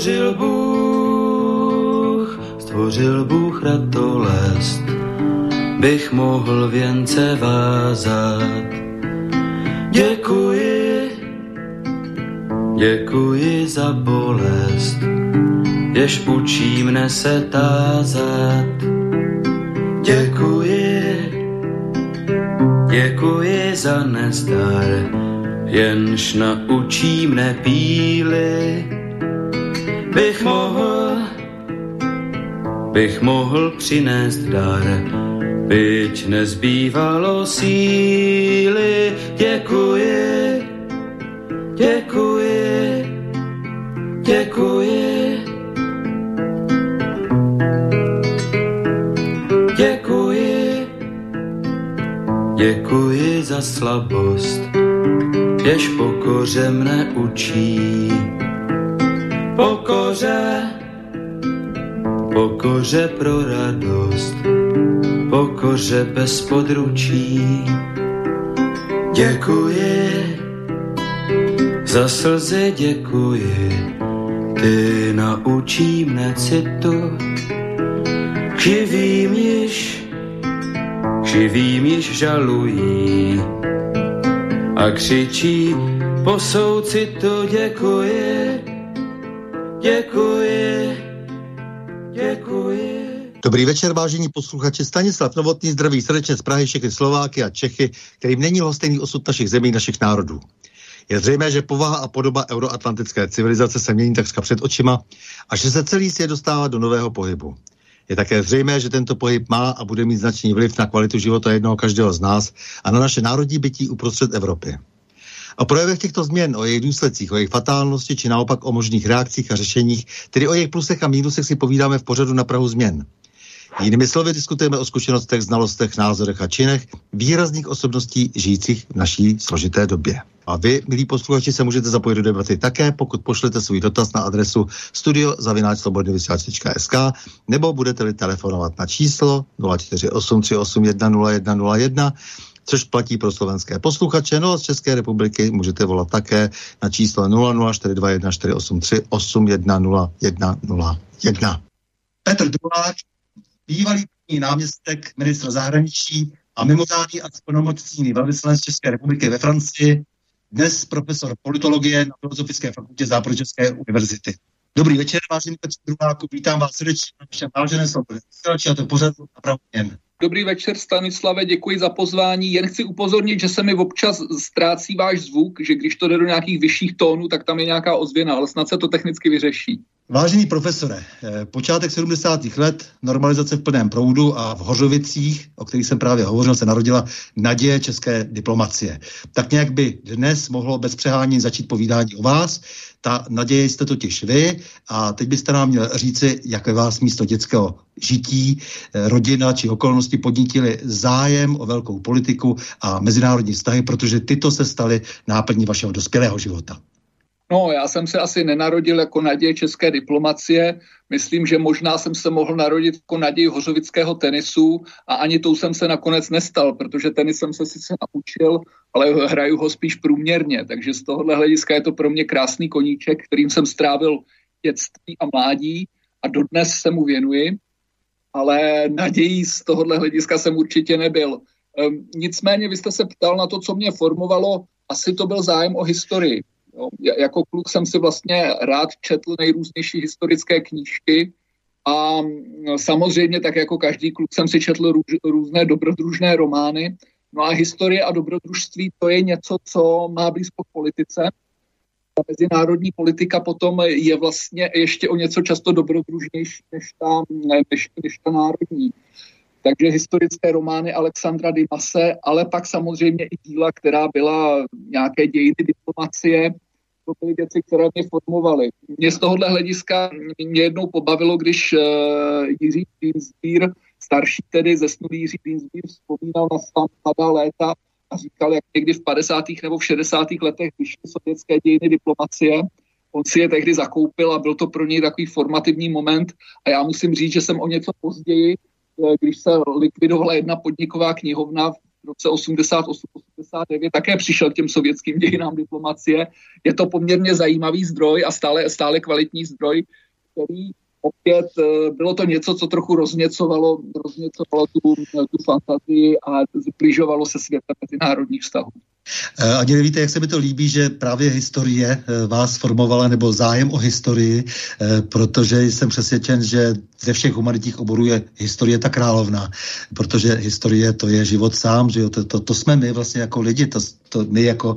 Stvořil Bůh ratolest, bych mohl věnce vázat. Děkuji za bolest, jež učí mne se tázat. Děkuji za nezdar, jenž naučí mne píly. Bych mohl přinést dar, byť nezbývalo síly. Děkuji za slabost, jež pokoře mne učí. Pokoře pro radost, pokoře bez područí. Děkuji za slzy, děkuji, ty naučí mne citu. Živým již žalují a křičí po soucitu. Děkuji. Dobrý večer, vážení posluchači. Stanislav Novotný zdraví srdečně z Prahy všechny Slováky a Čechy, kterým není lhostejný osud našich zemí, našich národů. Je zřejmé, že povaha a podoba euroatlantické civilizace se mění takřka před očima a že se celý svět dostává do nového pohybu. Je také zřejmé, že tento pohyb má a bude mít značný vliv na kvalitu života jednoho každého z nás a na naše národní bytí uprostřed Evropy. O projevech těchto změn, o jejich důsledcích, o jejich fatálnosti, či naopak o možných reakcích a řešeních, tedy o jejich plusech a mínusech si povídáme v pořadu Na prahu změn. Jinými slovy diskutujeme o zkušenostech, znalostech, názorech a činech výrazných osobností žijících v naší složité době. A vy, milí posluchači, se můžete zapojit do debaty také, pokud pošlete svůj dotaz na adresu studio@slobodnyvysílač.sk nebo budete-li telefonovat na číslo 048 381 0101, což platí pro slovenské posluchače. No a z České republiky můžete volat také na číslo 00 421 483 810 Petr Drulák, bývalý náměstek ministra zahraničí a mimořádný a splnomocněný velvyslanec České republiky ve Francii, dnes profesor politologie na Filozofické fakultě Západočeské univerzity. Dobrý večer, vážený Petr Druláku, vítám vás srdečně na všem vážené Slobodné vysílači a to pořadu Na prahu změn. Dobrý večer, Stanislave, děkuji za pozvání. Jen chci upozornit, že se mi občas ztrácí váš zvuk, že když to jde do nějakých vyšších tónů, tak tam je nějaká ozvěna, ale snad se to technicky vyřeší. Vážený profesore, počátek 70. let, normalizace v plném proudu a v Hořovicích, o kterých jsem právě hovořil, se narodila naděje české diplomacie. Tak nějak by dnes mohlo bez přehání začít povídání o vás. Ta naděje jste totiž vy a teď byste nám měl říci, jak ve vás místo dětského žití, rodina či okolnosti podnítily zájem o velkou politiku a mezinárodní vztahy, protože tyto se staly náplní vašeho dospělého života. No, já jsem se asi nenarodil jako naděje české diplomacie. Myslím, že možná jsem se mohl narodit jako naději hořovického tenisu a ani tou jsem se nakonec nestal, protože tenis jsem se sice naučil, ale hraju ho spíš průměrně. Takže z tohohle hlediska je to pro mě krásný koníček, kterým jsem strávil dětství a mládí a dodnes se mu věnuji. Ale nadějí z tohohle hlediska jsem určitě nebyl. Nicméně vy jste se ptal na to, co mě formovalo, asi to byl zájem o historii. Jako kluk jsem si vlastně rád četl nejrůznější historické knížky a samozřejmě tak jako každý kluk jsem si četl různé dobrodružné romány. No a historie a dobrodružství to je něco, co má blízko k politice. Ta mezinárodní politika potom je vlastně ještě o něco často dobrodružnější než ta národní. Takže historické romány Alexandra Dimase, ale pak samozřejmě i díla, která byla nějaké dějiny diplomacie, to byly věci, které mě formovaly. Mě z tohohle hlediska mě jednou pobavilo, když Jiří Dienstbier, starší tedy zesnulý Jiří Dienstbier, vzpomínal na svá mladá léta a říkal, jak někdy v 50. nebo v 60. letech vyšly sovětské dějiny diplomacie. On si je tehdy zakoupil a byl to pro něj takový formativní moment a já musím říct, že jsem o něco později, když se likvidovala jedna podniková knihovna v roce 88-89 také přišel k těm sovětským dějinám diplomacie. Je to poměrně zajímavý zdroj a stále kvalitní zdroj, který opět bylo to něco, co trochu rozněcovalo tu fantazii a zbližovalo se světem mezinárodních vztahů. Ani nevíte, jak se mi to líbí, že právě historie vás formovala, nebo zájem o historii, protože jsem přesvědčen, že ze všech humanitních oborů je historie ta královna, protože historie to je život sám, že jo? To jsme my vlastně jako lidi, my jako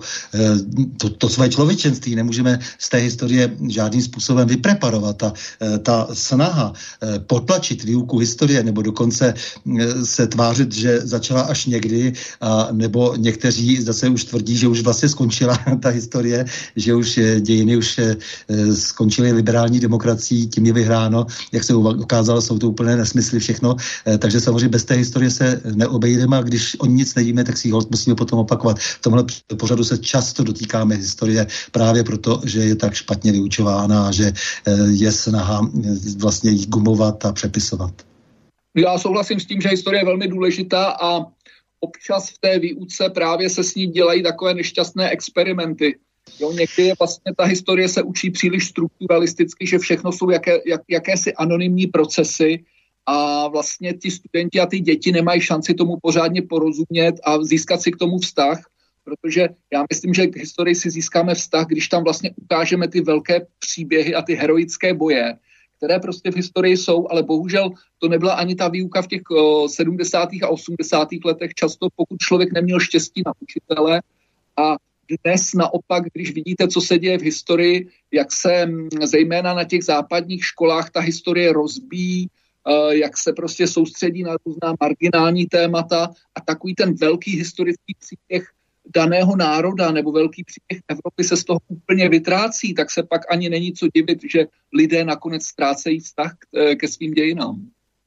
to své člověčenství nemůžeme z té historie žádným způsobem vypreparovat. Ta snaha potlačit výuku historie, nebo dokonce se tvářit, že začala až někdy, nebo někteří zase už tvrdí, že už vlastně skončila ta historie, že už dějiny už skončily liberální demokracií, tím je vyhráno, jak se ukázalo, jsou to úplné nesmysly všechno, takže samozřejmě bez té historie se neobejdeme a když o nic nevíme, tak si ji musíme potom opakovat. V tomhle pořadu se často dotýkáme historie právě proto, že je tak špatně vyučována a že je snaha vlastně ji gumovat a přepisovat. Já souhlasím s tím, že historie je velmi důležitá a občas v té výuce právě se s ní dělají takové nešťastné experimenty. Jo, někdy je vlastně ta historie se učí příliš strukturalisticky, že všechno jsou jakési anonymní procesy a vlastně ti studenti a ty děti nemají šanci tomu pořádně porozumět a získat si k tomu vztah, protože já myslím, že k historii si získáme vztah, když tam vlastně ukážeme ty velké příběhy a ty heroické boje, které prostě v historii jsou, ale bohužel to nebyla ani ta výuka v těch 70. a 80. letech, často pokud člověk neměl štěstí na učitele. A dnes naopak, když vidíte, co se děje v historii, jak se zejména na těch západních školách ta historie rozbíjí, jak se prostě soustředí na různá marginální témata a takový ten velký historický příběh daného národa nebo velký příběh Evropy se z toho úplně vytrácí, tak se pak ani není co divit, že lidé nakonec ztrácejí vztah ke svým dějinám.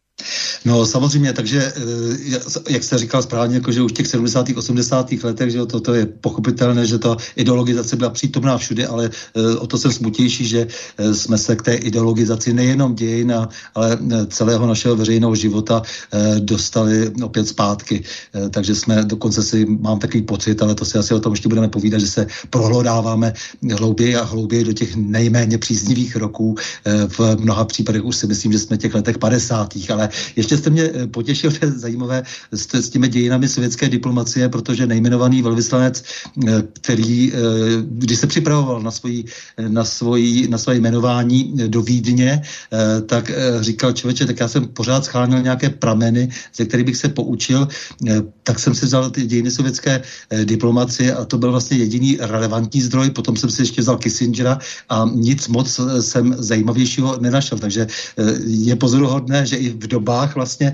No samozřejmě, takže jak jste říkal správně, jako, že už v těch 70. 80. letech, že to je pochopitelné, že ta ideologizace byla přítomná všude, ale o to jsem smutější, že jsme se k té ideologizaci nejenom dějin, ale celého našeho veřejného života dostali opět zpátky. Takže jsme dokonce mám takový pocit, ale to si asi o tom ještě budeme povídat, že se prohlodáváme hlouběji a hlouběji do těch nejméně příznivých roků. V mnoha případech už si myslím, že jsme v těch letech 50. ale ještě jste mě potěšil, to je zajímavé, s těmi dějinami sovětské diplomacie, protože nejmenovaný velvyslanec, který, když se připravoval na svoje jmenování do Vídně, tak říkal, člověče, tak já jsem pořád schánil nějaké prameny, ze kterých bych se poučil, tak jsem si vzal ty dějiny sovětské diplomacie a to byl vlastně jediný relevantní zdroj, potom jsem si ještě vzal Kissingera a nic moc jsem zajímavějšího nenašel, takže je pozoruhodné, že i v dobách vlastně,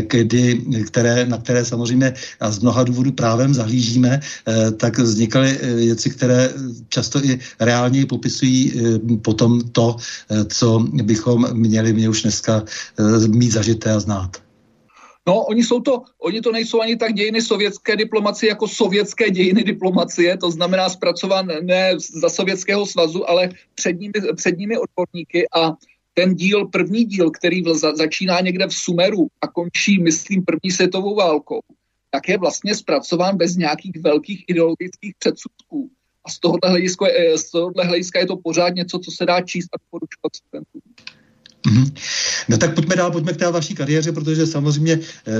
na které samozřejmě a z mnoha důvodů právem zahlížíme, tak vznikaly věci, které často i reálně popisují potom to, co bychom měli už dneska mít zažité a znát. No, oni to nejsou ani tak dějiny sovětské diplomacie jako sovětské dějiny diplomacie, to znamená zpracované za Sovětského svazu, ale před nimi odborníky a ten první díl, který začíná někde v Sumeru a končí, myslím, první světovou válkou, tak je vlastně zpracován bez nějakých velkých ideologických předsudků. A z tohohle hlediska je to pořád něco, co se dá číst a doporučovat studentům. No tak pojďme k té vaší kariéře, protože samozřejmě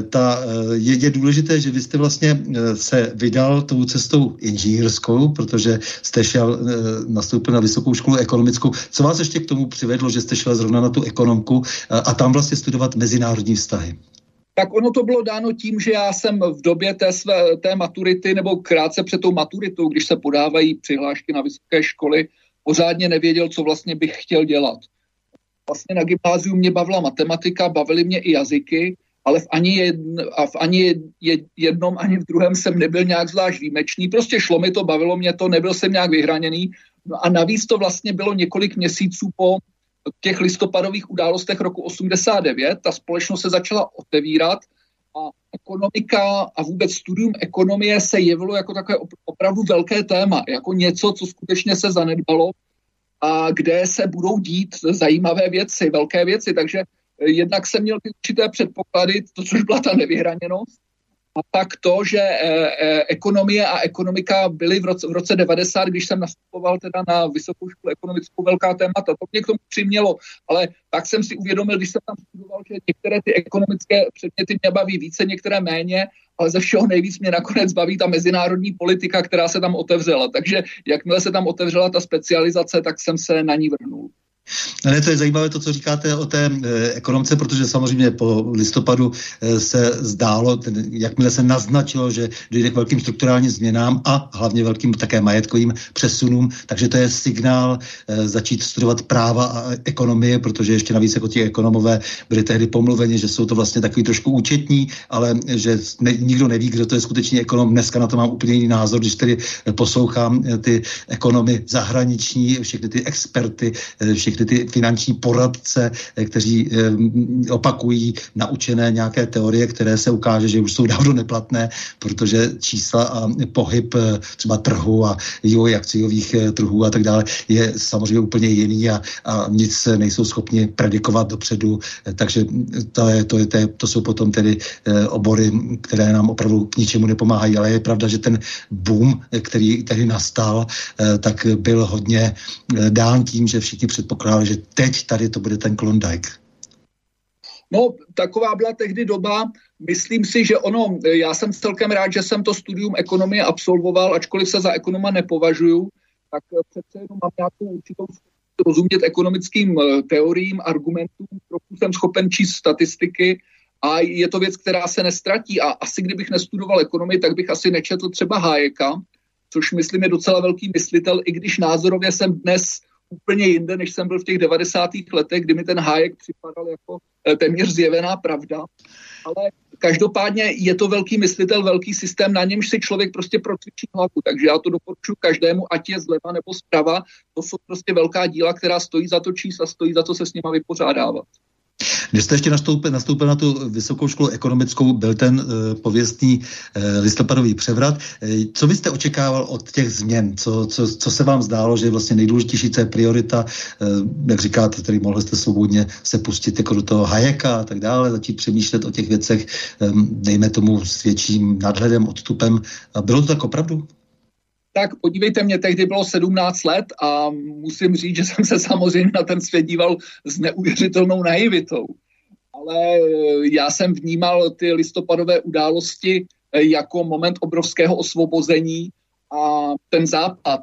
je důležité, že vy jste vlastně se vydal tou cestou inženýrskou, protože jste nastoupil na vysokou školu ekonomickou. Co vás ještě k tomu přivedlo, že jste šel zrovna na tu ekonomku a tam vlastně studovat mezinárodní vztahy? Tak ono to bylo dáno tím, že já jsem v době té maturity nebo krátce před tou maturitou, když se podávají přihlášky na vysoké školy, pořádně nevěděl, co vlastně bych chtěl dělat. Vlastně na gymnáziu mě bavila matematika, bavily mě i jazyky, ale v ani jednom, ani v druhém jsem nebyl nějak zvlášť výjimečný. Prostě šlo mi to, bavilo mě to, nebyl jsem nějak vyhraněný. No a navíc to vlastně bylo několik měsíců po těch listopadových událostech roku 89. Ta společnost se začala otevírat a ekonomika a vůbec studium ekonomie se jevilo jako takové opravdu velké téma, jako něco, co skutečně se zanedbalo a kde se budou dít zajímavé věci, velké věci. Takže jednak jsem měl ty určité předpoklady, to, což byla ta nevyhraněnost, A pak to, že ekonomie a ekonomika byly v roce 90, když jsem nastupoval teda na vysokou školu ekonomickou, velká témata. To mě k tomu přimělo, ale tak jsem si uvědomil, když jsem tam studoval, že některé ty ekonomické předměty mě baví více, některé méně, ale ze všeho nejvíc mě nakonec baví ta mezinárodní politika, která se tam otevřela. Takže jakmile se tam otevřela ta specializace, tak jsem se na ní vrhnul. Ne, to je zajímavé to, co říkáte o té ekonomce, protože samozřejmě po listopadu se zdálo, jakmile se naznačilo, že dojde k velkým strukturálním změnám a hlavně velkým také majetkovým přesunům, takže to je signál začít studovat práva a ekonomie, protože ještě navíc jako ti ekonomové byli tehdy pomluveni, že jsou to vlastně takový trošku účetní, ale že nikdo neví, kdo to je skutečně ekonom. Dneska na to mám úplně jiný názor, když tedy poslouchám ty ekonomy zahraniční, všechny ty experty, všechny ty finanční poradce, kteří opakují naučené nějaké teorie, které se ukáže, že už jsou dávno neplatné, protože čísla a pohyb třeba trhu a vývoj akciových trhů a tak dále je samozřejmě úplně jiný a nic nejsou schopni predikovat dopředu, takže to jsou potom tedy obory, které nám opravdu k ničemu nepomáhají, ale je pravda, že ten boom, který tehdy nastal, tak byl hodně dán tím, že všichni předpokládali, že teď tady to bude ten Klondike. No, taková byla tehdy doba. Myslím si, že já jsem celkem rád, že jsem to studium ekonomie absolvoval, ačkoliv se za ekonoma nepovažuju, tak přece jenom mám nějakou určitou schopnost rozumět ekonomickým teoriím, argumentům, trochu jsem schopen číst statistiky a je to věc, která se nestratí. A asi kdybych nestudoval ekonomii, tak bych asi nečetl třeba Hayeka, což myslím je docela velký myslitel, i když názorově jsem dnes úplně jinde, než jsem byl v těch 90. letech, kdy mi ten Hayek připadal jako téměř zjevená pravda. Ale každopádně je to velký myslitel, velký systém, na němž si člověk prostě procvičí hlavu. Takže já to doporučuji každému, ať je zleva nebo zprava. To jsou prostě velká díla, která stojí za to číst a stojí za to se s nima vypořádávat. Když jste ještě nastoupil na tu vysokou školu ekonomickou, byl ten pověstný listopadový převrat. Co byste očekával od těch změn? Co se vám zdálo, že je vlastně nejdůležitější, co je priorita? Jak říkáte, tedy mohli jste svobodně se pustit jako do toho Hayeka a tak dále, začít přemýšlet o těch věcech, dejme tomu s větším nadhledem, odstupem. Bylo to tak opravdu? Tak podívejte, mě tehdy bylo 17 let a musím říct, že jsem se samozřejmě na ten svět díval s neuvěřitelnou naivitou. Ale já jsem vnímal ty listopadové události jako moment obrovského osvobození a ten západ,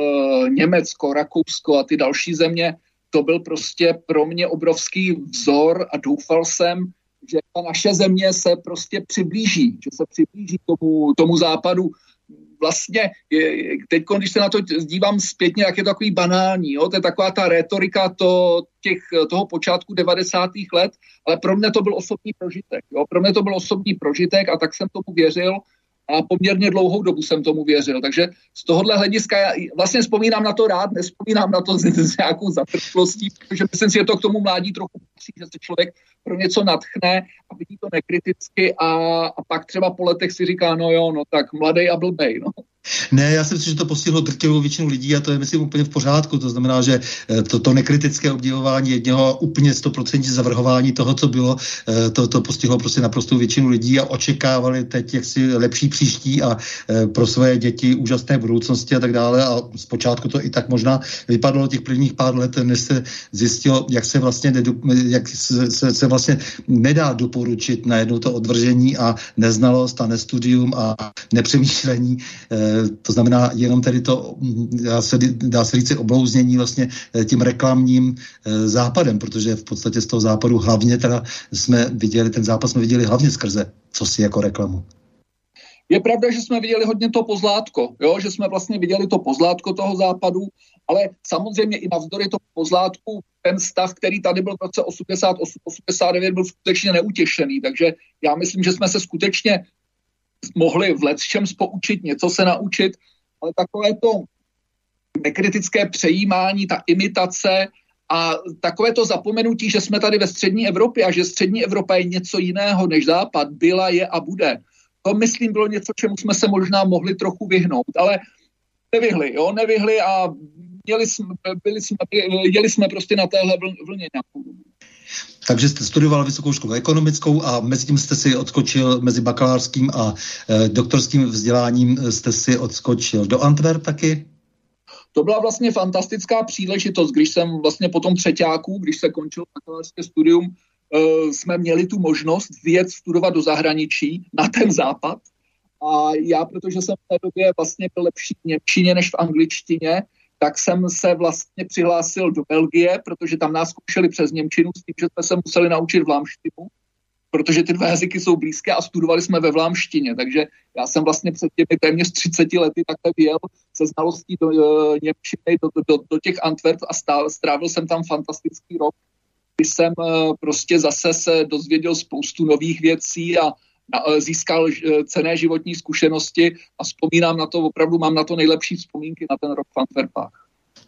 Německo, Rakousko a ty další země, to byl prostě pro mě obrovský vzor a doufal jsem, že ta naše země se prostě přiblíží, že se přiblíží tomu západu. Vlastně teď, když se na to dívám zpětně, tak je to takový banální. Jo? To je taková ta rétorika toho počátku 90. let, ale pro mě to byl osobní prožitek. Jo? Pro mě to byl osobní prožitek a tak jsem tomu věřil a poměrně dlouhou dobu jsem tomu věřil. Takže z tohohle hlediska já vlastně vzpomínám na to rád, nespomínám na to s nějakou zatrpklostí, protože myslím si, že to k tomu mládí trochu patří, že se člověk pro něco nadchne a vidí to nekriticky a pak třeba po letech si říká, tak mladej a blbej, no. Ne, já si myslím, že to postihlo drtivou většinu lidí a to je, myslím, úplně v pořádku. To znamená, že to nekritické obdivování jedněho úplně 100% zavrhování toho, co bylo, to postihlo prostě naprostou většinu lidí a očekávali teď jaksi lepší příští a pro své děti úžasné budoucnosti a tak dále a zpočátku to i tak možná vypadalo těch prvních pár let, než se zjistilo, jak se vlastně se vlastně nedá doporučit najednou to odvržení a neznalost a nestudium a nepřemýšlení. To znamená jenom tedy to, dá se říct, oblouznění vlastně tím reklamním západem, protože v podstatě z toho západu hlavně teda ten západ jsme viděli hlavně skrze cosi jako reklamu. Je pravda, že jsme viděli hodně to pozlátko, jo? Že jsme vlastně viděli to pozlátko toho západu, ale samozřejmě i navzdory tomu pozlátku ten stav, který tady byl v roce 88-89, byl skutečně neutěšený, takže já myslím, že jsme se skutečně mohli v lecčems poučit, něco se naučit, ale takové to nekritické přejímání, ta imitace a takové to zapomenutí, že jsme tady ve střední Evropě a že střední Evropa je něco jiného než západ, byla, je a bude. To, myslím, bylo něco, čemu jsme se možná mohli trochu vyhnout, ale nevyhli a jeli jsme prostě na téhle vlně nějakou dobu. Takže jste studoval vysokou školu ekonomickou a mezi tím jste si odskočil mezi bakalářským a doktorským vzděláním, jste si odskočil do Antwerp taky? To byla vlastně fantastická příležitost, když jsem vlastně po tom třeťáku, když se končilo bakalářské studium, jsme měli tu možnost vyjet studovat do zahraničí na ten západ. A já, protože jsem v té době vlastně byl lepší v němčině než v angličtině, tak jsem se vlastně přihlásil do Belgie, protože tam nás zkoušeli přes němčinu s tím, že jsme se museli naučit vlámštinu, protože ty dva jazyky jsou blízké a studovali jsme ve vlámštině. Takže já jsem vlastně před těmi téměř 30 lety takhle vyjel se znalostí do němčiny, do těch Antwerp a strávil jsem tam fantastický rok, kdy jsem prostě zase se dozvěděl spoustu nových věcí a získal cenné životní zkušenosti a vzpomínám na to, opravdu mám na to nejlepší vzpomínky na ten rok v Antwerpách.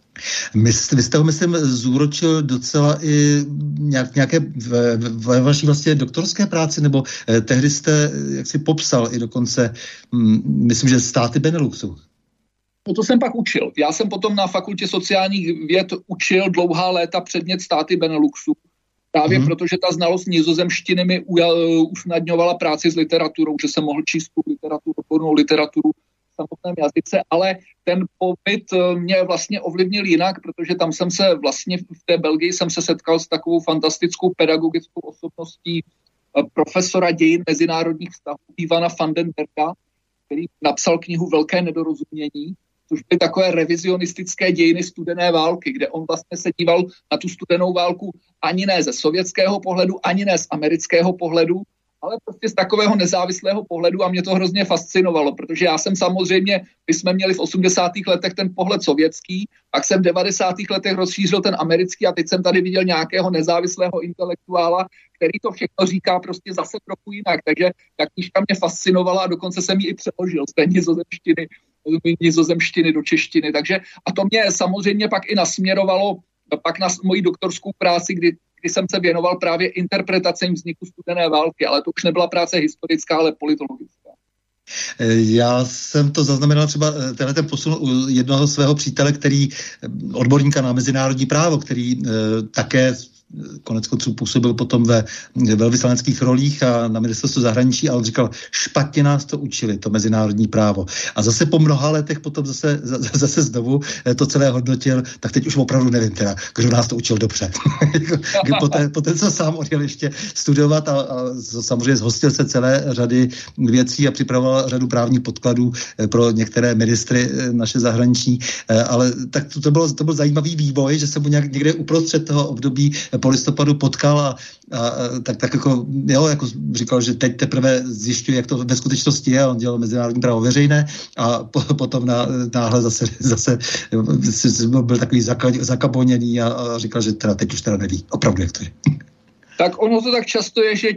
Vy jste ho, myslím, zúročil docela i nějaké ve vaší vlastně doktorské práci, nebo tehdy jste jaksi popsal i dokonce, myslím, že státy Beneluxu. No to jsem pak učil. Já jsem potom na fakultě sociálních věd učil dlouhá léta předmět státy Beneluxu. Právě protože ta znalost nizozemštiny mi usnadňovala práci s literaturou, že jsem mohl číst tu odbornou literaturu v samotném jazyce, ale ten pobyt mě vlastně ovlivnil jinak, protože tam jsem se vlastně v té Belgii jsem se setkal s takovou fantastickou pedagogickou osobností profesora dějin mezinárodních vztahů Ivana van den Berga, který napsal knihu Velké nedorozumění, což byly takové revizionistické dějiny studené války, kde on vlastně se díval na tu studenou válku ani ne ze sovětského pohledu, ani ne z amerického pohledu, ale prostě z takového nezávislého pohledu a mě to hrozně fascinovalo, protože já jsem samozřejmě, my jsme měli v 80. letech ten pohled sovětský, pak jsem v 90. letech rozšířil ten americký a teď jsem tady viděl nějakého nezávislého intelektuála, který to všechno říká prostě zase trochu jinak, takže ta knížka mě fascinovala a dokonce jsem ji i přeložil z té nizozemštiny do češtiny, takže a to mě samozřejmě pak i nasměrovalo pak na moji doktorskou práci, kdy jsem se věnoval právě interpretacím vzniku studené války, ale to už nebyla práce historická, ale politologická. Já jsem to zaznamenal třeba ten posun u jednoho svého přítele, který odborníka na mezinárodní právo, který také konec konců působil potom ve velvyslaneckých rolích a na ministerstvu zahraničí, ale on říkal, špatně nás to učili, to mezinárodní právo. A zase po mnoha letech potom zase znovu to celé hodnotil, tak teď už opravdu nevím teda, kdo nás to učil dobře. poté, co sám odjel ještě studovat a samozřejmě zhostil se celé řady věcí a připravoval řadu právních podkladů pro některé ministry naše zahraniční, ale tak to byl zajímavý vývoj, že se mu nějak někde uprostřed toho období po listopadu potkal a tak jako říkal, že teď teprve zjišťuje, jak to ve skutečnosti je. On dělal mezinárodní právo veřejné a potom náhle zase byl takový zakaboněný a říkal, že teda teď už teda neví opravdu, jak to je. Tak ono to tak často je, že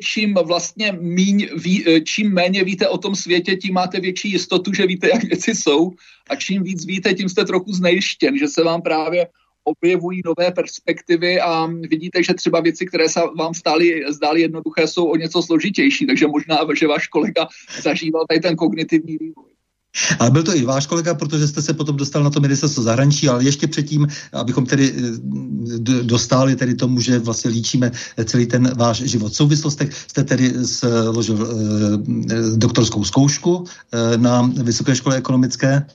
čím méně víte o tom světě, tím máte větší jistotu, že víte, jak věci jsou a čím víc víte, tím jste trochu znejštěn, že se vám právě objevují nové perspektivy a vidíte, že třeba věci, které se vám zdály jednoduché, jsou o něco složitější, takže možná, že váš kolega zažíval tady ten kognitivní vývoj. Ale byl to i váš kolega, protože jste se potom dostal na to ministerstvo zahraničí, ale ještě předtím, abychom tedy dostali tedy tomu, že vlastně líčíme celý ten váš život. V souvislostech jste tedy složil doktorskou zkoušku na Vysoké škole ekonomické.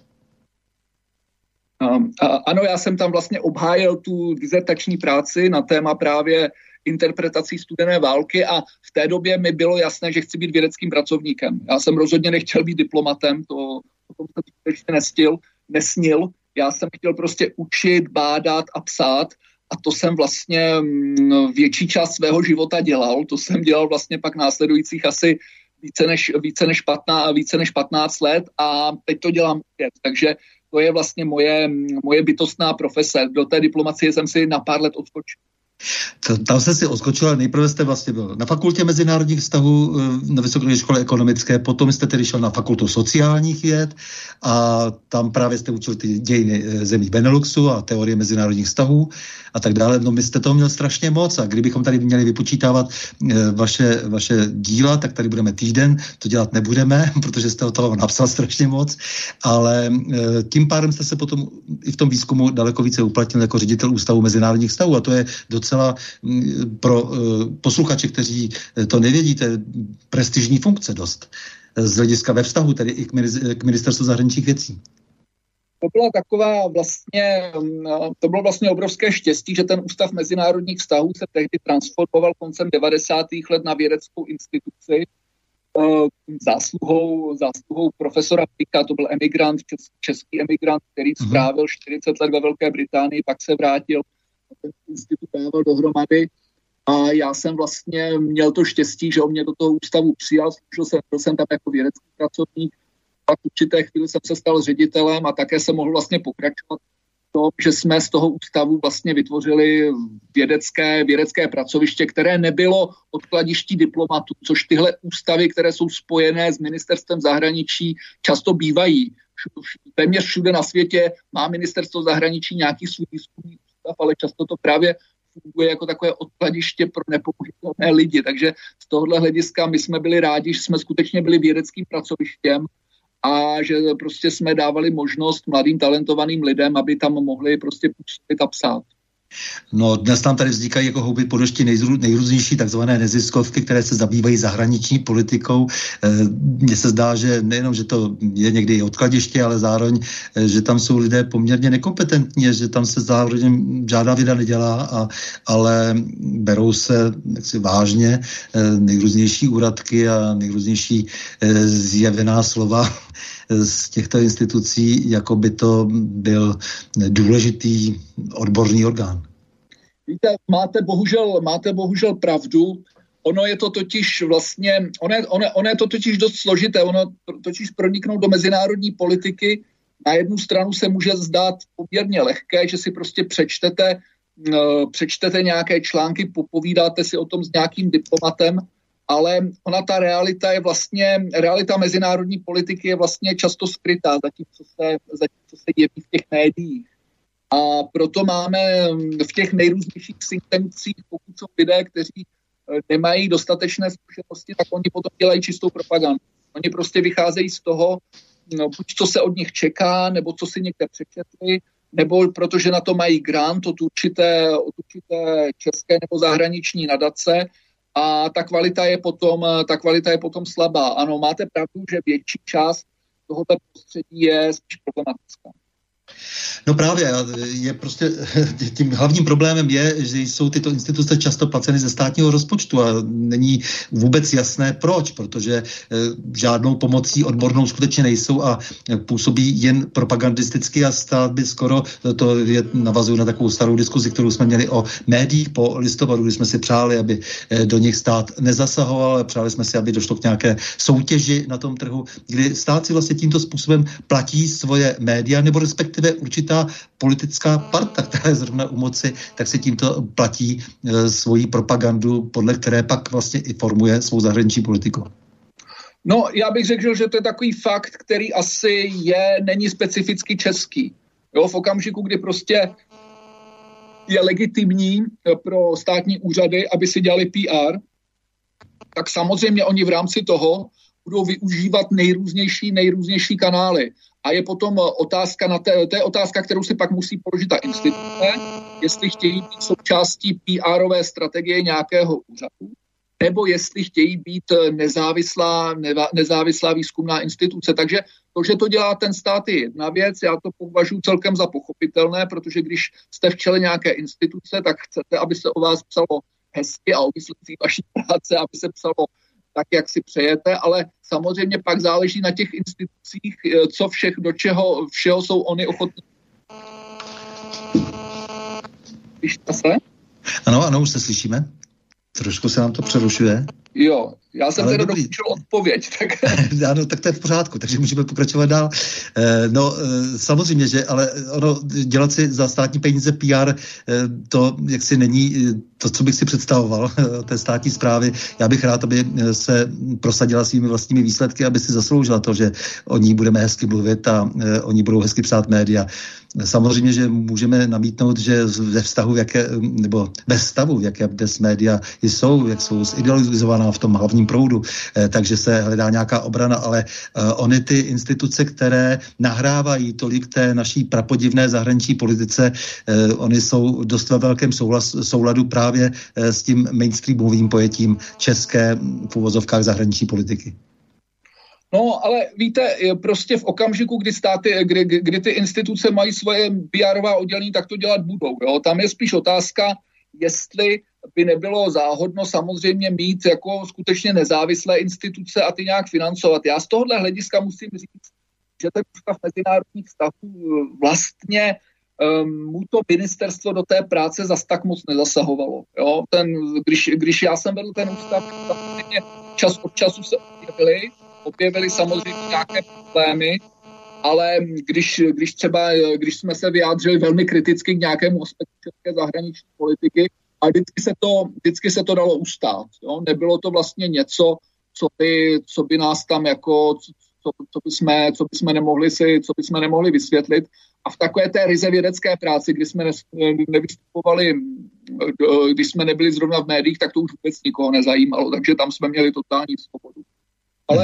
Ano, já jsem tam vlastně obhájil tu dizertační práci na téma právě interpretací studené války a v té době mi bylo jasné, že chci být vědeckým pracovníkem. Já jsem rozhodně nechtěl být diplomatem, to jsem skutečně nesnil. Já jsem chtěl prostě učit, bádat a psát a to jsem vlastně větší část svého života dělal. To jsem dělal vlastně pak následujících asi více než 15 let a teď to dělám opět, takže to je vlastně moje bytostná profese. Do té diplomacie jsem si na pár let odskočil. Tam jste si odskočil, ale nejprve jste vlastně byl na fakultě mezinárodních vztahů na Vysoké škole ekonomické, potom jste tedy šel na fakultu sociálních věd a tam právě jste učil ty dějiny zemí Beneluxu a teorie mezinárodních vztahů a tak dále. No my jste toho měl strašně moc a kdybychom tady měli vypočítávat vaše díla, tak tady budeme týden, to dělat nebudeme, protože jste toho napsal strašně moc, ale tím pádem jste se potom i v tom výzkumu daleko více uplatnil jako ředitel Ústavu mezinárodních vztahů a to je docela docela pro posluchače, kteří to nevědí, to je prestižní funkce dost z hlediska ve vztahu, tedy i k ministerstvu zahraničních věcí. To bylo vlastně obrovské štěstí, že ten Ústav mezinárodních vztahů se tehdy transformoval koncem 90. let na vědeckou instituci. Zásluhou profesora Pika, to byl emigrant, český emigrant, který strávil 40 let ve Velké Británii, pak se vrátil a ten institut dával dohromady. A já jsem vlastně měl to štěstí, že on mě do toho ústavu přijal, byl jsem tam jako vědecký pracovník, pak v určité chvíli jsem se stal ředitelem a také jsem mohl vlastně pokračovat v tom, že jsme z toho ústavu vlastně vytvořili vědecké pracoviště, které nebylo odkladiští diplomatů, což tyhle ústavy, které jsou spojené s ministerstvem zahraničí, často bývají. Téměř všude na světě má ministerstvo zahraničí nějaký svůj výzkumný ústav, ale často to právě funguje jako takové odkladiště pro nepoužitelné lidi. Takže z tohohle hlediska my jsme byli rádi, že jsme skutečně byli vědeckým pracovištěm a že prostě jsme dávali možnost mladým talentovaným lidem, aby tam mohli prostě působit a psát. No, dnes tam tady vznikají jako houby po dešti nejrůznější takzvané neziskovky, které se zabývají zahraniční politikou. Mně se zdá, že nejenom, že to je někdy i odkladiště, ale zároveň, že tam jsou lidé poměrně nekompetentní, že tam se zároveň žádná věda nedělá, ale berou se jaksi vážně nejrůznější úradky a nejrůznější zjevená slova z těchto institucí, jako by to byl důležitý odborný orgán. Víte, máte bohužel pravdu. Ono je to totiž dost složité. Ono totiž proniknout do mezinárodní politiky na jednu stranu se může zdát poměrně lehké, že si prostě přečtete nějaké články, popovídáte si o tom s nějakým diplomatem, ale ona ta realita mezinárodní politiky je vlastně často skrytá za tím, co se jeví v těch médiích. A proto máme v těch nejrůznějších think tankcích, pokud jsou lidé, kteří nemají dostatečné zkušenosti, tak oni potom dělají čistou propagandu. Oni prostě vycházejí z toho, buď co se od nich čeká, nebo co si někde přečetli, nebo protože na to mají grant od určité české nebo zahraniční nadace, a ta kvalita je potom slabá. Ano, máte pravdu, že větší část tohoto prostředí je spíš problematická. No právě, je prostě tím hlavním problémem je, že jsou tyto instituce často placeny ze státního rozpočtu a není vůbec jasné proč, protože žádnou pomocí odbornou skutečně nejsou a působí jen propagandisticky a stát by skoro, to navazuju na takovou starou diskuzi, kterou jsme měli o médiích po listopadu, kdy jsme si přáli, aby do nich stát nezasahoval, přáli jsme si, aby došlo k nějaké soutěži na tom trhu, kdy stát si vlastně tímto způsobem platí svoje média, nebo respektive určitá politická parta, která je zrovna u moci, tak se tímto platí svoji propagandu, podle které pak vlastně i formuje svou zahraniční politiku. No, já bych řekl, že to je takový fakt, který asi není specificky český. Jo, v okamžiku, kdy prostě je legitimní pro státní úřady, aby si dělali PR, tak samozřejmě oni v rámci toho budou využívat nejrůznější kanály. A je potom otázka, to je otázka, kterou si pak musí položit ta instituce, jestli chtějí být součástí PR-ové strategie nějakého úřadu, nebo jestli chtějí být nezávislá výzkumná instituce. Takže to, že to dělá ten stát, je jedna věc, já to považuji celkem za pochopitelné, protože když jste v čele nějaké instituce, tak chcete, aby se o vás psalo hezky a o výsledcích vaší práce, aby se psalo tak, jak si přejete, ale samozřejmě pak záleží na těch institucích, do čeho všeho jsou oni ochotní. Slyšíte se? Ano, už se slyšíme. Trošku se nám to přerušuje. Jo, já jsem teda dokončil odpověď. Tak... Ano, tak to je v pořádku, takže můžeme pokračovat dál. Samozřejmě, že ale dělat si za státní peníze PR, to jaksi není to, co bych si představoval té státní správy. Já bych rád, aby se prosadila svými vlastními výsledky, aby si zasloužila to, že o ní budeme hezky mluvit a oni budou hezky psát média. Samozřejmě, že můžeme namítnout, že ve vztahu, nebo ve stavu, v jaké dnes média jsou, jak jsou zidealizovaná v tom hlavním hlavním proudu, takže se hledá nějaká obrana, ale ony ty instituce, které nahrávají tolik té naší prapodivné zahraniční politice, ony jsou dost ve velkém souladu právě s tím mainstreamovým pojetím české v uvozovkách zahraniční politiky. No, ale víte, prostě v okamžiku, kdy ty instituce mají svoje PR-ová oddělení, tak to dělat budou. Jo? Tam je spíš otázka, jestli by nebylo záhodno samozřejmě mít jako skutečně nezávislé instituce a ty nějak financovat. Já z tohohle hlediska musím říct, že ten ústav mezinárodních vztahů vlastně mu to ministerstvo do té práce zas tak moc nezasahovalo. Jo? Když já jsem vedl ten ústav, samozřejmě čas od času se objevily samozřejmě nějaké problémy, ale když jsme se vyjádřili velmi kriticky k nějakému aspektu české zahraniční politiky, a vždycky se to dalo ustát. Jo? Nebylo to vlastně něco, co by nás tam jako, co bychom nemohli vysvětlit. A v takové té ryze vědecké práci, kdy jsme nevystupovali, když jsme nebyli zrovna v médiích, tak to už vůbec nikoho nezajímalo, takže tam jsme měli totální svobodu. Ale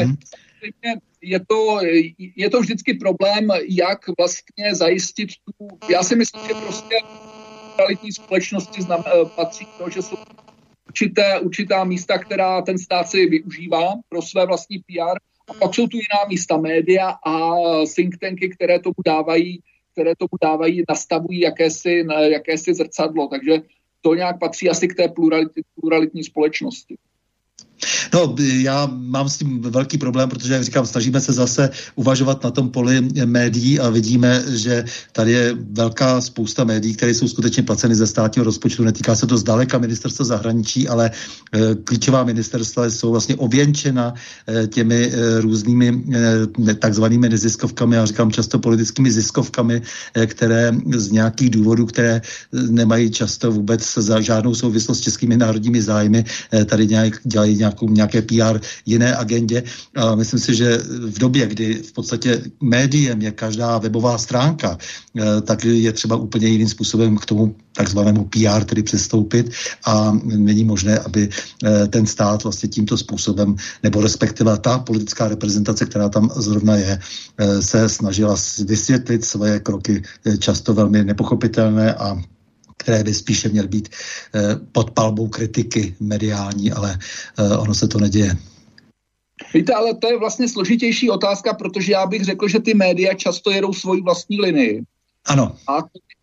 je to vždycky problém, jak vlastně zajistit tu... Já si myslím, že prostě realitní společnosti patří to, že jsou určitá místa, která ten stát si využívá pro své vlastní PR, a pak jsou tu jiná místa, média a think tanky, které tomu dávají, nastavují jakési zrcadlo, takže to nějak patří asi k té pluralitní společnosti. No, já mám s tím velký problém, protože, jak říkám, snažíme se zase uvažovat na tom poli médií a vidíme, že tady je velká spousta médií, které jsou skutečně placeny ze státního rozpočtu. Netýká se to zdaleka ministerstva zahraničí, ale klíčová ministerstva jsou vlastně ověnčena těmi různými takzvanými neziskovkami, já říkám často politickými ziskovkami, které z nějakých důvodů, které nemají často vůbec žádnou souvislost s českými národními zájmy, tady dělají nějaké PR jiné agendě. A myslím si, že v době, kdy v podstatě médiem je každá webová stránka, tak je třeba úplně jiným způsobem k tomu takzvanému PR tedy přistoupit a není možné, aby ten stát vlastně tímto způsobem, nebo respektive ta politická reprezentace, která tam zrovna je, se snažila vysvětlit svoje kroky často velmi nepochopitelné a které by spíše měly být pod palbou kritiky mediální, ale ono se to neděje. Víte, ale to je vlastně složitější otázka, protože já bych řekl, že ty média často jedou svoji vlastní linii. Ano. A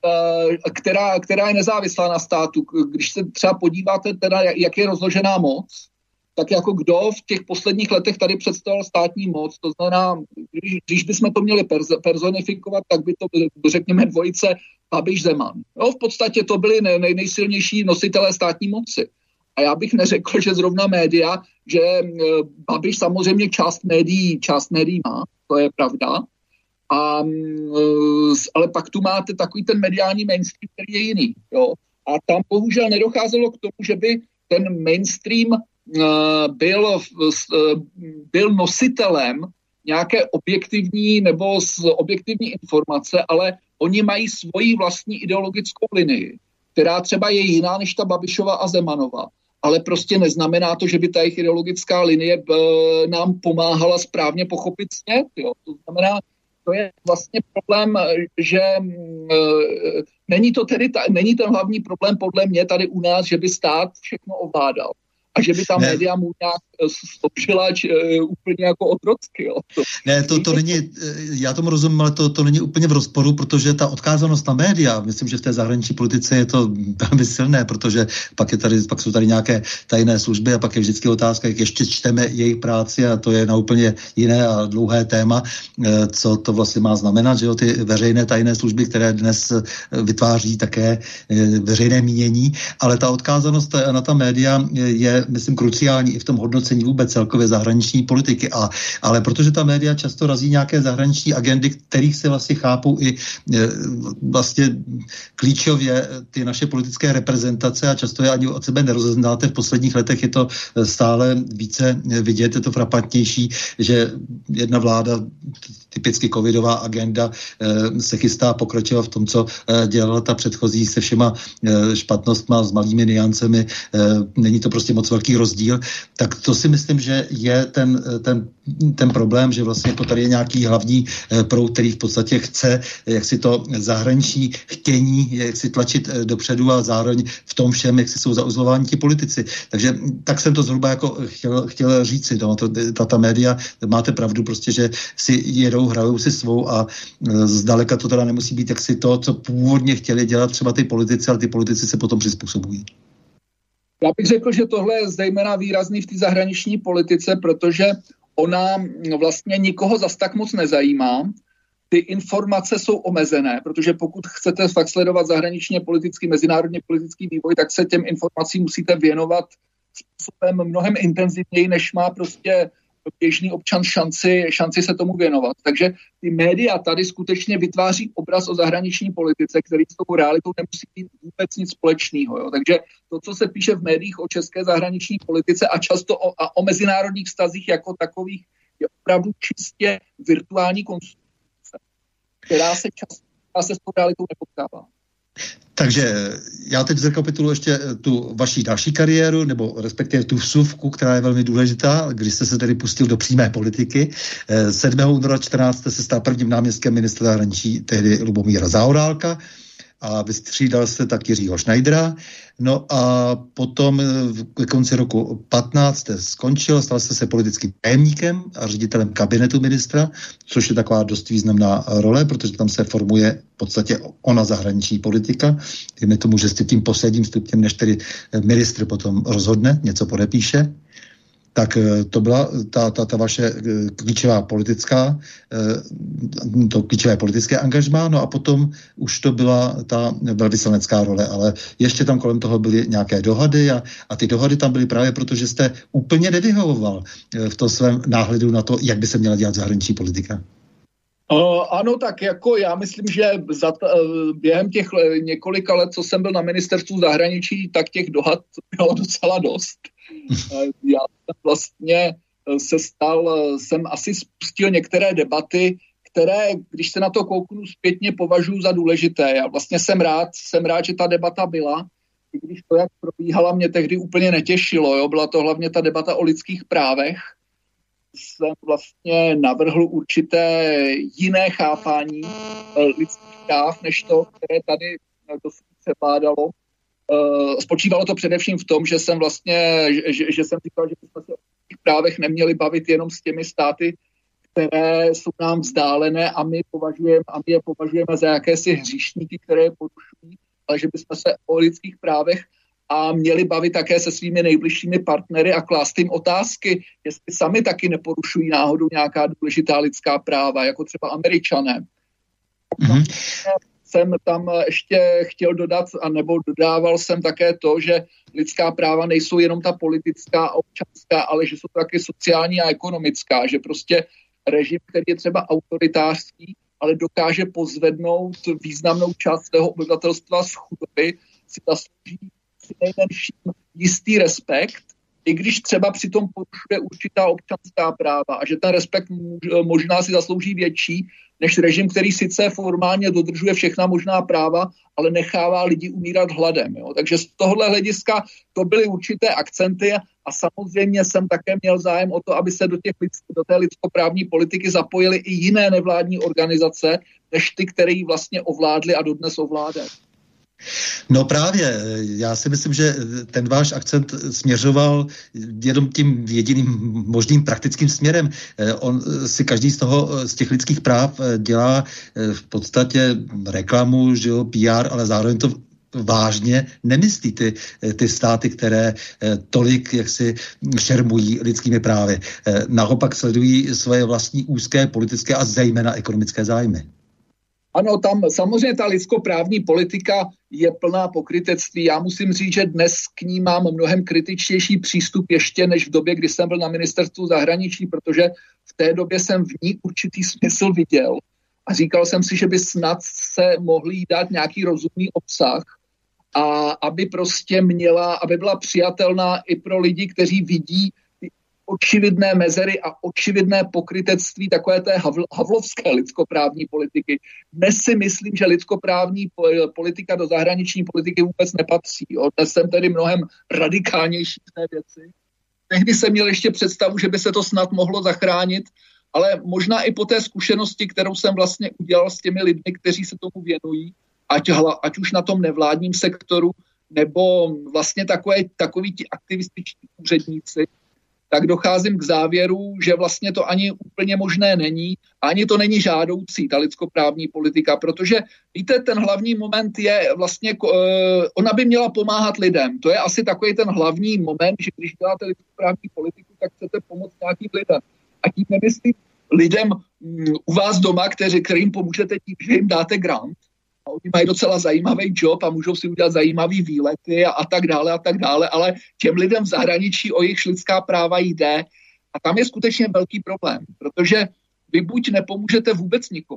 která je nezávislá na státu. Když se třeba podíváte teda, jak je rozložená moc, tak jako kdo v těch posledních letech tady představil státní moc, to znamená, když bychom to měli personifikovat, tak by to byly, řekněme, dvojice Babiš-Zeman. Jo, v podstatě to byli nejsilnější nositelé státní moci. A já bych neřekl, že zrovna média, že Babiš samozřejmě část médií má, to je pravda, ale pak tu máte takový ten mediální mainstream, který je jiný. Jo? A tam bohužel nedocházelo k tomu, že by ten mainstream byl nositelem nějaké objektivní nebo objektivní informace, ale oni mají svoji vlastní ideologickou linii, která třeba je jiná než ta Babišova a Zemanova. Ale prostě neznamená to, že by ta jejich ideologická linie nám pomáhala správně pochopit svět. Jo? To znamená, to je vlastně problém, že není ten hlavní problém podle mě tady u nás, že by stát všechno ovládal. A že by ta média mu nějak stopřila úplně jako otrocky. Jo. To není, já tomu rozumím, ale to není úplně v rozporu, protože ta odkázanost na média, myslím, že v té zahraniční politice je to velmi silné, protože pak jsou tady nějaké tajné služby a pak je vždycky otázka, jak ještě čteme jejich práci a to je na úplně jiné a dlouhé téma, co to vlastně má znamenat, že jo, ty veřejné tajné služby, které dnes vytváří také veřejné mínění, ale ta odkázanost na ta média je, myslím, kruciální i v tom hodnocení vůbec celkově zahraniční politiky. Ale protože ta média často razí nějaké zahraniční agendy, kterých se vlastně chápou i vlastně klíčově ty naše politické reprezentace a často je ani od sebe nerozeznáte. V posledních letech je to stále více vidět, je to frapantnější, že jedna vláda, typicky covidová agenda, se chystá pokračovat v tom, co dělala ta předchozí se všema špatnostma, s malými niancemi. Není to prostě moc velký rozdíl, tak to to si myslím, že je ten problém, že vlastně tady je nějaký hlavní proud, který v podstatě chce, jak si to zahraniční chtění, jak si tlačit dopředu a zároveň v tom všem, jak si jsou zauzlováni ti politici. Takže tak jsem to zhruba jako chtěl říci. Ta média, máte pravdu prostě, že si jedou, hrajou si svou a zdaleka to teda nemusí být jak si to, co původně chtěli dělat třeba ty politici, ale ty politici se potom přizpůsobují. Já bych řekl, že tohle je zejména výrazný v té zahraniční politice, protože ona vlastně nikoho zas tak moc nezajímá. Ty informace jsou omezené, protože pokud chcete fakt sledovat zahraničně politický, mezinárodně politický vývoj, tak se těm informacím musíte věnovat způsobem mnohem intenzivněji, než má prostě běžný občan šanci se tomu věnovat. Takže ty média tady skutečně vytváří obraz o zahraniční politice, který s tou realitou nemusí být vůbec nic společného. Jo. Takže to, co se píše v médiích o české zahraniční politice a často o mezinárodních vztazích jako takových, je opravdu čistě virtuální konstrukce, která se s tou realitou nepotkává. Takže já teď zrekapituluji ještě tu vaši další kariéru, nebo respektive tu vsuvku, která je velmi důležitá, když jste se tedy pustil do přímé politiky. 7. února 14. se stal prvním náměstkem ministra zahraničí tehdy Lubomíra Zaorálka a vystřídal se tak Jiřího Schneidera. No a potom v konci roku 15. skončil, stal se politickým tajemníkem a ředitelem kabinetu ministra, což je taková dost významná role, protože tam se formuje v podstatě ona zahraniční politika. Dejme tomu, že s tím posledním stupněm, než tedy ministr potom rozhodne, něco podepíše. Tak to byla ta vaše klíčová politická, to klíčové politické angažmá, no a potom už to byla ta velvyslanecká role, ale ještě tam kolem toho byly nějaké dohady a ty dohady tam byly právě proto, že jste úplně nevyhovoval v tom svém náhledu na to, jak by se měla dělat zahraniční politika. Ano, tak jako já myslím, že během těch několika let, co jsem byl na ministerstvu zahraničí, tak těch dohad bylo docela dost. Já vlastně jsem asi spustil některé debaty, které, když se na to kouknu zpětně, považuji za důležité. Já vlastně jsem rád, že ta debata byla, i když to, jak probíhala, mě tehdy úplně netěšilo. Jo? Byla to hlavně ta debata o lidských právech. Jsem vlastně navrhl určité jiné chápání lidských práv, než to, které tady dosud převládalo. Spočívalo to především v tom, že jsem říkal, že bychom se o lidských právech neměli bavit jenom s těmi státy, které jsou nám vzdálené a my je považujeme za jakési hříšníky, které je porušují, ale že bychom se o lidských právech a měli bavit také se svými nejbližšími partnery a klást jim otázky, jestli sami taky neporušují náhodou nějaká důležitá lidská práva, jako třeba Američané. Mm-hmm. Jsem tam ještě chtěl dodat, anebo dodával jsem také to, že lidská práva nejsou jenom ta politická a občanská, ale že jsou to taky sociální a ekonomická, že prostě režim, který je třeba autoritářský, ale dokáže pozvednout významnou část svého obyvatelstva z chudoby, si zaslouží nejmenším jistý respekt, i když třeba přitom porušuje určitá občanská práva a že ten respekt možná si zaslouží větší než režim, který sice formálně dodržuje všechna možná práva, ale nechává lidi umírat hladem. Jo? Takže z tohohle hlediska to byly určité akcenty a samozřejmě jsem také měl zájem o to, aby se do té lidskoprávní politiky zapojily i jiné nevládní organizace, než ty, které ji vlastně ovládly a dodnes ovládají. No právě, já si myslím, že ten váš akcent směřoval jenom tím jediným možným praktickým směrem. On si každý z těch lidských práv dělá v podstatě reklamu, že jo, PR, ale zároveň to vážně nemyslí ty státy, které tolik jaksi šermují lidskými právy. Naopak sledují svoje vlastní úzké politické a zejména ekonomické zájmy. Ano, tam samozřejmě ta lidskoprávní politika je plná pokrytectví. Já musím říct, že dnes k ní mám mnohem kritičtější přístup ještě než v době, kdy jsem byl na ministerstvu zahraničí, protože v té době jsem v ní určitý smysl viděl. A říkal jsem si, že by snad se mohli jí dát nějaký rozumný obsah a aby byla přijatelná i pro lidi, kteří vidí očividné mezery a očividné pokrytectví takové té havlovské lidskoprávní politiky. Dnes si myslím, že lidskoprávní politika do zahraniční politiky vůbec nepatří. Dnes jsem tedy mnohem radikálnější v té věci tehdy jsem měl ještě představu, že by se to snad mohlo zachránit, ale možná i po té zkušenosti, kterou jsem vlastně udělal s těmi lidmi, kteří se tomu věnují, ať už na tom nevládním sektoru, nebo vlastně takoví ti aktivističní úředníci, tak docházím k závěru, že vlastně to ani úplně možné není, ani to není žádoucí, ta lidskoprávní politika, protože víte, ten hlavní moment je vlastně, ona by měla pomáhat lidem. To je asi takový ten hlavní moment, že když děláte lidskoprávní politiku, tak chcete pomoct nějakým lidem. A tím nemyslím lidem u vás doma, kterým pomůžete tím, že jim dáte grant. A oni mají docela zajímavý job a můžou si udělat zajímavý výlety a tak dále, ale těm lidem v zahraničí o jejich lidská práva jde a tam je skutečně velký problém, protože vy buď nepomůžete vůbec nikomu,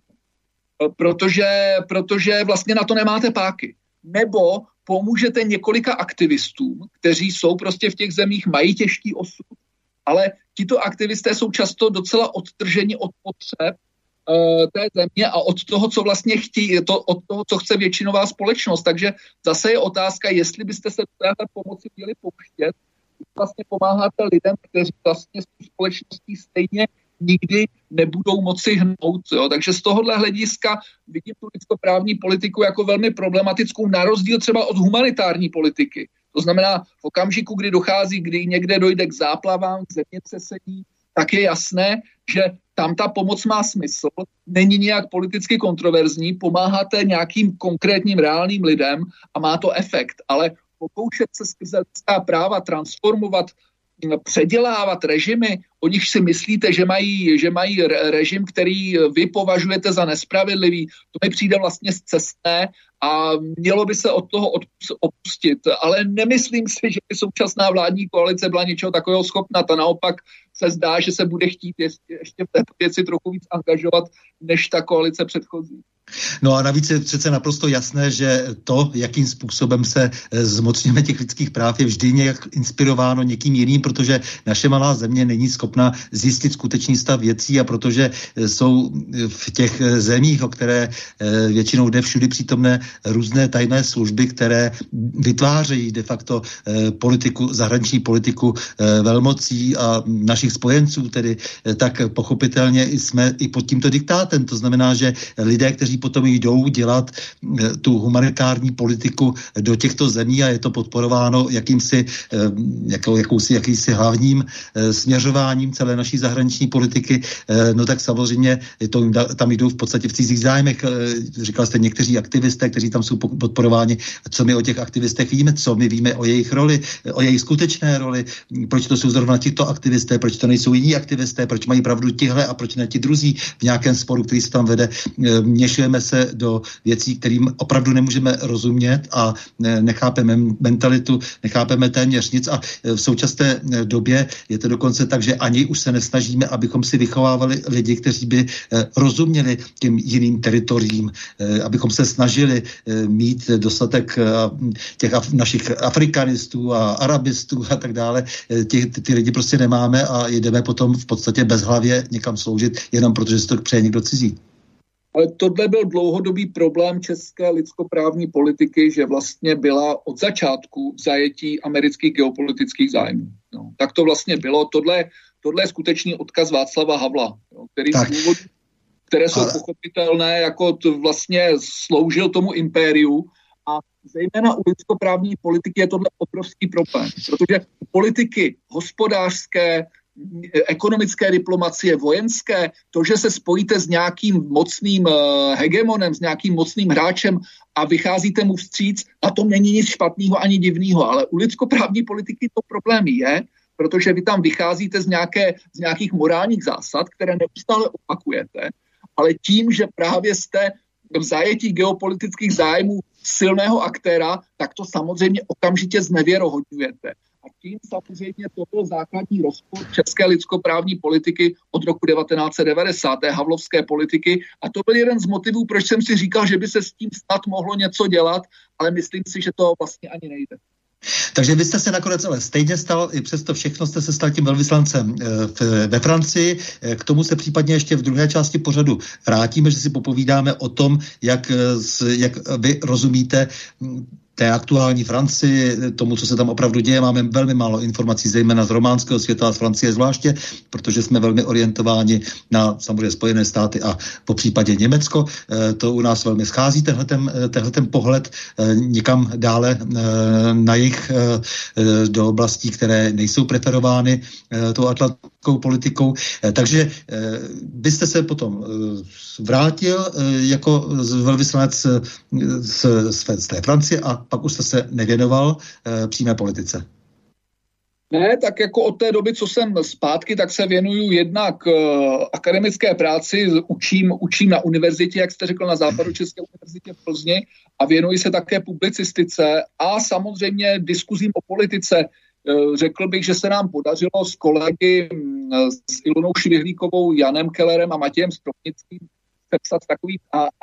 protože vlastně na to nemáte páky, nebo pomůžete několika aktivistům, kteří jsou prostě v těch zemích, mají těžký osud, ale tito aktivisté jsou často docela odtrženi od potřeb té země a od toho, co vlastně chtějí, od toho, co chce většinová společnost. Takže zase je otázka, jestli byste se do téhle pomoci měli pouštět, vlastně pomáháte lidem, kteří vlastně s společností stejně nikdy nebudou moci hnout. Jo? Takže z tohohle hlediska vidím tu lidskoprávní politiku jako velmi problematickou, na rozdíl třeba od humanitární politiky. To znamená, v okamžiku, kdy někde dojde k záplavám, k zemětřesení, tak je jasné, že tam ta pomoc má smysl, není nějak politicky kontroverzní, pomáháte nějakým konkrétním reálným lidem a má to efekt. Ale pokoušet se skrze lidská práva transformovat, předělávat režimy, o nich si myslíte, že mají režim, který vy považujete za nespravedlivý, to mi přijde vlastně scestné a mělo by se od toho opustit. Ale nemyslím si, že by současná vládní koalice byla něčeho takového schopna. Ta naopak se zdá, že se bude chtít ještě v této věci trochu víc angažovat, než ta koalice předchozí. No a navíc je přece naprosto jasné, že to, jakým způsobem se zmocňujeme těch lidských práv, je vždy nějak inspirováno někým jiným, protože naše malá země není schopna zjistit skutečný stav věcí a protože jsou v těch zemích, o které většinou jde všudy přítomné různé tajné služby, které vytvářejí de facto politiku, zahraniční politiku velmocí a našich spojenců, tedy tak pochopitelně jsme i pod tímto diktátem. To znamená, že lidé, kteří potom jdou dělat tu humanitární politiku do těchto zemí a je to podporováno jakýmsi hlavním směřováním celé naší zahraniční politiky, no tak samozřejmě tam jdou v podstatě v cizích zájmech. Říkal jste někteří aktivisté, kteří tam jsou podporováni. Co my o těch aktivistech víme? Co my víme o jejich roli, o jejich skutečné roli? Proč to jsou zrovna tito aktivisté? Proč to nejsou jiní aktivisté? Proč mají pravdu tihle a proč ne ti druzí v nějakém sporu, který se tam vede? Měšujeme se do věcí, kterým opravdu nemůžeme rozumět a nechápeme mentalitu, nechápeme téměř nic a v současné době je to dokonce tak, že ani už se nesnažíme, abychom si vychovávali lidi, kteří by rozuměli těm jiným teritoriím, abychom se snažili mít dostatek těch našich afrikanistů a arabistů a tak dále. Ty lidi prostě nemáme a jdeme potom v podstatě bezhlavě někam sloužit, jenom protože se to přeje někdo cizí. Ale tohle byl dlouhodobý problém české lidskoprávní politiky, že vlastně byla od začátku v zajetí amerických geopolitických zájmů. No, tak to vlastně bylo. Tohle je skutečný odkaz Václava Havla, který důvody, které jsou pochopitelné, jako to vlastně sloužil tomu impériu a zejména u lidskoprávní politiky je tohle obrovský problém, protože politiky hospodářské, ekonomické diplomacie, vojenské, to, že se spojíte s nějakým mocným hegemonem, s nějakým mocným hráčem a vycházíte mu vstříc, na tom není nic špatného ani divného, ale u lidskoprávní politiky to problém je, protože vy tam vycházíte z nějakých morálních zásad, které neustále opakujete, ale tím, že právě jste v zajetí geopolitických zájmů silného aktéra, tak to samozřejmě okamžitě znevěrohodňujete. A tím samozřejmě to byl základní rozpor české lidskoprávní politiky od roku 1990, té havlovské politiky. A to byl jeden z motivů, proč jsem si říkal, že by se s tím snad mohlo něco dělat, ale myslím si, že to vlastně ani nejde. Takže vy jste se nakonec ale stejně stal, i přesto všechno jste se stal tím velvyslancem ve Francii. K tomu se případně ještě v druhé části pořadu vrátíme, že si popovídáme o tom, jak vy rozumíte té aktuální Francii, tomu, co se tam opravdu děje, máme velmi málo informací, zejména z románského světa a z Francie zvláště, protože jsme velmi orientováni na samozřejmě Spojené státy a po případě Německo. To u nás velmi schází, tenhle pohled někam dále na jich do oblastí, které nejsou preferovány tou atlantickou politikou. Takže byste se potom vrátil jako velvyslanec z té Francie a pak už jste se nevěnoval přímé politice. Ne, tak jako od té doby, co jsem zpátky, tak se věnuju jednak akademické práci, učím na univerzitě, jak jste řekl, na Západočeské univerzitě v Plzni a věnuji se také publicistice a samozřejmě diskuzím o politice. Řekl bych, že se nám podařilo s kolegy s Ilonou Švihlíkovou, Janem Kellerem a Matějem Stropnickým sepsat takový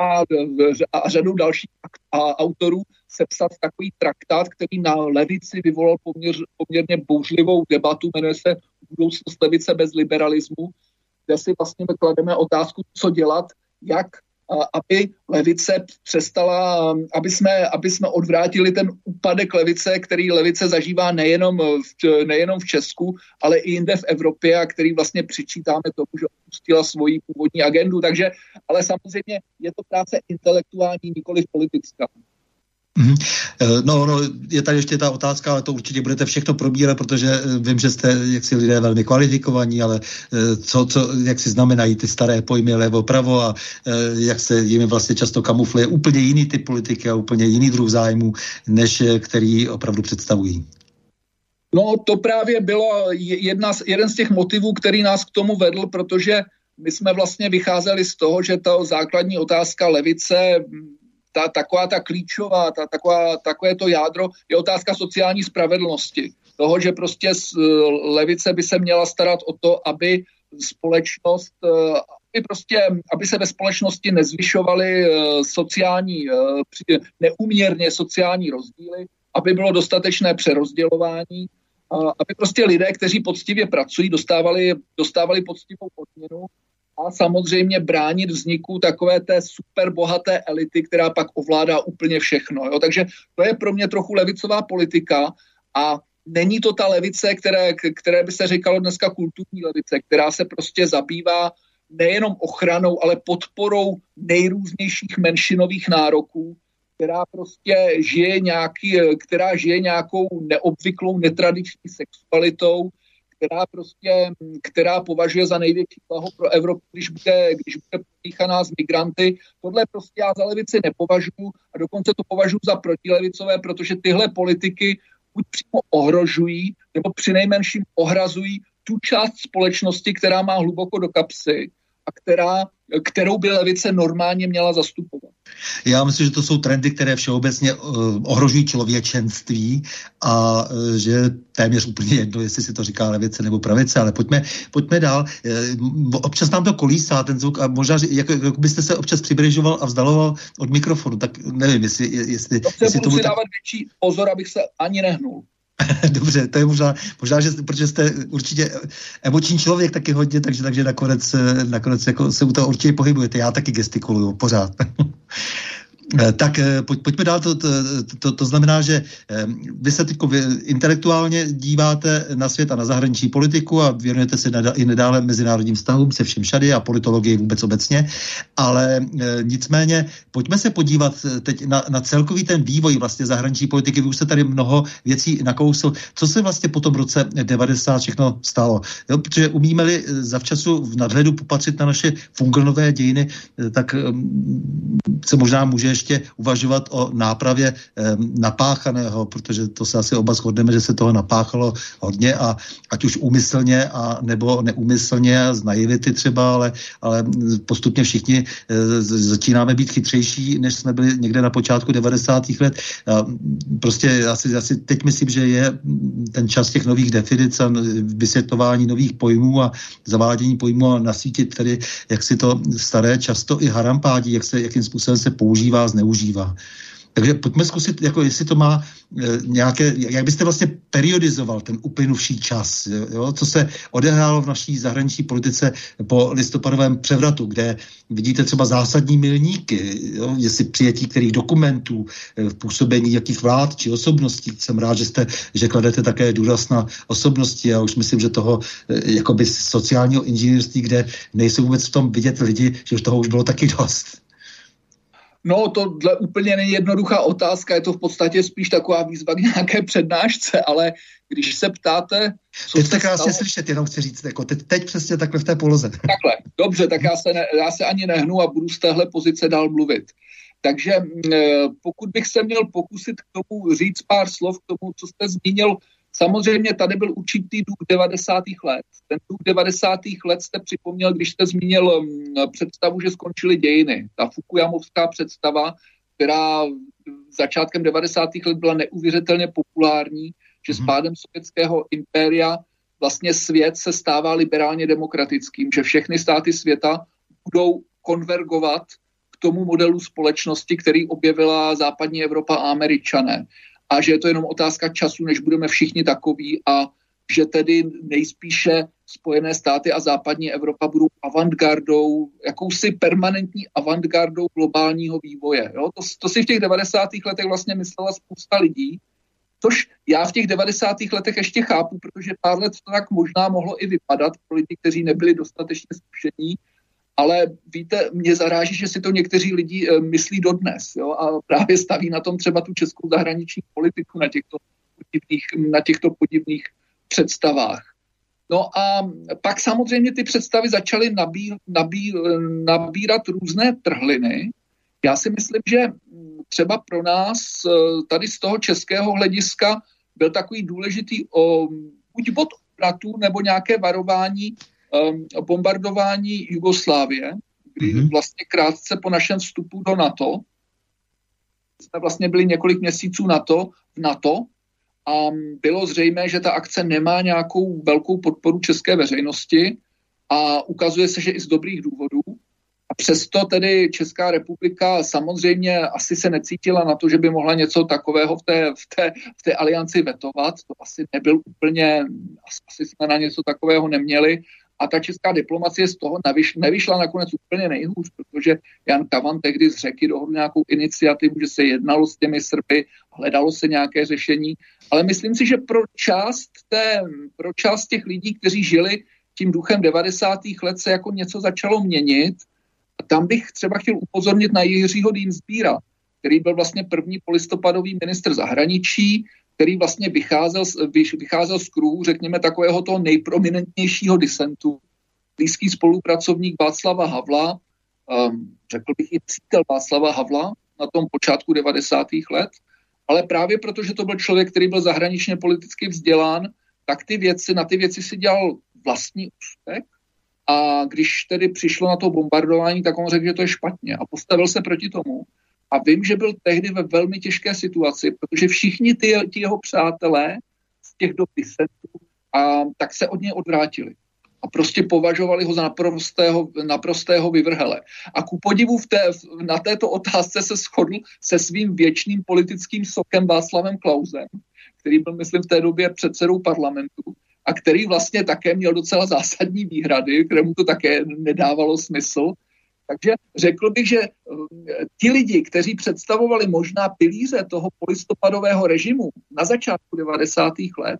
a řadou dalších autorů sepsat takový traktát, který na levici vyvolal poměrně bouřlivou debatu, jmenuje se Budoucnost levice bez liberalismu, kde si vlastně klademe otázku, co dělat, jak aby levice přestala, aby jsme odvrátili ten úpadek levice, který levice zažívá nejenom v Česku, ale i jinde v Evropě a který vlastně přičítáme tomu, že opustila svoji původní agendu. Takže, ale samozřejmě je to práce intelektuální, nikoliv politická. No, je tady ještě ta otázka, ale to určitě budete všechno probírat, protože vím, že jste jaksi lidé velmi kvalifikovaní, ale jak si znamenají ty staré pojmy levo, pravo a jak se jimi vlastně často kamufluje úplně jiný typ politiky a úplně jiný druh zájmu, než který opravdu představují. No, to právě bylo jeden z těch motivů, který nás k tomu vedl, protože my jsme vlastně vycházeli z toho, že ta základní otázka levice, taková ta klíčová, takové to jádro je otázka sociální spravedlnosti. Toho, že prostě levice by se měla starat o to, aby společnost, aby se ve společnosti nezvyšovaly neúměrně sociální rozdíly, aby bylo dostatečné přerozdělování, aby prostě lidé, kteří poctivě pracují, dostávali poctivou odměnu, a samozřejmě bránit vzniku takové té super bohaté elity, která pak ovládá úplně všechno. Jo? Takže to je pro mě trochu levicová politika a není to ta levice, které by se říkalo dneska kulturní levice, která se prostě zabývá nejenom ochranou, ale podporou nejrůznějších menšinových nároků, která prostě žije nějakou neobvyklou, netradiční sexualitou, která považuje za největší blaho pro Evropu, když bude pomíchaná s migranty. Tohle prostě já za levici nepovažuji a dokonce to považuji za protilevicové, protože tyhle politiky buď přímo ohrožují, nebo přinejmenším ohrazují tu část společnosti, která má hluboko do kapsy a kterou by levice normálně měla zastupovat. Já myslím, že to jsou trendy, které všeobecně ohrožují člověčenství a že téměř úplně jedno, jestli si to říká levice nebo pravice, ale pojďme dál. Občas nám to kolísá ten zvuk a možná, jak byste se občas přibližoval a vzdaloval od mikrofonu, tak nevím, jestli budu si dávat větší pozor, abych se ani nehnul. Dobře, to je možná, že protože jste určitě emoční člověk taky hodně, takže nakonec jako se u toho určitě pohybujete. Já taky gestikuluju pořád. Tak pojďme dál, to znamená, že vy se teď intelektuálně díváte na svět a na zahraniční politiku a věnujete se i nadále mezinárodním vztahům se vším všady a politologii vůbec obecně, ale nicméně pojďme se podívat teď na celkový ten vývoj vlastně zahraniční politiky. Vy už jste tady mnoho věcí nakousl. Co se vlastně po tom roce 90 všechno stalo? Jo, protože umíme-li zavčasu v nadhledu popatřit na naše funglnové dějiny, tak se možná může ještě uvažovat o nápravě napáchaného, protože to se asi oba shodneme, že se toho napáchalo hodně a ať už úmyslně a nebo neúmyslně z naivity třeba, ale postupně všichni začínáme být chytřejší, než jsme byli někde na počátku 90. let. Prostě asi teď myslím, že je ten čas těch nových definic a vysvětlování nových pojmů a zavádění pojmů a nasvítit tedy, jak si to staré často i harampádí, jakým způsobem se používá, zneužívá. Takže pojďme zkusit, jako jestli to má nějaké, jak byste vlastně periodizoval ten uplynuvší čas, jo? Co se odehrálo v naší zahraniční politice po listopadovém převratu, kde vidíte třeba zásadní milníky, jo? Jestli přijetí kterých dokumentů, v působení jakých vlád či osobností. Jsem rád, že kladete také důraz na osobnosti. Já už myslím, že toho jakoby sociálního inženýrství, kde nejsou vůbec v tom vidět lidi, že toho už bylo taky dost. No, tohle úplně není jednoduchá otázka, je to v podstatě spíš taková výzva k nějaké přednášce, ale když se ptáte... Teď tak krásně slyšet, jenom chci říct, jako teď přesně takhle v té poloze. Takhle, dobře, tak já se ani nehnu a budu z téhle pozice dál mluvit. Takže pokud bych se měl pokusit k tomu říct pár slov, k tomu, co jste zmínil, samozřejmě tady byl určitý duch 90. let. Ten duch 90. let jste připomněl, když jste zmínil představu, že skončily dějiny. Ta Fukuyamovská představa, která začátkem 90. let byla neuvěřitelně populární, že s pádem sovětského impéria vlastně svět se stává liberálně demokratickým, že všechny státy světa budou konvergovat k tomu modelu společnosti, který objevila západní Evropa a Američané. A že je to jenom otázka času, než budeme všichni takoví a že tedy nejspíše Spojené státy a západní Evropa budou avantgardou, jakousi permanentní avantgardou globálního vývoje. Jo? To si v těch 90. letech vlastně myslela spousta lidí, což já v těch 90. letech ještě chápu, protože pár let to tak možná mohlo i vypadat pro lidi, kteří nebyli dostatečně zkušení, ale víte, mě zaráží, že si to někteří lidi myslí dodnes, jo? A právě staví na tom třeba tu českou zahraniční politiku na těchto podivných představách. No a pak samozřejmě ty představy začaly nabírat různé trhliny. Já si myslím, že třeba pro nás tady z toho českého hlediska byl takový důležitý buď bod obratu nebo nějaké varování bombardování Jugoslávie, kdy vlastně krátce po našem vstupu do NATO jsme vlastně byli několik měsíců v NATO a bylo zřejmé, že ta akce nemá nějakou velkou podporu české veřejnosti a ukazuje se, že i z dobrých důvodů. A přesto tedy Česká republika samozřejmě asi se necítila na to, že by mohla něco takového v té alianci vetovat. To asi nebyl úplně, asi jsme na něco takového neměli. A ta česká diplomacie z toho nevyšla nakonec úplně nejhůř, protože Jan Kavan tehdy z Řeky dohodl nějakou iniciativu, že se jednalo s těmi Srby, hledalo se nějaké řešení. Ale myslím si, že pro část těch lidí, kteří žili tím duchem 90. let, se jako něco začalo měnit. A tam bych třeba chtěl upozornit na Jiřího Dienstbiera, který byl vlastně první polistopadový ministr zahraničí, který vlastně vycházel z kruhu, řekněme, takového toho nejprominentnějšího disentu. Blízký spolupracovník Václava Havla, řekl bych i přítel Václava Havla na tom počátku 90. let, ale právě protože to byl člověk, který byl zahraničně politicky vzdělán, tak na ty věci si dělal vlastní úspěch a když tedy přišlo na to bombardování, tak on řekl, že to je špatně a postavil se proti tomu. A vím, že byl tehdy ve velmi těžké situaci, protože všichni ti jeho přátelé z těch dob disentů tak se od něj odvrátili. A prostě považovali ho za naprostého vyvrhele. A ku podivu na této otázce se shodl se svým věčným politickým sokem Václavem Klausem, který byl, myslím, v té době předsedou parlamentu a který vlastně také měl docela zásadní výhrady, kterému to také nedávalo smysl. Takže řekl bych, že ti lidi, kteří představovali možná pilíře toho polistopadového režimu na začátku 90. let,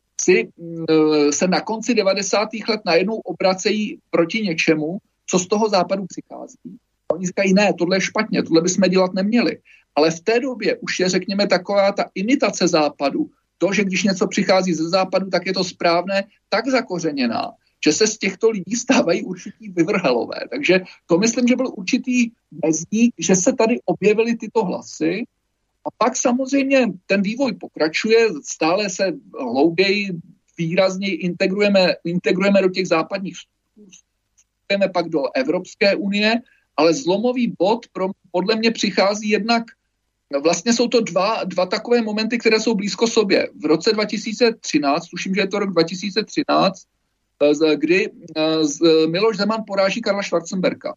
se na konci 90. let najednou obracejí proti něčemu, co z toho západu přichází. A oni říkají, ne, tohle je špatně, tohle bychom dělat neměli. Ale v té době už je, řekněme, taková ta imitace západu, to, že když něco přichází ze západu, tak je to správné, tak zakořeněná, že se z těchto lidí stávají určitý vyvrhelové. Takže to myslím, že byl určitý mezník, že se tady objevily tyto hlasy a pak samozřejmě ten vývoj pokračuje, stále se hlouběji, výrazněji integrujeme do těch západních struktur, vstupujeme pak do Evropské unie, ale zlomový bod podle mě přichází jednak, vlastně jsou to dva takové momenty, které jsou blízko sobě. V roce 2013, tuším, že je to rok 2013, kdy Miloš Zeman poráží Karla Schwarzenberga.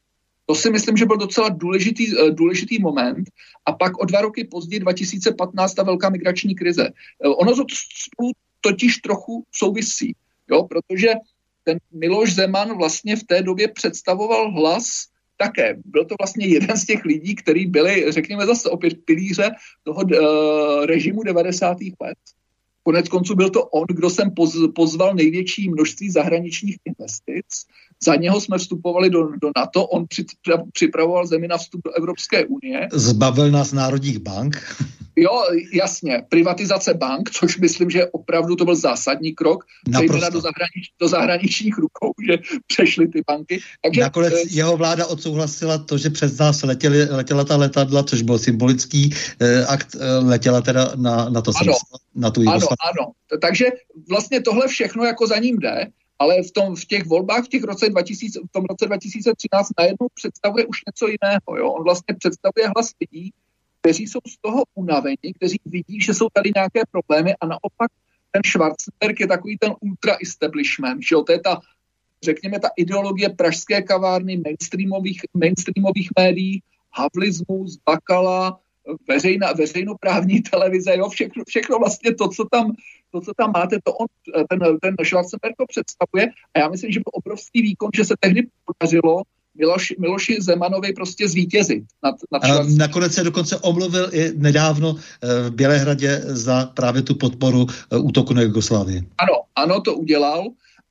To si myslím, že byl docela důležitý moment. A pak o 2 roky později, 2015, ta velká migrační krize. Ono to spolu totiž trochu souvisí, jo, protože ten Miloš Zeman vlastně v té době představoval Hlas také. Byl to vlastně jeden z těch lidí, kteří byli, řekněme zase opět pilíře toho režimu 90. let. Konec konců byl to on, kdo sem pozval největší množství zahraničních investic. Za něho jsme vstupovali do NATO, on připravoval zemi na vstup do Evropské unie. Zbavil nás národních bank. Jo, jasně, privatizace bank, což myslím, že opravdu to byl zásadní krok, zejména do zahraničních rukou, že přešly ty banky. Takže, nakonec jeho vláda odsouhlasila to, že přes nás letěla ta letadla, což byl symbolický akt, letěla teda na to na tu Jugoslávii. Ano. Takže vlastně tohle všechno jako za ním jde, ale v těch volbách v tom roce 2013 najednou představuje už něco jiného. Jo? On vlastně představuje hlas lidí, kteří jsou z toho unavení, kteří vidí, že jsou tady nějaké problémy a naopak ten Schwarzenberg je takový ten ultra-establishment, že jo? To je ta, řekněme, ta ideologie pražské kavárny, mainstreamových médií, havlismus, Bakala, veřejnoprávní televize, jo? Všechno vlastně to, co tam máte, ten Schwarzenberg to představuje a já myslím, že byl obrovský výkon, že se tehdy podařilo Miloši Zemanovi prostě zvítězit. Nakonec se dokonce omluvil i nedávno v Bělehradě za právě tu podporu útoku na Jugoslávii. Ano, to udělal.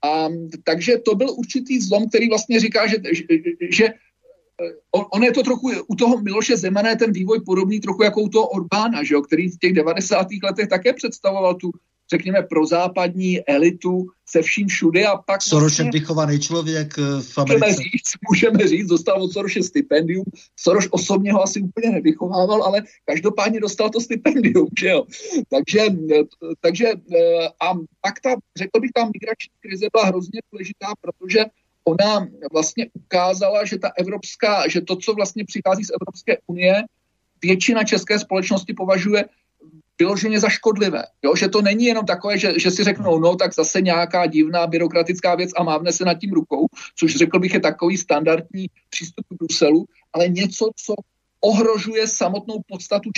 Takže to byl určitý zlom, který vlastně říká, že on je to trochu, u toho Miloše Zemana je ten vývoj podobný trochu jako u toho Orbána, že jo, který v těch 90. letech také představoval tu, řekněme, prozápadní elitu se vším všudy a pak... Sorosem vychovaný člověk v Americe. Můžeme říct, dostal od Sorose stipendium. Soros osobně ho asi úplně nevychovával, ale každopádně dostal to stipendium, že jo. Takže a pak řekl bych, ta migrační krize byla hrozně důležitá, protože ona vlastně ukázala, že to, co vlastně přichází z Evropské unie, většina české společnosti považuje vyloženě za škodlivé. Jo? Že to není jenom takové, že si řeknou, no tak zase nějaká divná byrokratická věc a mávne se nad tím rukou, což řekl bych je takový standardní přístup k Bruselu, ale něco, co ohrožuje samotnou podstatu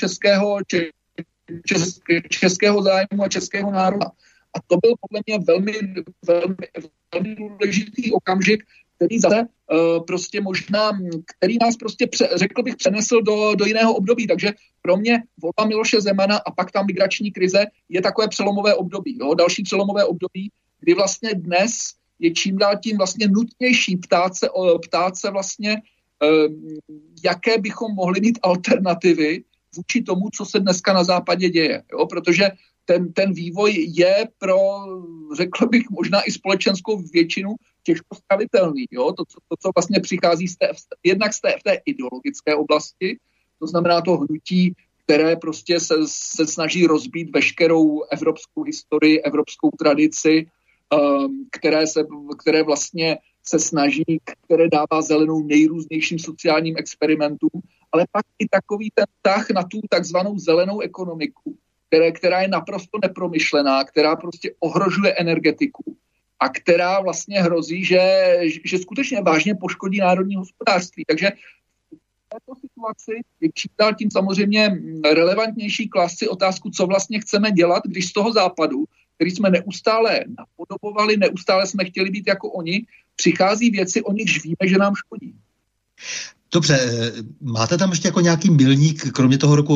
českého zájmu a českého národa. A to byl podle mě velmi, velmi, velmi důležitý okamžik, který zase prostě možná, který nás prostě, řekl bych, přenesl do jiného období. Takže pro mě volba Miloše Zemana a pak ta migrační krize je takové přelomové období. Jo? Další přelomové období, kdy vlastně dnes je čím dál tím vlastně nutnější ptát se vlastně, jaké bychom mohli mít alternativy vůči tomu, co se dneska na západě děje. Jo? Protože ten vývoj je pro, řekl bych, možná i společenskou většinu těžko stravitelný. Jo? To, co vlastně přichází jednak v té ideologické oblasti, to znamená to hnutí, které prostě se snaží rozbít veškerou evropskou historii, evropskou tradici, které vlastně se snaží, které dává zelenou nejrůznějším sociálním experimentům, ale pak i takový ten tah na tu takzvanou zelenou ekonomiku, která je naprosto nepromyšlená, která prostě ohrožuje energetiku a která vlastně hrozí, že skutečně vážně poškodí národní hospodářství. Takže v této situaci je čím dál tím samozřejmě relevantnější klást si otázku, co vlastně chceme dělat, když z toho západu, který jsme neustále napodobovali, neustále jsme chtěli být jako oni, přichází věci, o nichž víme, že nám škodí. Dobře, máte tam ještě jako nějaký milník, kromě toho roku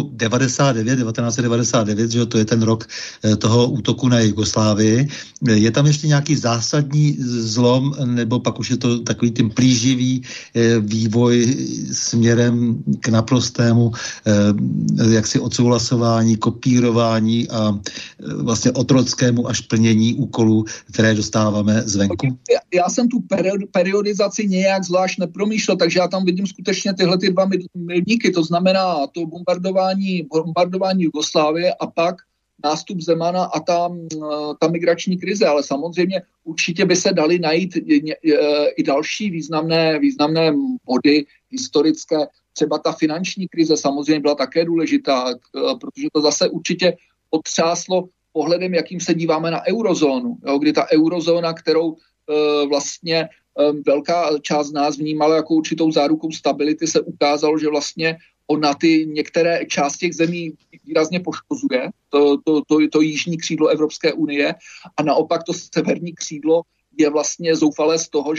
1999, že to je ten rok toho útoku na Jugoslávii, je tam ještě nějaký zásadní zlom, nebo pak už je to takový ten plíživý vývoj směrem k naprostému jaksi odsouhlasování, kopírování a vlastně otrockému až plnění úkolů, které dostáváme zvenku? Já jsem tu periodizaci nějak zvlášť nepromýšlel, takže já tam vidím skutečně tyhle ty dva milníky, to znamená to bombardování Jugoslávie a pak nástup Zemana a ta migrační krize, ale samozřejmě určitě by se daly najít i další významné body historické, třeba ta finanční krize samozřejmě byla také důležitá, protože to zase určitě otřáslo pohledem, jakým se díváme na eurozónu, jo, kdy ta eurozóna, kterou vlastně velká část nás vnímala jako určitou zárukou stability, se ukázalo, že vlastně ona ty některé části těch zemí výrazně poškozuje, to jižní křídlo Evropské unie, a naopak to severní křídlo je vlastně zoufalé z toho,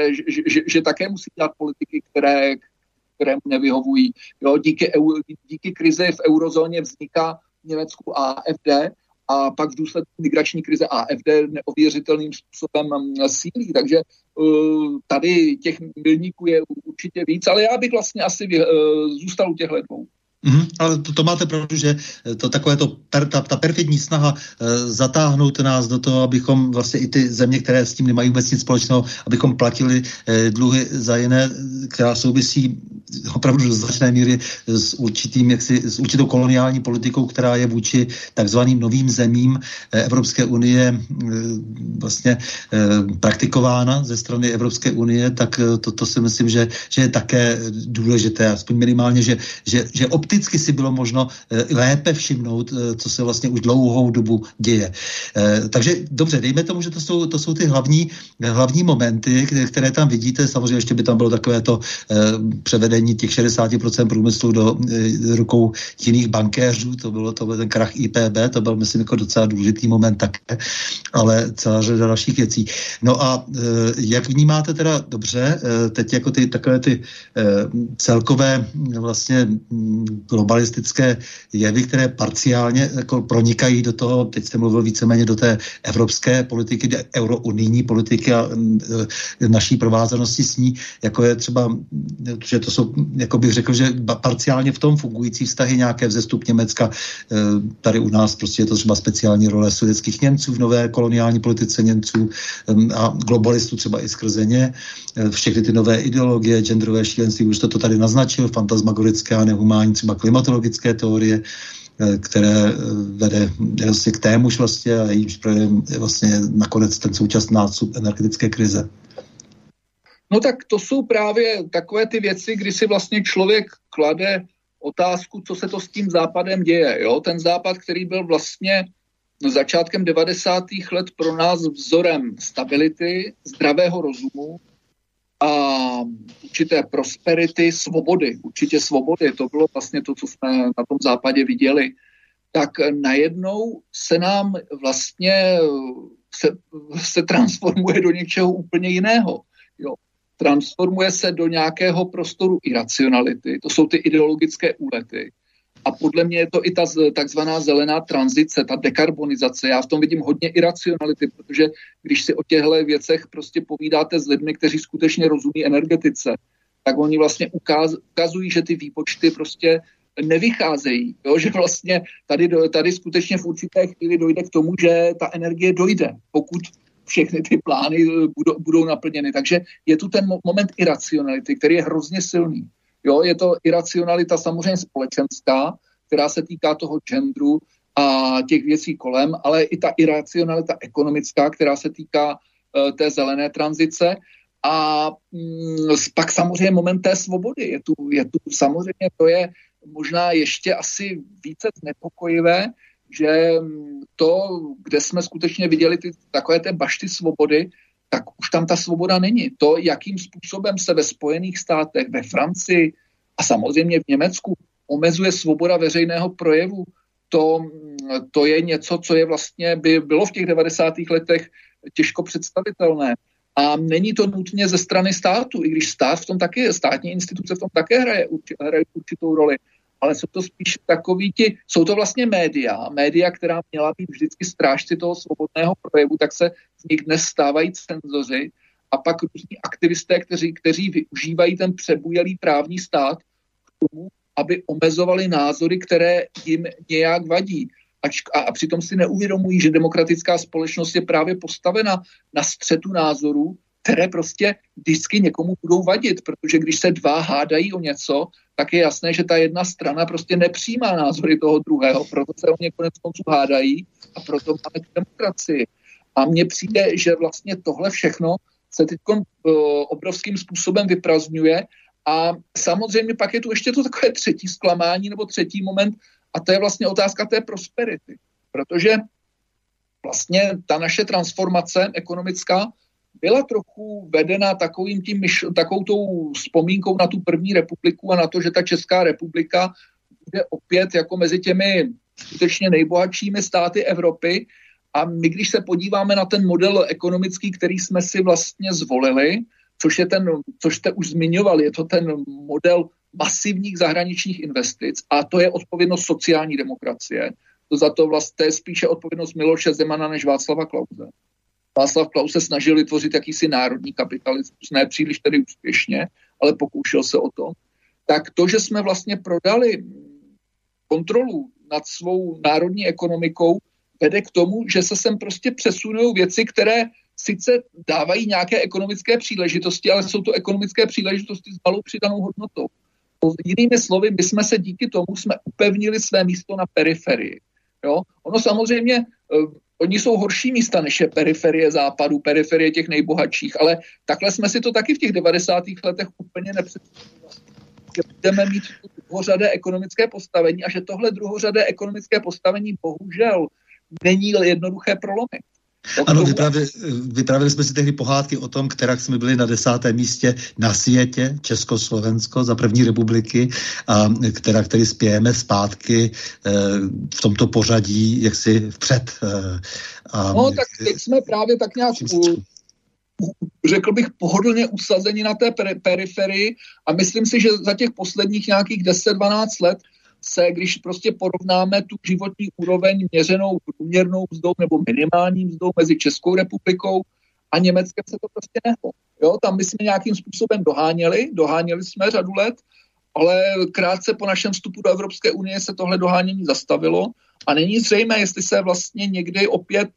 že také musí dělat politiky, které mu nevyhovují. Jo, díky krizi v eurozóně vzniká v Německu AfD a pak v důsledku migrační krize AfD neověřitelným způsobem sílí. Takže tady těch milníků je určitě víc, ale já bych vlastně asi zůstal u těchto dvou. Ale to máte pravdu, že to takové ta perfidní snaha zatáhnout nás do toho, abychom vlastně i ty země, které s tím nemají vůbec nic společného, abychom platili dluhy za jiné, která souvisí opravdu do značné míry s určitou koloniální politikou, která je vůči takzvaným novým zemím Evropské unie vlastně praktikována ze strany Evropské unie, tak to si myslím, že je také důležité, aspoň minimálně, že opticky si bylo možno lépe všimnout, co se vlastně už dlouhou dobu děje. Takže dobře, dejme tomu, že to jsou ty hlavní momenty, které tam vidíte. Samozřejmě ještě by tam bylo takové to převedení těch 60% průmyslu do rukou jiných bankéřů, to byl ten krach IPB, to byl, myslím, jako docela důležitý moment také, ale celá řada dalších věcí. No a jak vnímáte teda dobře teď jako takové ty celkové vlastně globalistické jevy, které parciálně jako pronikají do toho, teď jste mluvil víceméně do té evropské politiky, eurounijní politiky a naší provázanosti s ní, jako je třeba, že to jsou, jako bych řekl, že parciálně v tom fungující vztahy, nějaké vzestup Německa, tady u nás prostě je to třeba speciální role sudetských Němců v nové koloniální politice Němců a globalistů třeba i skrze ně, všechny ty nové ideologie, genderové šílenství, už to tady naznačil, fantasmagorické a nehumánní třeba klimatologické teorie, které vede vlastně k témuž vlastně a jejímž projev vlastně nakonec ten současný nástup energetické krize. No tak to jsou právě takové ty věci, kdy si vlastně člověk klade otázku, co se to s tím západem děje. Jo? Ten západ, který byl vlastně začátkem 90. let pro nás vzorem stability, zdravého rozumu a určité prosperity, svobody. Určitě svobody, to bylo vlastně to, co jsme na tom západě viděli. Tak najednou se nám vlastně se transformuje do něčeho úplně jiného. Jo. Transformuje se do nějakého prostoru iracionality, to jsou ty ideologické úlety. A podle mě je to i ta takzvaná zelená tranzice, ta dekarbonizace. Já v tom vidím hodně iracionality, protože když si o těchto věcech prostě povídáte s lidmi, kteří skutečně rozumí energetice, tak oni vlastně ukazují, že ty výpočty prostě nevycházejí. Jo? Že vlastně tady skutečně v určité chvíli dojde k tomu, že ta energie dojde, pokud všechny ty plány budou naplněny. Takže je tu ten moment iracionality, který je hrozně silný. Jo, je to iracionalita samozřejmě společenská, která se týká toho genderu a těch věcí kolem, ale i ta iracionalita ekonomická, která se týká té zelené tranzice. A pak samozřejmě moment té svobody. Je tu samozřejmě, to je možná ještě asi více znepokojivé, že to, kde jsme skutečně viděli takové té bašty svobody, tak už tam ta svoboda není. To, jakým způsobem se ve Spojených státech, ve Francii a samozřejmě v Německu omezuje svoboda veřejného projevu, to je něco, co je vlastně by bylo v těch 90. letech těžko představitelné. A není to nutně ze strany státu, i když stát v tom taky, státní instituce v tom také hraje určitou roli. Ale jsou to spíš jsou to vlastně média, která měla být vždycky strážci toho svobodného projevu, tak se z nich dnes stávají cenzoři a pak různí aktivisté, kteří využívají ten přebujelý právní stát k tomu, aby omezovali názory, které jim nějak vadí. A přitom si neuvědomují, že demokratická společnost je právě postavena na střetu názorů, které prostě vždycky někomu budou vadit, protože když se dva hádají o něco, tak je jasné, že ta jedna strana prostě nepřijímá názory toho druhého, proto se o ně konec konců hádají a proto máme demokracii. A mně přijde, že vlastně tohle všechno se teď obrovským způsobem vyprazdňuje a samozřejmě pak je tu ještě to takové třetí zklamání nebo třetí moment a to je vlastně otázka té prosperity, protože vlastně ta naše transformace ekonomická byla trochu vedena takovou tou vzpomínkou na tu první republiku a na to, že ta Česká republika bude opět jako mezi těmi skutečně nejbohatšími státy Evropy. A my, když se podíváme na ten model ekonomický, který jsme si vlastně zvolili, což jste už zmiňoval, je to ten model masivních zahraničních investic a to je odpovědnost sociální demokracie. To za to vlastně je spíše odpovědnost Miloše Zemana než Václava Klause. Václav Klaus se snažil vytvořit jakýsi národní kapitalismus, ne příliš tedy úspěšně, ale pokoušel se o to. Tak to, že jsme vlastně prodali kontrolu nad svou národní ekonomikou, vede k tomu, že se sem prostě přesunují věci, které sice dávají nějaké ekonomické příležitosti, ale jsou to ekonomické příležitosti s malou přidanou hodnotou. Jinými slovy, my jsme se díky tomu upevnili své místo na periferii. Jo? Ono samozřejmě, oni jsou horší místa, než je periferie západu, periferie těch nejbohatších, ale takhle jsme si to taky v těch 90. letech úplně nepředstavili. Že budeme mít druhořadé ekonomické postavení a že tohle druhořadé ekonomické postavení bohužel není jednoduché prolomit. Ano, vypravili jsme si tehdy pohádky o tom, kterak jsme byli na 10. místě na světě, Československo za první republiky a který spějeme zpátky v tomto pořadí, jaksi vpřed. No, tak teď jsme právě tak nějak řekl bych pohodlně usazeni na té periferii a myslím si, že za těch posledních nějakých 10-12 let když prostě porovnáme tu životní úroveň měřenou průměrnou mzdou nebo minimální mzdou mezi Českou republikou a Německem, se to prostě nehlo. Jo, tam my jsme nějakým způsobem doháněli jsme řadu let, ale krátce po našem vstupu do Evropské unie se tohle dohánění zastavilo a není zřejmé, jestli se vlastně někdy opět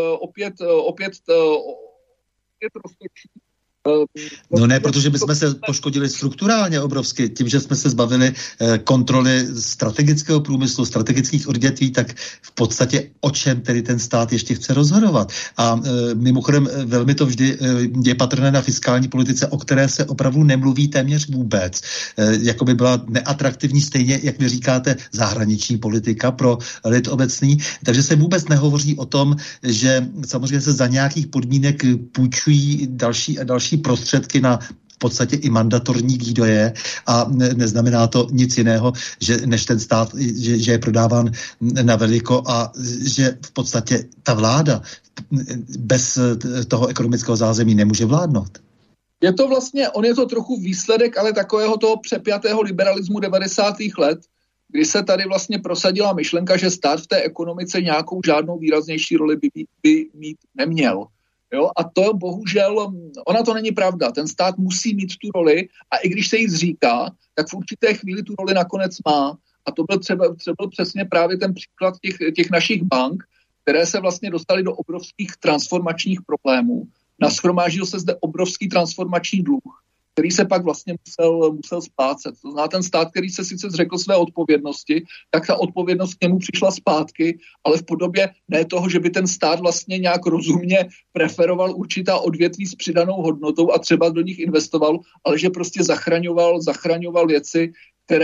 roztočí. No ne, protože my jsme se poškodili strukturálně obrovsky tím, že jsme se zbavili kontroly strategického průmyslu, strategických odvětví, tak v podstatě o čem tedy ten stát ještě chce rozhodovat. A mimochodem velmi to vždy je patrné na fiskální politice, o které se opravdu nemluví téměř vůbec. Jako by byla neatraktivní, stejně, jak vy říkáte, zahraniční politika pro lid obecný. Takže se vůbec nehovoří o tom, že samozřejmě se za nějakých podmínek půjčují další a další prostředky na v podstatě i mandatorní výdaje a neznamená to nic jiného, že než ten stát, že je prodáván na veliko a že v podstatě ta vláda bez toho ekonomického zázemí nemůže vládnout. On je to trochu výsledek, ale takového toho přepjatého liberalismu 90. let, kdy se tady vlastně prosadila myšlenka, že stát v té ekonomice nějakou žádnou výraznější roli by mít neměl. Jo? A to bohužel, ona to není pravda. Ten stát musí mít tu roli a i když se jí zříká, tak v určité chvíli tu roli nakonec má. A to byl třeba přesně právě ten příklad těch našich bank, které se vlastně dostaly do obrovských transformačních problémů. Nashromáždil se zde obrovský transformační dluh, který se pak vlastně musel splácet. To znamená, ten stát, který se sice zřekl své odpovědnosti, tak ta odpovědnost k němu přišla zpátky, ale v podobě ne toho, že by ten stát vlastně nějak rozumně preferoval určitá odvětví s přidanou hodnotou a třeba do nich investoval, ale že prostě zachraňoval věci,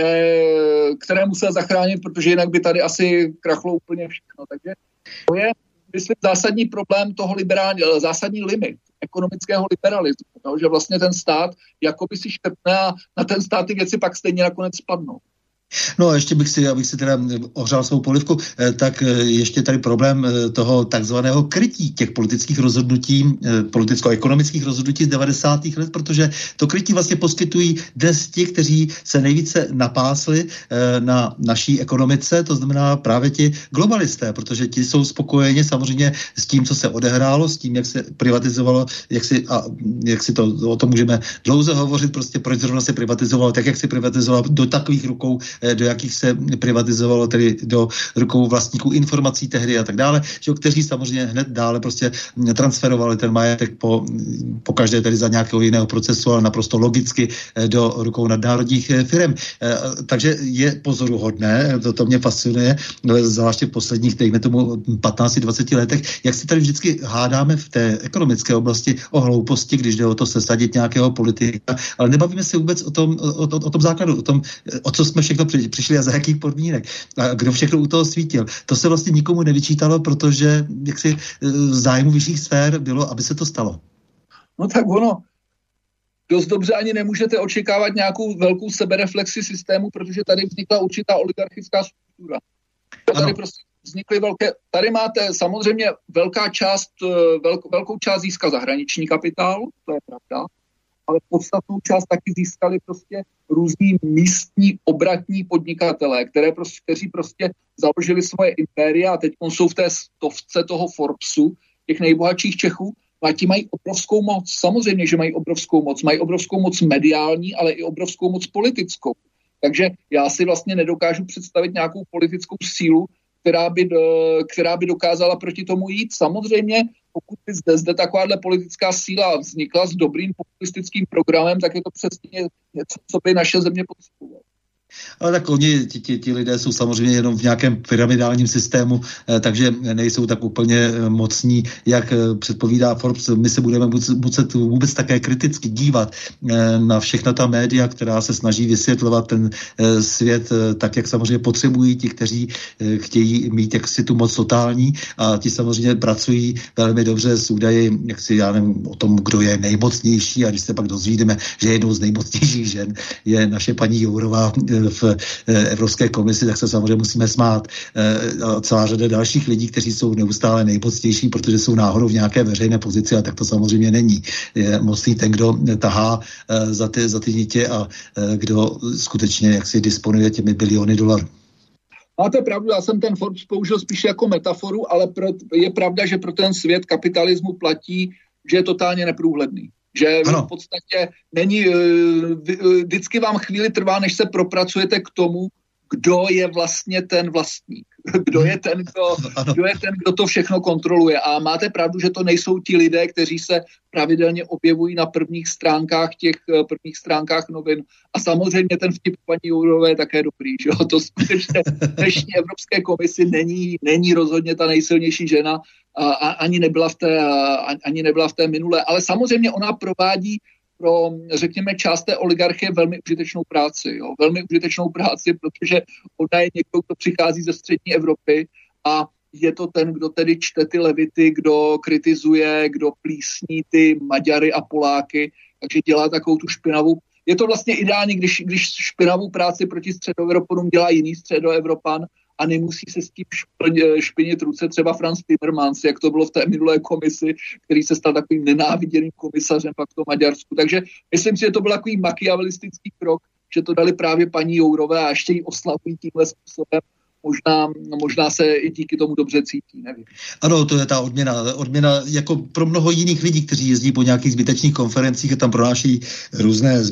které musel zachránit, protože jinak by tady asi krachlo úplně všechno. Takže to je, myslím, zásadní problém toho zásadní limit ekonomického liberalismu, no, že vlastně ten stát jakoby si škrtne a na ten stát ty věci pak stejně nakonec spadnou. No a ještě abych si teda ohřál svou polivku, tak ještě tady problém toho takzvaného krytí těch politických rozhodnutí, politicko-ekonomických rozhodnutí z 90. let, protože to krytí vlastně poskytují dnes ti, kteří se nejvíce napásli na naší ekonomice, to znamená právě ti globalisté, protože ti jsou spokojeni samozřejmě s tím, co se odehrálo, s tím, jak se privatizovalo, jak si to, o tom můžeme dlouze hovořit, prostě proč zrovna se privatizovalo, tak jak se privatizovalo do takových rukou, do jakých se privatizovalo, tedy do rukou vlastníků informací tehdy a tak dále, že, kteří samozřejmě hned dále prostě transferovali ten majetek po každé tedy za nějakého jiného procesu, ale naprosto logicky do rukou nadnárodních firm. Takže je pozoruhodné, to mě fascinuje, zvláště v posledních, dejme tomu 15-20 letech, jak si tady vždycky hádáme v té ekonomické oblasti o hlouposti, když jde o to sesadit nějakého politika, ale nebavíme se vůbec o tom základu, o tom, o co jsme všechno přišli a za jakých podmínek a kdo všechno u toho svítil. To se vlastně nikomu nevyčítalo, protože jaksi zájmu vyšších sfér bylo, aby se to stalo. No tak ono, dost dobře ani nemůžete očekávat nějakou velkou sebereflexi systému, protože tady vznikla určitá oligarchická struktura. Tady prostě vznikly tady máte samozřejmě velkou část získá zahraniční kapitál, to je pravda, ale podstatnou část taky získali prostě různí místní obratní podnikatelé, kteří prostě založili svoje impéria a teď jsou v té stovce toho Forbesu, těch nejbohatších Čechů, a ti mají obrovskou moc. Samozřejmě, že mají obrovskou moc. Mají obrovskou moc mediální, ale i obrovskou moc politickou. Takže já si vlastně nedokážu představit nějakou politickou sílu, která by dokázala proti tomu jít. Samozřejmě, pokud by zde takováhle politická síla vznikla s dobrým populistickým programem, tak je to přesně něco, co by naše země potřebovala. Ale tak oni, ti lidé jsou samozřejmě jenom v nějakém pyramidálním systému, takže nejsou tak úplně mocní, jak předpovídá Forbes. My se budeme muset vůbec také kriticky dívat na všechna ta média, která se snaží vysvětlovat ten svět tak, jak samozřejmě potřebují ti, kteří chtějí mít jaksi tu moc totální, a ti samozřejmě pracují velmi dobře s údaji, já nevím, o tom, kdo je nejmocnější, a když se pak dozvídeme, že jednou z nejmocnějších žen je naše paní Jourová v Evropské komisi, tak se samozřejmě musíme smát. A celá řada dalších lidí, kteří jsou neustále nejmocnější, protože jsou náhodou v nějaké veřejné pozici, a tak to samozřejmě není. Je mocný ten, kdo tahá za ty nitě a kdo skutečně jaksi disponuje těmi biliony dolarů. Máte pravdu, já jsem ten Forbes použil spíše jako metaforu, ale je pravda, že pro ten svět kapitalismu platí, že je totálně neprůhledný. Že v podstatě není, vždycky vám chvíli trvá, než se propracujete k tomu, kdo je vlastně ten vlastník. Kdo je ten, kdo to všechno kontroluje. A máte pravdu, že to nejsou ti lidé, kteří se pravidelně objevují na prvních stránkách novin. A samozřejmě ten vtip paní Jourové je také dobrý. Že? To skutečně dnešní Evropské komisi není rozhodně ta nejsilnější žena, a ani nebyla v té minulé. Ale samozřejmě ona provádí pro, řekněme, část té oligarchie velmi užitečnou práci. Jo? Velmi užitečnou práci, protože ona je někdo, kdo přichází ze střední Evropy a je to ten, kdo tedy čte ty levity, kdo kritizuje, kdo plísní ty Maďary a Poláky, takže dělá takovou tu špinavou. Je to vlastně ideální, když špinavou práci proti Středoevropanům dělá jiný Středoevropan a nemusí se s tím špinit ruce třeba Franz Timmermans, jak to bylo v té minulé komisi, který se stal takovým nenáviděným komisařem pak v tom Maďarsku. Takže myslím si, že to byl takový machiavelistický krok, že to dali právě paní Jourové a ještě ji oslavují tímhle způsobem. Možná se i díky tomu dobře cítí, nevím. Ano, to je ta odměna jako pro mnoho jiných lidí, kteří jezdí po nějakých zbytečných konferencích a tam pronáší různé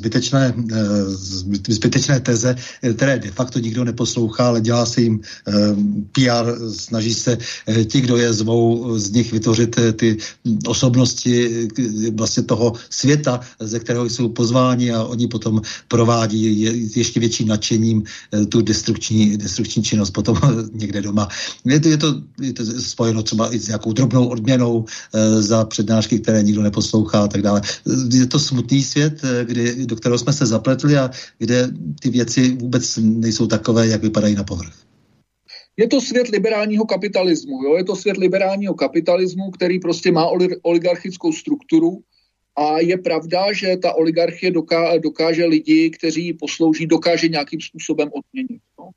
zbytečné teze, které de facto nikdo neposlouchá, ale dělá se jim PR, snaží se ti, kdo je zvou, z nich vytvořit ty osobnosti vlastně toho světa, ze kterého jsou pozváni, a oni potom provádí ještě větším nadšením tu destrukční činnost potom někde doma. Je to spojeno třeba i s nějakou drobnou odměnou za přednášky, které nikdo neposlouchá a tak dále. Je to smutný svět, do kterého jsme se zapletli a kde ty věci vůbec nejsou takové, jak vypadají na povrch. Je to svět liberálního kapitalismu. Jo? Je to svět liberálního kapitalismu, který prostě má oligarchickou strukturu, a je pravda, že ta oligarchie dokáže lidi, kteří ji poslouží, dokáže nějakým způsobem odměnit. No?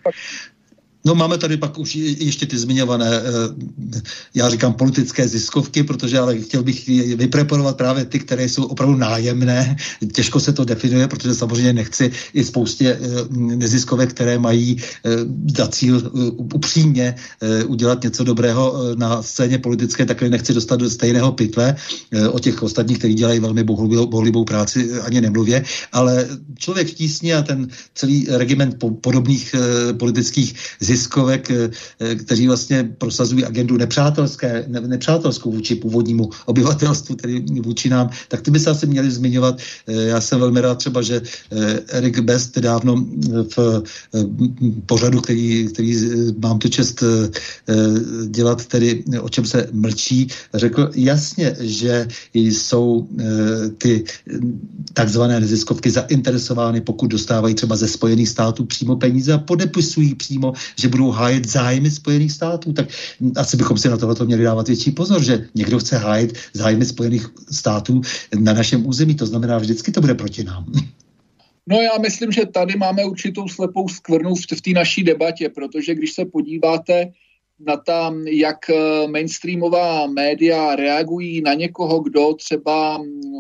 No, máme tady pak už ještě ty zmiňované, já říkám politické ziskovky, protože ale chtěl bych vypreparovat právě ty, které jsou opravdu nájemné. Těžko se to definuje, protože samozřejmě nechci i spoustě neziskovek, které mají za cíl upřímně udělat něco dobrého na scéně politické, takhle nechci dostat do stejného pytle. O těch ostatních, kteří dělají velmi bohulibou práci, ani nemluvě, ale člověk v tísni a ten celý regiment podobných politických ziskovek, kteří vlastně prosazují agendu nepřátelskou vůči původnímu obyvatelstvu, tedy vůči nám, tak ty by se asi měli zmiňovat. Já jsem velmi rád třeba, že Erik Best dávno v pořadu, který mám tu čest dělat, tedy o čem se mlčí, řekl jasně, že jsou ty takzvané neziskovky zainteresovány, pokud dostávají třeba ze Spojených států přímo peníze a podepisují přímo, že budou hájet zájmy Spojených států, tak asi bychom si na tohleto měli dávat větší pozor, že někdo chce hájit zájmy Spojených států na našem území, to znamená, vždycky to bude proti nám. No já myslím, že tady máme určitou slepou skvrnu v té naší debatě, protože když se podíváte na tam, jak mainstreamová média reagují na někoho, kdo třeba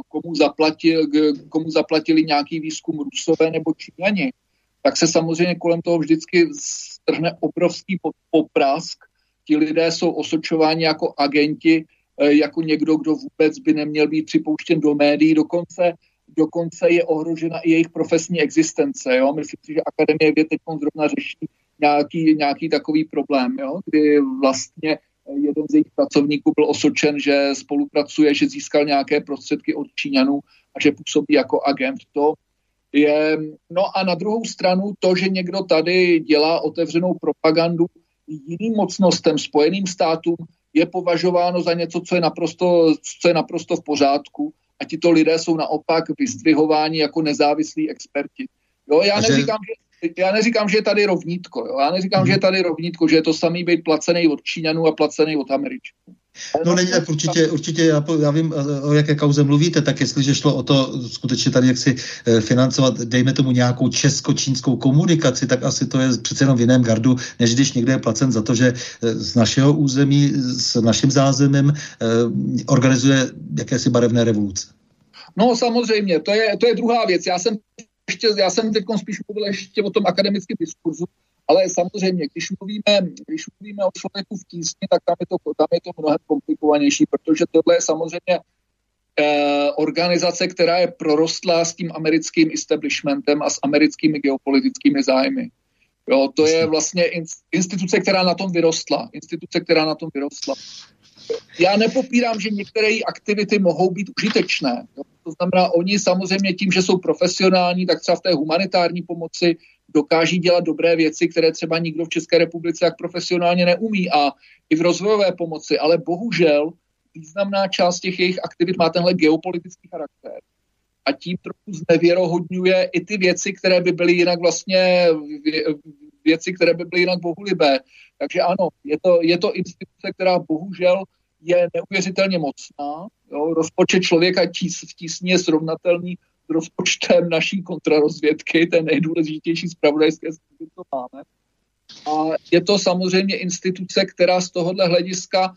komu zaplatili nějaký výzkum Rusové nebo Číňani, tak se samozřejmě kolem toho vždycky strhne obrovský poprask. Ti lidé jsou osočováni jako agenti, jako někdo, kdo vůbec by neměl být připouštěn do médií, dokonce je ohrožena i jejich profesní existence. Jo? Myslím si, že Akademie věd teď zrovna řeší nějaký takový problém, jo? Kdy vlastně jeden z jejich pracovníků byl osočen, že spolupracuje, že získal nějaké prostředky od Číňanů a že působí jako agent. To je... No a na druhou stranu to, že někdo tady dělá otevřenou propagandu jiným mocnostem, Spojeným státům, je považováno za něco, co je naprosto v pořádku. A tito lidé jsou naopak vyzdvihováni jako nezávislí experti. Jo, já neříkám, že je tady rovnítko. Jo? Já neříkám, že je tady rovnítko, že je to samý být placený od Číňanů a placený od Američanů. No není tak určitě já vím, o jaké kauze mluvíte, tak jestliže šlo o to skutečně tady jaksi financovat, dejme tomu nějakou česko-čínskou komunikaci, tak asi to je přece jenom v jiném gardu, než když někde je placen za to, že z našeho území, s naším zázemím organizuje jakési barevné revoluce. No samozřejmě, to je druhá věc. Já jsem teď spíš mluvil ještě o tom akademickém diskurzu, ale samozřejmě, když mluvíme o člověku v tísni, tak tam je to mnohem komplikovanější, protože tohle je samozřejmě organizace, která je prorostlá s tím americkým establishmentem a s americkými geopolitickými zájmy. Jo, to je vlastně instituce, která na tom vyrostla. Já nepopírám, že některé její aktivity mohou být užitečné. Jo. To znamená, oni samozřejmě tím, že jsou profesionální, tak třeba v té humanitární pomoci dokáží dělat dobré věci, které třeba nikdo v České republice jak profesionálně neumí, a i v rozvojové pomoci, ale bohužel významná část těch jejich aktivit má tenhle geopolitický charakter. A tím trochu znevěrohodňuje i ty věci, které by byly jinak bohulibé. Takže ano, je to instituce, která bohužel je neuvěřitelně mocná. Jo? Rozpočet člověka v tísni je srovnatelný s rozpočtem naší kontrarozvědky, té nejdůležitější zpravodajské služby, co máme. A je to samozřejmě instituce, která z tohohle hlediska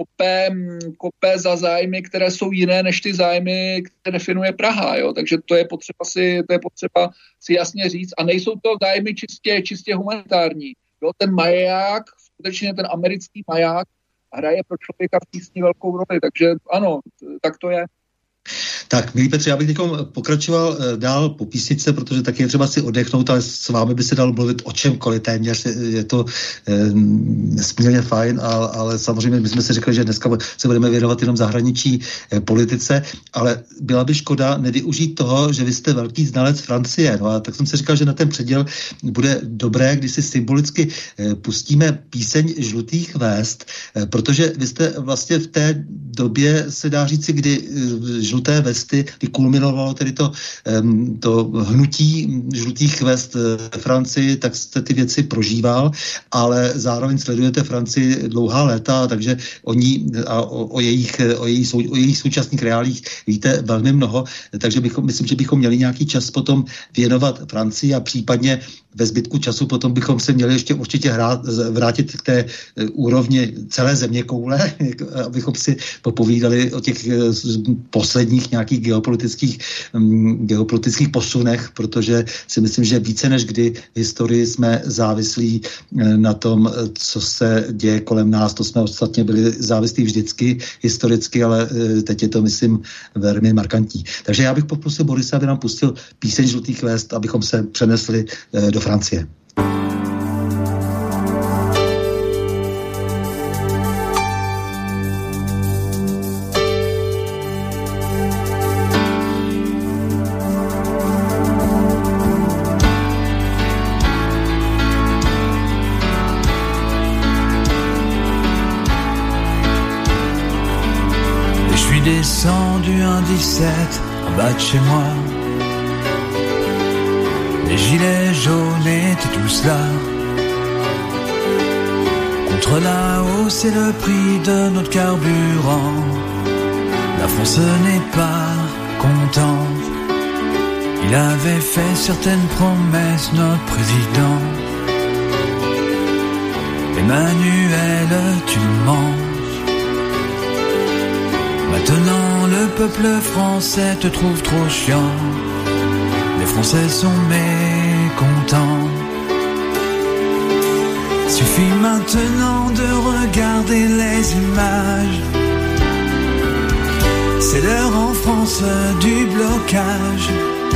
kope za zájmy, které jsou jiné než ty zájmy, které definuje Praha. Jo? Takže to je potřeba si jasně říct. A nejsou to zájmy čistě humanitární. Jo? Ten maják, skutečně ten americký maják, hraje pro člověka v tísni velkou roli. Takže ano, tak to je. Tak, milí Petře, já bych teď pokračoval dál po písničce, protože taky je třeba si oddechnout, ale s vámi by se dalo mluvit o čemkoliv téměř, je to nesmírně fajn, ale samozřejmě my jsme si řekli, že dneska se budeme věnovat jenom zahraničí politice, ale byla by škoda nevyužít toho, že vy jste velký znalec Francie, no a tak jsem si říkal, že na ten předěl bude dobré, když si symbolicky pustíme píseň Žlutých vest, protože vy jste vlastně v té době, se dá říci, kdy žluté vesty, kdy kulminovalo tedy to hnutí žlutých vest v Francii, tak jste ty věci prožíval, ale zároveň sledujete Francii dlouhá léta, takže o ní a o jejich současných reálích víte velmi mnoho, takže myslím, že bychom měli nějaký čas potom věnovat Francii a případně ve zbytku času potom bychom se měli ještě určitě vrátit k té úrovni celé zeměkoule, abychom si popovídali o těch posledních nějakých geopolitických posunech, protože si myslím, že více než kdy v historii jsme závislí na tom, co se děje kolem nás. To jsme ostatně byli závislí vždycky historicky, ale teď je to, myslím, velmi markantní. Takže já bych poprosil Borisa, aby nám pustil píseň Žlutých vest, abychom se přenesli do Francie. Descendu un 17 en bas de chez moi. Les gilets jaunes étaient tous là. Contre la hausse et le prix de notre carburant, la France n'est pas contente. Il avait fait certaines promesses, notre président. Emmanuel, tu mens. Maintenant le peuple français te trouve trop chiant. Les Français sont mécontents. Suffit maintenant de regarder les images. C'est l'heure en France du blocage.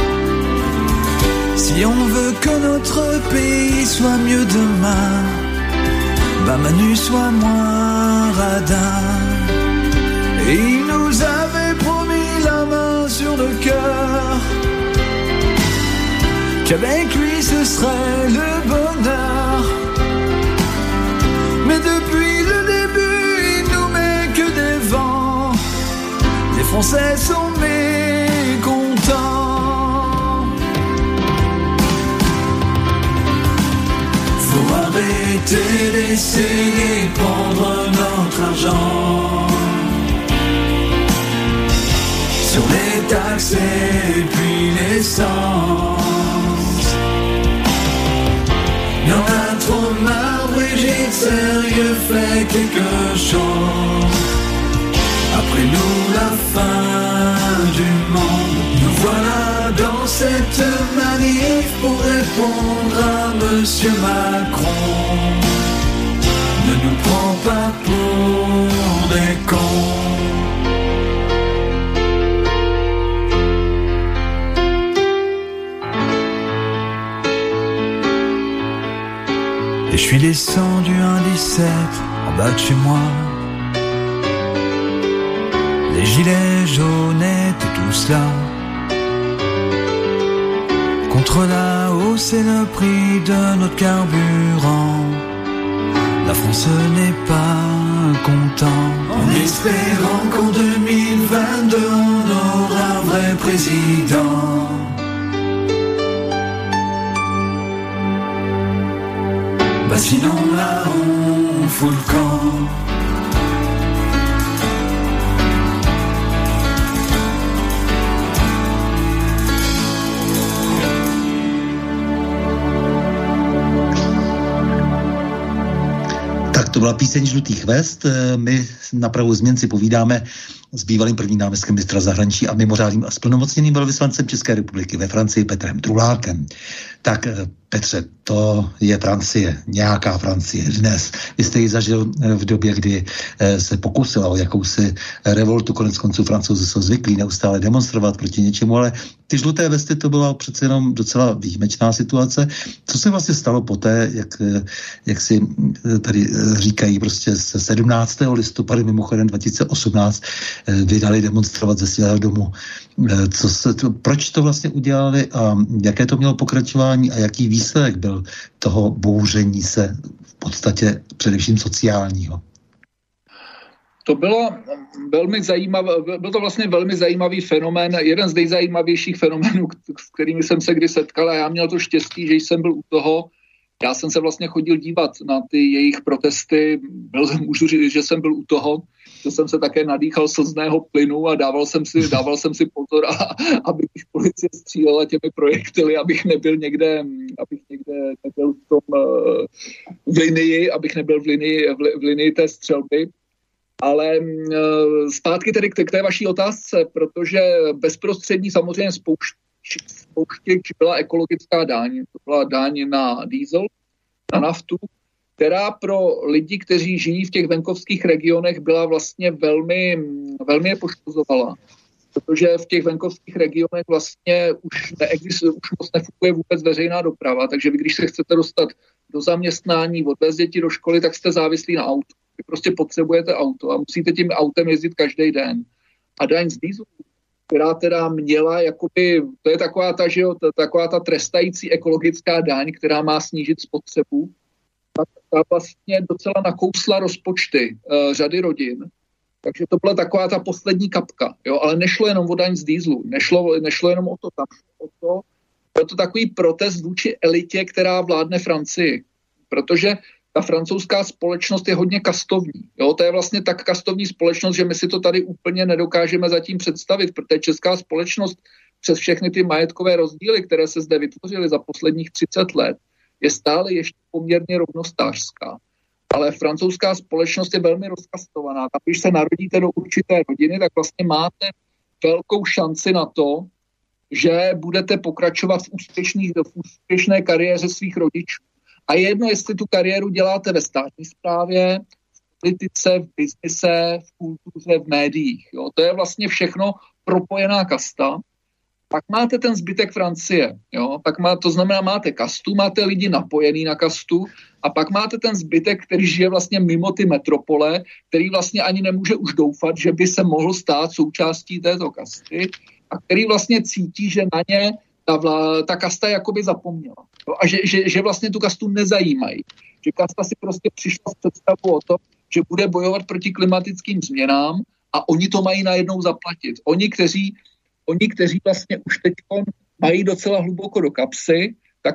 Si on veut que notre pays soit mieux demain, bah Manu soit moins radin. Et il nous avait promis la main sur le cœur, qu'avec lui ce serait le bonheur. Mais depuis le début, il nous met que des vents. Les Français sont mécontents. Faut arrêter d'essayer de prendre notre argent sur les taxes et puis l'essence. Y'en a trop marre, Brigitte, sérieux, fais quelque chose. Après nous la fin du monde. Nous voilà dans cette manif pour répondre à Monsieur Macron. Ne nous prends pas pour des cons. Et je suis descendu un 17 en bas de chez moi. Les gilets jaunes étaient tous là. Contre la hausse et le prix de notre carburant, la France n'est pas content. En espérant qu'en 2022 on aura un vrai président. Bah sinon là on fout le camp. Tak to byla píseň Žlutých vest. My na Pravou změn si povídáme s bývalým prvním náměstkem ministra zahraničí a mimořádným a splnomocněným velvyslancem České republiky ve Francii Petrem Drulákem. Tak Petře, to je Francie, nějaká Francie dnes. Vy jste ji zažil v době, kdy se pokusila o jakousi revoltu, konec konců Francouzi jsou zvyklí neustále demonstrovat proti něčemu, ale ty žluté vesty to byla přece jenom docela výjimečná situace. Co se vlastně stalo poté, jak si tady říkají prostě se 17. listopadu mimochodem 2018 vydali demonstrovat ze svého domu. Proč to vlastně udělali a jaké to mělo pokračování a jaký výsledek byl toho bouření se v podstatě především sociálního? To bylo byl to vlastně velmi zajímavý fenomén, jeden z nejzajímavějších fenoménů, s kterými jsem se kdy setkal, a já měl to štěstí, že jsem byl u toho. Já jsem se vlastně chodil dívat na ty jejich protesty, můžu říct, že jsem byl u toho, že jsem se také nadýchal slzného plynu a dával jsem si pozor, aby když policie střílela těmi projektily, abych nebyl v linii, abych nebyl v linii té střelby. Ale zpátky tedy k té vaší otázce, protože bezprostřední samozřejmě spouštěč byla ekologická daň. To byla daň na diesel, na naftu, která pro lidi, kteří žijí v těch venkovských regionech, byla vlastně velmi je poškozovala. Protože v těch venkovských regionech vlastně už moc nefunguje vůbec veřejná doprava, takže vy, když se chcete dostat do zaměstnání, odvést děti do školy, tak jste závislí na autu. Vy prostě potřebujete auto a musíte tím autem jezdit každý den. A daň z dieselu, která teda měla, jakoby, to je taková ta trestající ekologická daň, která má snížit spotřebu, tak ta vlastně docela nakousla rozpočty řady rodin. Takže to byla taková ta poslední kapka. Jo? Ale nešlo jenom o daň z dieselu, nešlo jenom o to, tam o to. Byl to takový protest vůči elitě, která vládne Francii. Protože ta francouzská společnost je hodně kastovní. Jo? To je vlastně tak kastovní společnost, že my si to tady úplně nedokážeme zatím představit, protože česká společnost přes všechny ty majetkové rozdíly, které se zde vytvořily za posledních 30 let, je stále ještě poměrně rovnostářská. Ale francouzská společnost je velmi rozkastovaná. Tam, když se narodíte do určité rodiny, tak vlastně máte velkou šanci na to, že budete pokračovat v úspěšné kariéře svých rodičů. A je jedno, jestli tu kariéru děláte ve státní správě, v politice, v biznise, v kultuře, v médiích. Jo? To je vlastně všechno propojená kasta. Pak máte ten zbytek Francie. Jo? To znamená, máte kastu, máte lidi napojený na kastu a pak máte ten zbytek, který žije vlastně mimo ty metropole, který vlastně ani nemůže už doufat, že by se mohl stát součástí této kasty a který vlastně cítí, že na ně ta kasta jakoby zapomněla. Jo? A že vlastně tu kastu nezajímají. Že kasta si prostě přišla s představou o to, že bude bojovat proti klimatickým změnám a oni to mají najednou zaplatit. Oni, kteří vlastně už teď mají docela hluboko do kapsy, tak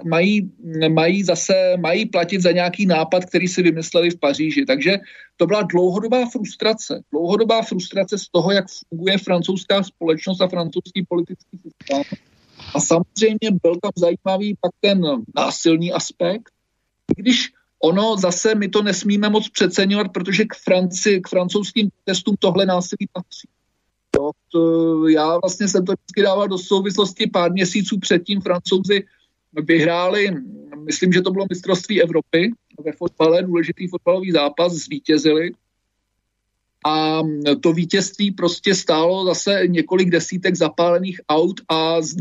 mají platit za nějaký nápad, který si vymysleli v Paříži. Takže to byla dlouhodobá frustrace z toho, jak funguje francouzská společnost a francouzský politický systém. A samozřejmě byl tam zajímavý pak ten násilný aspekt, když ono zase my to nesmíme moc přeceňovat, protože k francouzským testům tohle násilí patří. Já vlastně jsem to vždycky dával do souvislosti pár měsíců předtím. Francouzi vyhráli, myslím, že to bylo mistrovství Evropy ve fotbale, důležitý fotbalový zápas, zvítězili. A to vítězství prostě stálo zase několik desítek zapálených aut a z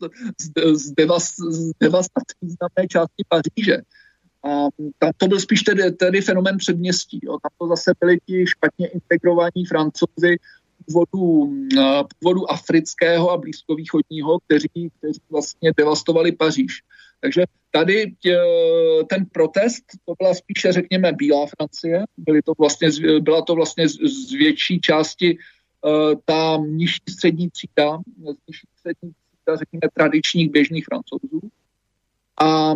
devastací významné části Paříže. A tam to byl spíš tedy fenomén předměstí. Jo. Tam to zase byli ti špatně integrovaní Francouzi původu afrického a blízkovýchodního, kteří vlastně devastovali Paříž. Takže tady ten protest, to byla spíše, řekněme, bílá Francie. Byla to vlastně z větší části ta nižší střední třída, řekněme, tradičních běžných Francouzů. A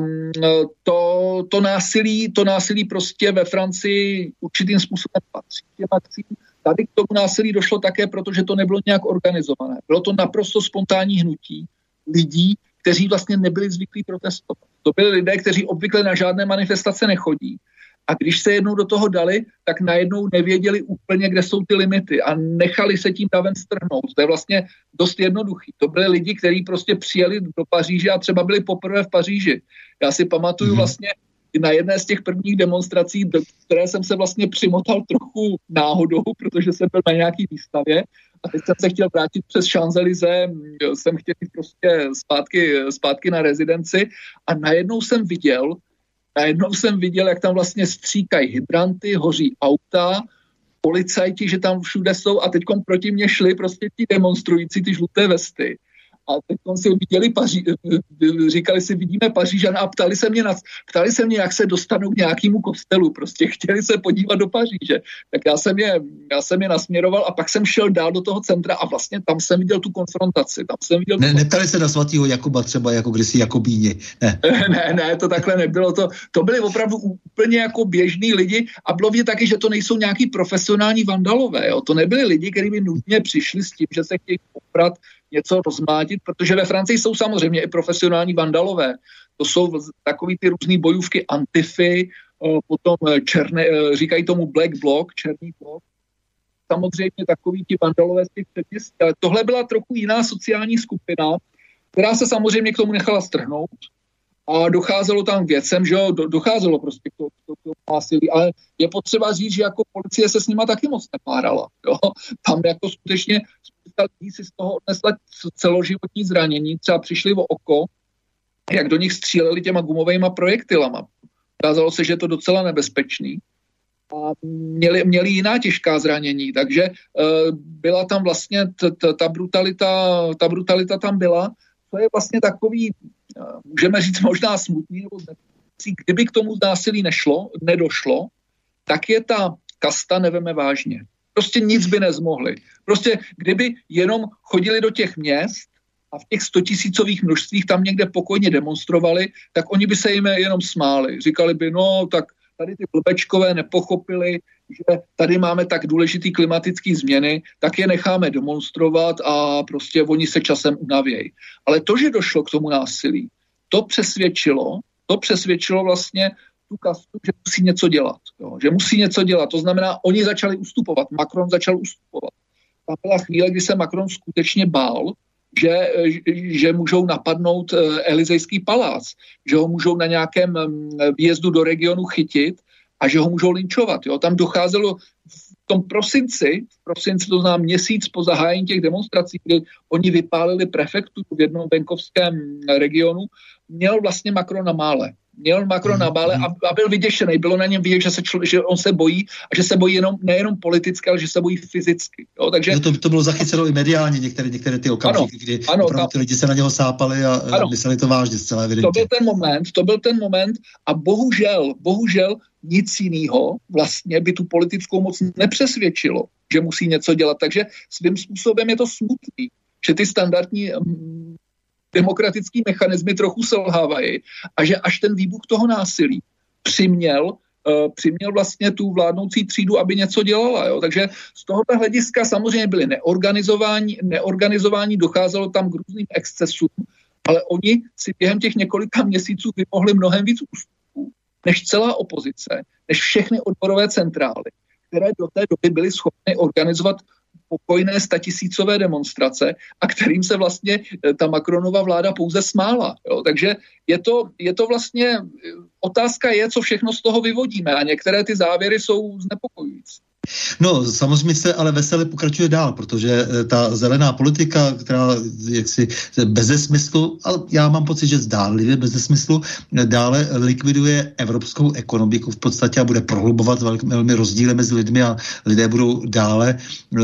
to násilí prostě ve Francii určitým způsobem patří těm akcím. Tady k tomu násilí došlo také, protože to nebylo nějak organizované. Bylo to naprosto spontánní hnutí lidí, kteří vlastně nebyli zvyklí protestovat. To byli lidé, kteří obvykle na žádné manifestace nechodí. A když se jednou do toho dali, tak najednou nevěděli úplně, kde jsou ty limity a nechali se tím davem strhnout. To je vlastně dost jednoduchý. To byli lidi, kteří prostě přijeli do Paříže a třeba byli poprvé v Paříži. Já si pamatuju vlastně na jedné z těch prvních demonstrací, do které jsem se vlastně přimotal trochu náhodou, protože jsem byl na nějaký výstavě a teď jsem se chtěl vrátit přes Champs-Élysées, jsem chtěl jít prostě zpátky na rezidenci a najednou jsem viděl, jak tam vlastně stříkají hydranty, hoří auta, policajti, že tam všude jsou a teďkom proti mě šli prostě ti demonstrující, ty žluté vesty. A teďkom si říkali si, vidíme Pařížana a ptali se mě, jak se dostanou k nějakému kostelu, prostě chtěli se podívat do Paříže. Tak já jsem je nasměroval a pak jsem šel dál do toho centra a vlastně tam jsem viděl tu konfrontaci. Neptali se na svatýho Jakuba třeba jako kdysi Jakobíni. Ne, to takhle nebylo. To byli opravdu úplně jako běžní lidi a bylo vidět taky, že to nejsou nějaký profesionální vandalové. Jo? To nebyli lidi, kteří by nutně přišli s tím, že se chtějí poprat, něco rozmátit, protože ve Francii jsou samozřejmě i profesionální vandalové. To jsou takový ty různý bojůvky Antify, potom říkají tomu Black Bloc, černý blok. Samozřejmě takový ti vandalové z těch předměstí. Ale tohle byla trochu jiná sociální skupina, která se samozřejmě k tomu nechala strhnout a docházelo tam k věcem, že jo, docházelo prostě k tomu násilí, ale je potřeba říct, že jako policie se s nima taky moc nepárala. Jo? Tam jako skutečně spousta lidí si z toho odnesla celoživotní zranění, třeba přišli o oko, jak do nich stříleli těma gumovejma projektilama. Ukázalo se, že je to docela nebezpečný. A měli jiná těžká zranění, takže byla tam vlastně ta brutalita tam byla. To je vlastně takový, můžeme říct možná smutný, nebo kdyby k tomu násilí nedošlo, tak je ta kasta neveme vážně. Prostě nic by nezmohli. Prostě kdyby jenom chodili do těch měst a v těch 100 000 množstvích tam někde pokojně demonstrovali, tak oni by se jim jenom smáli. Říkali by, no tak tady ty blbečkové nepochopili, že tady máme tak důležitý klimatický změny, tak je necháme demonstrovat a prostě oni se časem unavějí. Ale to, že došlo k tomu násilí, to přesvědčilo vlastně tu kastu, že musí něco dělat. Jo? Že musí něco dělat. To znamená, oni začali ustupovat. Macron začal ustupovat. Tam byla chvíle, kdy se Macron skutečně bál, že můžou napadnout Elizejský palác, že ho můžou na nějakém výjezdu do regionu chytit a že ho můžou linčovat. Jo? Tam docházelo v tom prosinci, to znamená měsíc po zahájení těch demonstrací, kdy oni vypálili prefekturu v jednom venkovském regionu, měl vlastně Macron na mále. A byl vyděšený. Bylo na něm vidět, že on se bojí a že se bojí nejenom politicky, ale že se bojí fyzicky. Jo? Takže to bylo zachyceno i mediálně některé ty okamžiky, kdy ty lidi se na něho sápali a mysleli to vážně zcela evidentně. To byl ten moment a bohužel nic jiného vlastně by tu politickou moc nepřesvědčilo, že musí něco dělat. Takže svým způsobem je to smutný, že ty standardní demokratický mechanismy trochu selhávají a že až ten výbuch toho násilí přiměl vlastně tu vládnoucí třídu, aby něco dělala. Jo? Takže z tohoto hlediska samozřejmě byli neorganizování, docházelo tam k různým excesům, ale oni si během těch několika měsíců vymohli mnohem víc ústupů, než celá opozice, než všechny odborové centrály, které do té doby byly schopny organizovat pokojné statisícové demonstrace a kterým se vlastně ta Macronova vláda pouze smála. Jo? Takže je to vlastně, otázka je, co všechno z toho vyvodíme a některé ty závěry jsou znepokojující. No, samozřejmě se ale veselé pokračuje dál, protože ta zelená politika, která jaksi beze smyslu, ale já mám pocit, že zdánlivě beze smyslu, dále likviduje evropskou ekonomiku v podstatě a bude prohlubovat velmi rozdíly mezi lidmi a lidé budou dále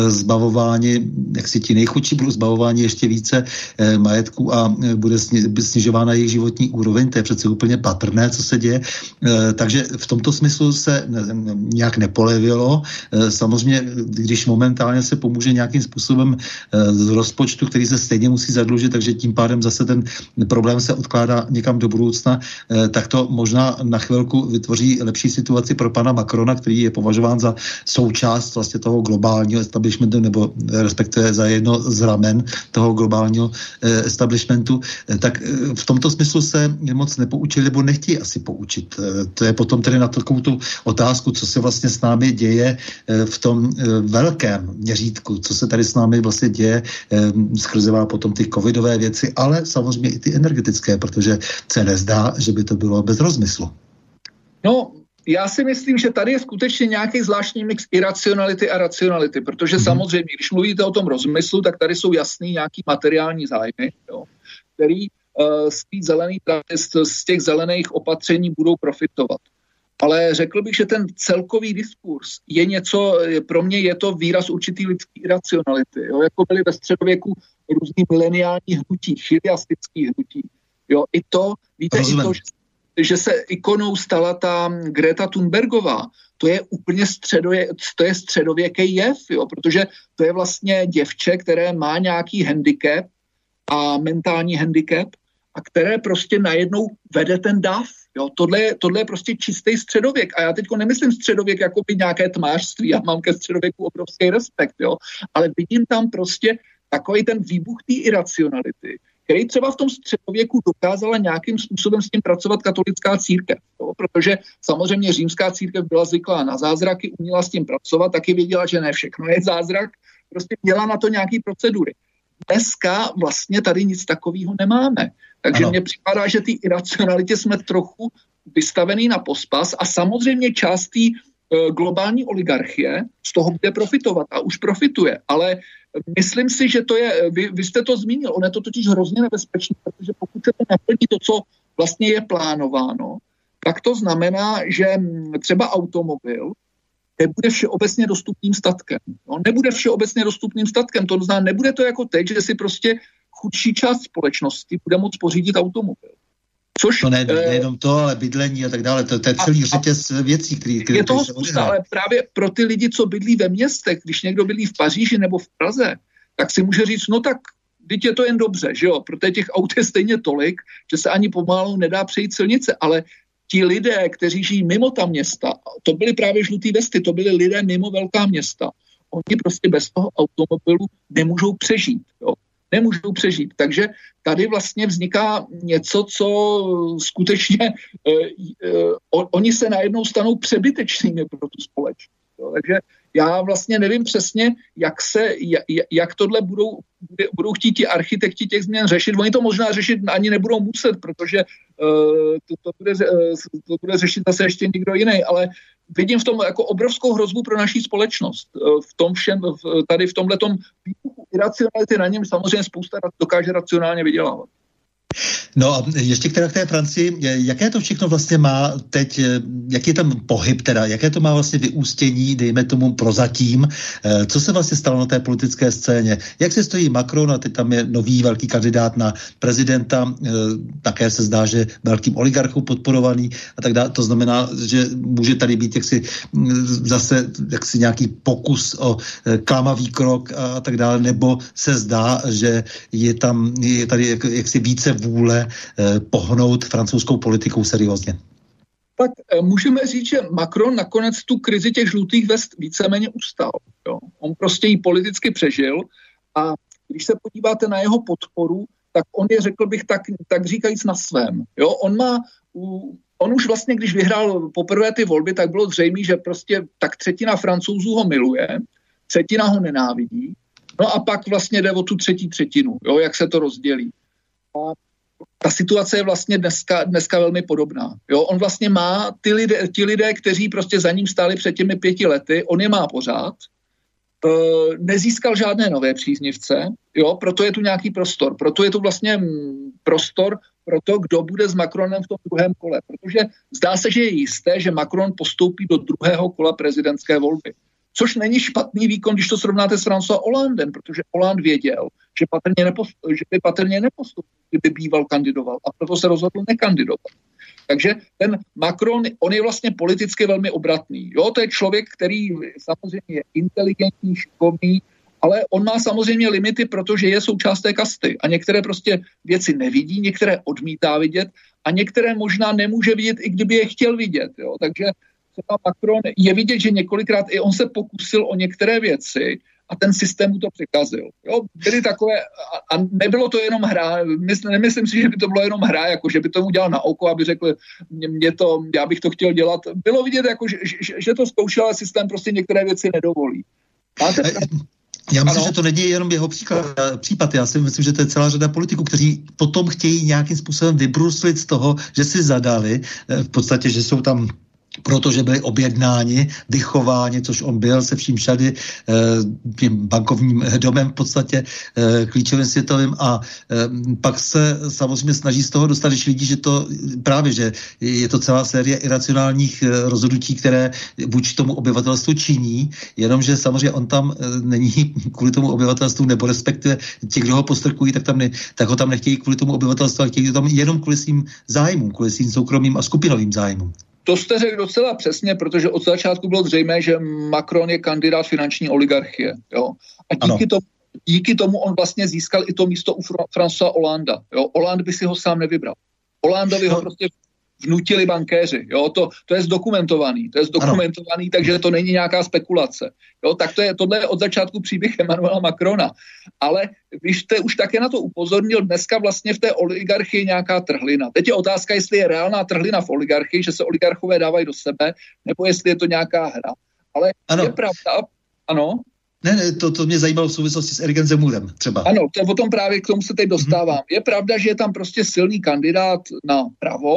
zbavováni, jak si ti nejchudší budou zbavováni ještě více majetku a bude snižována jejich životní úroveň, to je přece úplně patrné, co se děje. Takže v tomto smyslu se nějak nepolevilo. Samozřejmě, když momentálně se pomůže nějakým způsobem z rozpočtu, který se stejně musí zadlužit, takže tím pádem zase ten problém se odkládá někam do budoucna, tak to možná na chvilku vytvoří lepší situaci pro pana Macrona, který je považován za součást vlastně toho globálního establishmentu, nebo respektive za jedno z ramen toho globálního establishmentu. Tak v tomto smyslu se moc nepoučili, nebo nechtějí asi poučit. To je potom tedy na takovou tu otázku, co se vlastně s námi děje v tom velkém měřítku, co se tady s námi vlastně děje, skrzevá potom ty covidové věci, ale samozřejmě i ty energetické, protože se nezdá, že by to bylo bez rozmyslu. No, já si myslím, že tady je skutečně nějaký zvláštní mix iracionality a racionality, protože samozřejmě, když mluvíte o tom rozmyslu, tak tady jsou jasný nějaký materiální zájmy, jo, který z těch zelených opatření budou profitovat. Ale řekl bych, že ten celkový diskurs je něco, pro mě je to výraz určitý lidský iracionality. Jo? Jako byly ve středověku různý mileniální hnutí, chiliastický hnutí. Jo? I to, víte, i to, že se ikonou stala ta Greta Thunbergová, to je úplně středověký jev, jo? Protože to je vlastně děvče, které má nějaký handicap a mentální handicap a které prostě najednou vede ten dav. Jo, tohle je prostě čistý středověk. A já teďko nemyslím středověk jako by nějaké tmářství, já mám ke středověku obrovský respekt, jo, ale vidím tam prostě takový ten výbuch té iracionality, který třeba v tom středověku dokázala nějakým způsobem s tím pracovat katolická církev. Jo, protože samozřejmě římská církev byla zvyklá na zázraky, uměla s tím pracovat, taky věděla, že ne všechno je zázrak, prostě měla na to nějaký procedury. Dneska vlastně tady nic takového nemáme. Takže mně připadá, že ty iracionalitě jsme trochu vystavený na pospas a samozřejmě část té globální oligarchie z toho bude profitovat a už profituje. Ale myslím si, že to je, vy jste to zmínil, on je to totiž hrozně nebezpečné, protože pokud se to naplní to, co vlastně je plánováno, tak to znamená, že třeba automobil nebude všeobecně dostupným statkem. No, nebude všeobecně dostupným statkem, to znamená, nebude to jako teď, že si prostě chudší část společnosti bude moct pořídit automobil. Což, to nejenom to, ale bydlení a tak dále. To je celý řetěz věcí, který je toho spousta, ale právě pro ty lidi, co bydlí ve městech, když někdo bydlí v Paříži nebo v Praze, tak si může říct, no tak teď je to jen dobře, že jo, protože těch aut je stejně tolik, že se ani pomalu nedá přejít silnice, ale ti lidé, kteří žijí mimo ta města, to byly právě žlutý vesty, to byly lidé mimo velká města, oni prostě bez toho automobilu nemůžou přežít. Jo. Nemůžou přežít. Takže tady vlastně vzniká něco, co skutečně oni se najednou stanou přebytečnými pro tu společnost. Jo. Takže já vlastně nevím přesně, jak tohle budou chtít ti architekti těch změn řešit. Oni to možná řešit ani nebudou muset, protože to bude řešit zase ještě někdo jiný, ale vidím v tom jako obrovskou hrozbu pro naši společnost. V tom všem, tady v tomhletom výbuchu iracionality na něm samozřejmě spousta dokáže racionálně vydělávat. No a ještě k té Francii, jaké to všechno vlastně má teď, jaký je tam pohyb teda, jaké to má vlastně vyústění, dejme tomu prozatím, co se vlastně stalo na té politické scéně, jak se stojí Macron a teď tam je nový velký kandidát na prezidenta, také se zdá, že velkým oligarchou podporovaný a tak dále, to znamená, že může tady být zase nějaký pokus o klamavý krok a tak dále, nebo se zdá, že je tady jaksi více vůle pohnout francouzskou politikou seriózně? Tak můžeme říct, že Macron nakonec tu krizi těch žlutých vest víceméně ustál. Jo. On prostě ji politicky přežil a když se podíváte na jeho podporu, tak on je, řekl bych, tak říkajíc na svém. Jo. On už vlastně, když vyhrál poprvé ty volby, tak bylo zřejmé, že prostě tak třetina Francouzů ho miluje, třetina ho nenávidí, no a pak vlastně jde o tu třetinu, jo, jak se to rozdělí. A ta situace je vlastně dneska velmi podobná. Jo? On vlastně má ti lidé, kteří prostě za ním stáli před těmi 5 lety, on je má pořád, nezískal žádné nové příznivce, jo? Proto je tu nějaký prostor. Proto je tu vlastně prostor pro to, kdo bude s Macronem v tom druhém kole. Protože zdá se, že je jisté, že Macron postoupí do druhého kola prezidentské volby. Což není špatný výkon, když to srovnáte s François Hollandem, protože Hollande věděl, že by patrně nepostoupil, kdyby býval kandidoval a proto se rozhodl nekandidovat. Takže ten Macron, on je vlastně politicky velmi obratný. Jo, to je člověk, který samozřejmě je inteligentní, šikovný, ale on má samozřejmě limity, protože je součást té kasty a některé prostě věci nevidí, některé odmítá vidět a některé možná nemůže vidět, i kdyby je chtěl vidět. Jo. Takže Macron je vidět, že několikrát i on se pokusil o některé věci a ten systém mu to překazil. Jo, byly takové, a nebylo to jenom hra, nemyslím si, že by to bylo jenom hra, jako že by to udělal na oko, aby řekl, já bych to chtěl dělat. Bylo vidět, jako, že to zkoušel, ale systém prostě některé věci nedovolí. Já myslím, že to není jenom jeho případ. Já si myslím, že to je celá řada politiků, kteří potom chtějí nějakým způsobem vybruslit z toho, že si zadali, v podstatě, že jsou tam protože byli objednáni, vychováni, což on byl se vším všady, tím bankovním domem v podstatě, klíčovým světovým a pak se samozřejmě snaží z toho dostat, když vidí, že to právě, že je to celá série iracionálních rozhodnutí, které vůči tomu obyvatelstvu činí, jenomže samozřejmě on tam není kvůli tomu obyvatelstvu, nebo respektive ti, kdo ho postrkují, tak ho tam nechtějí kvůli tomu obyvatelstvu, ale chtějí to tam jenom kvůli svým zájmům, kvůli svým soukromým a skupinovým zájmům. To jste řekl docela přesně, protože od začátku bylo zřejmé, že Macron je kandidát finanční oligarchie. Jo? A díky tomu on vlastně získal i to místo u François Hollanda. Jo? Hollande by si ho sám nevybral. Hollandovi ho prostě vnutili bankéři. Jo? To je zdokumentovaný. Takže to není nějaká spekulace. Jo? Tak tohle je od začátku příběh Emmanuela Macrona. Ale když jste už také na to upozornil, dneska vlastně v té oligarchii nějaká trhlina. Teď je otázka, jestli je reálná trhlina v oligarchii, že se oligarchové dávají do sebe, nebo jestli je to nějaká hra. Ale ano. Je pravda, ano. Ne, to mě zajímalo v souvislosti s Ericem Zemmourem třeba. Ano, o tom právě k tomu se teď dostávám. Je pravda, že je tam prostě silný kandidát na pravo.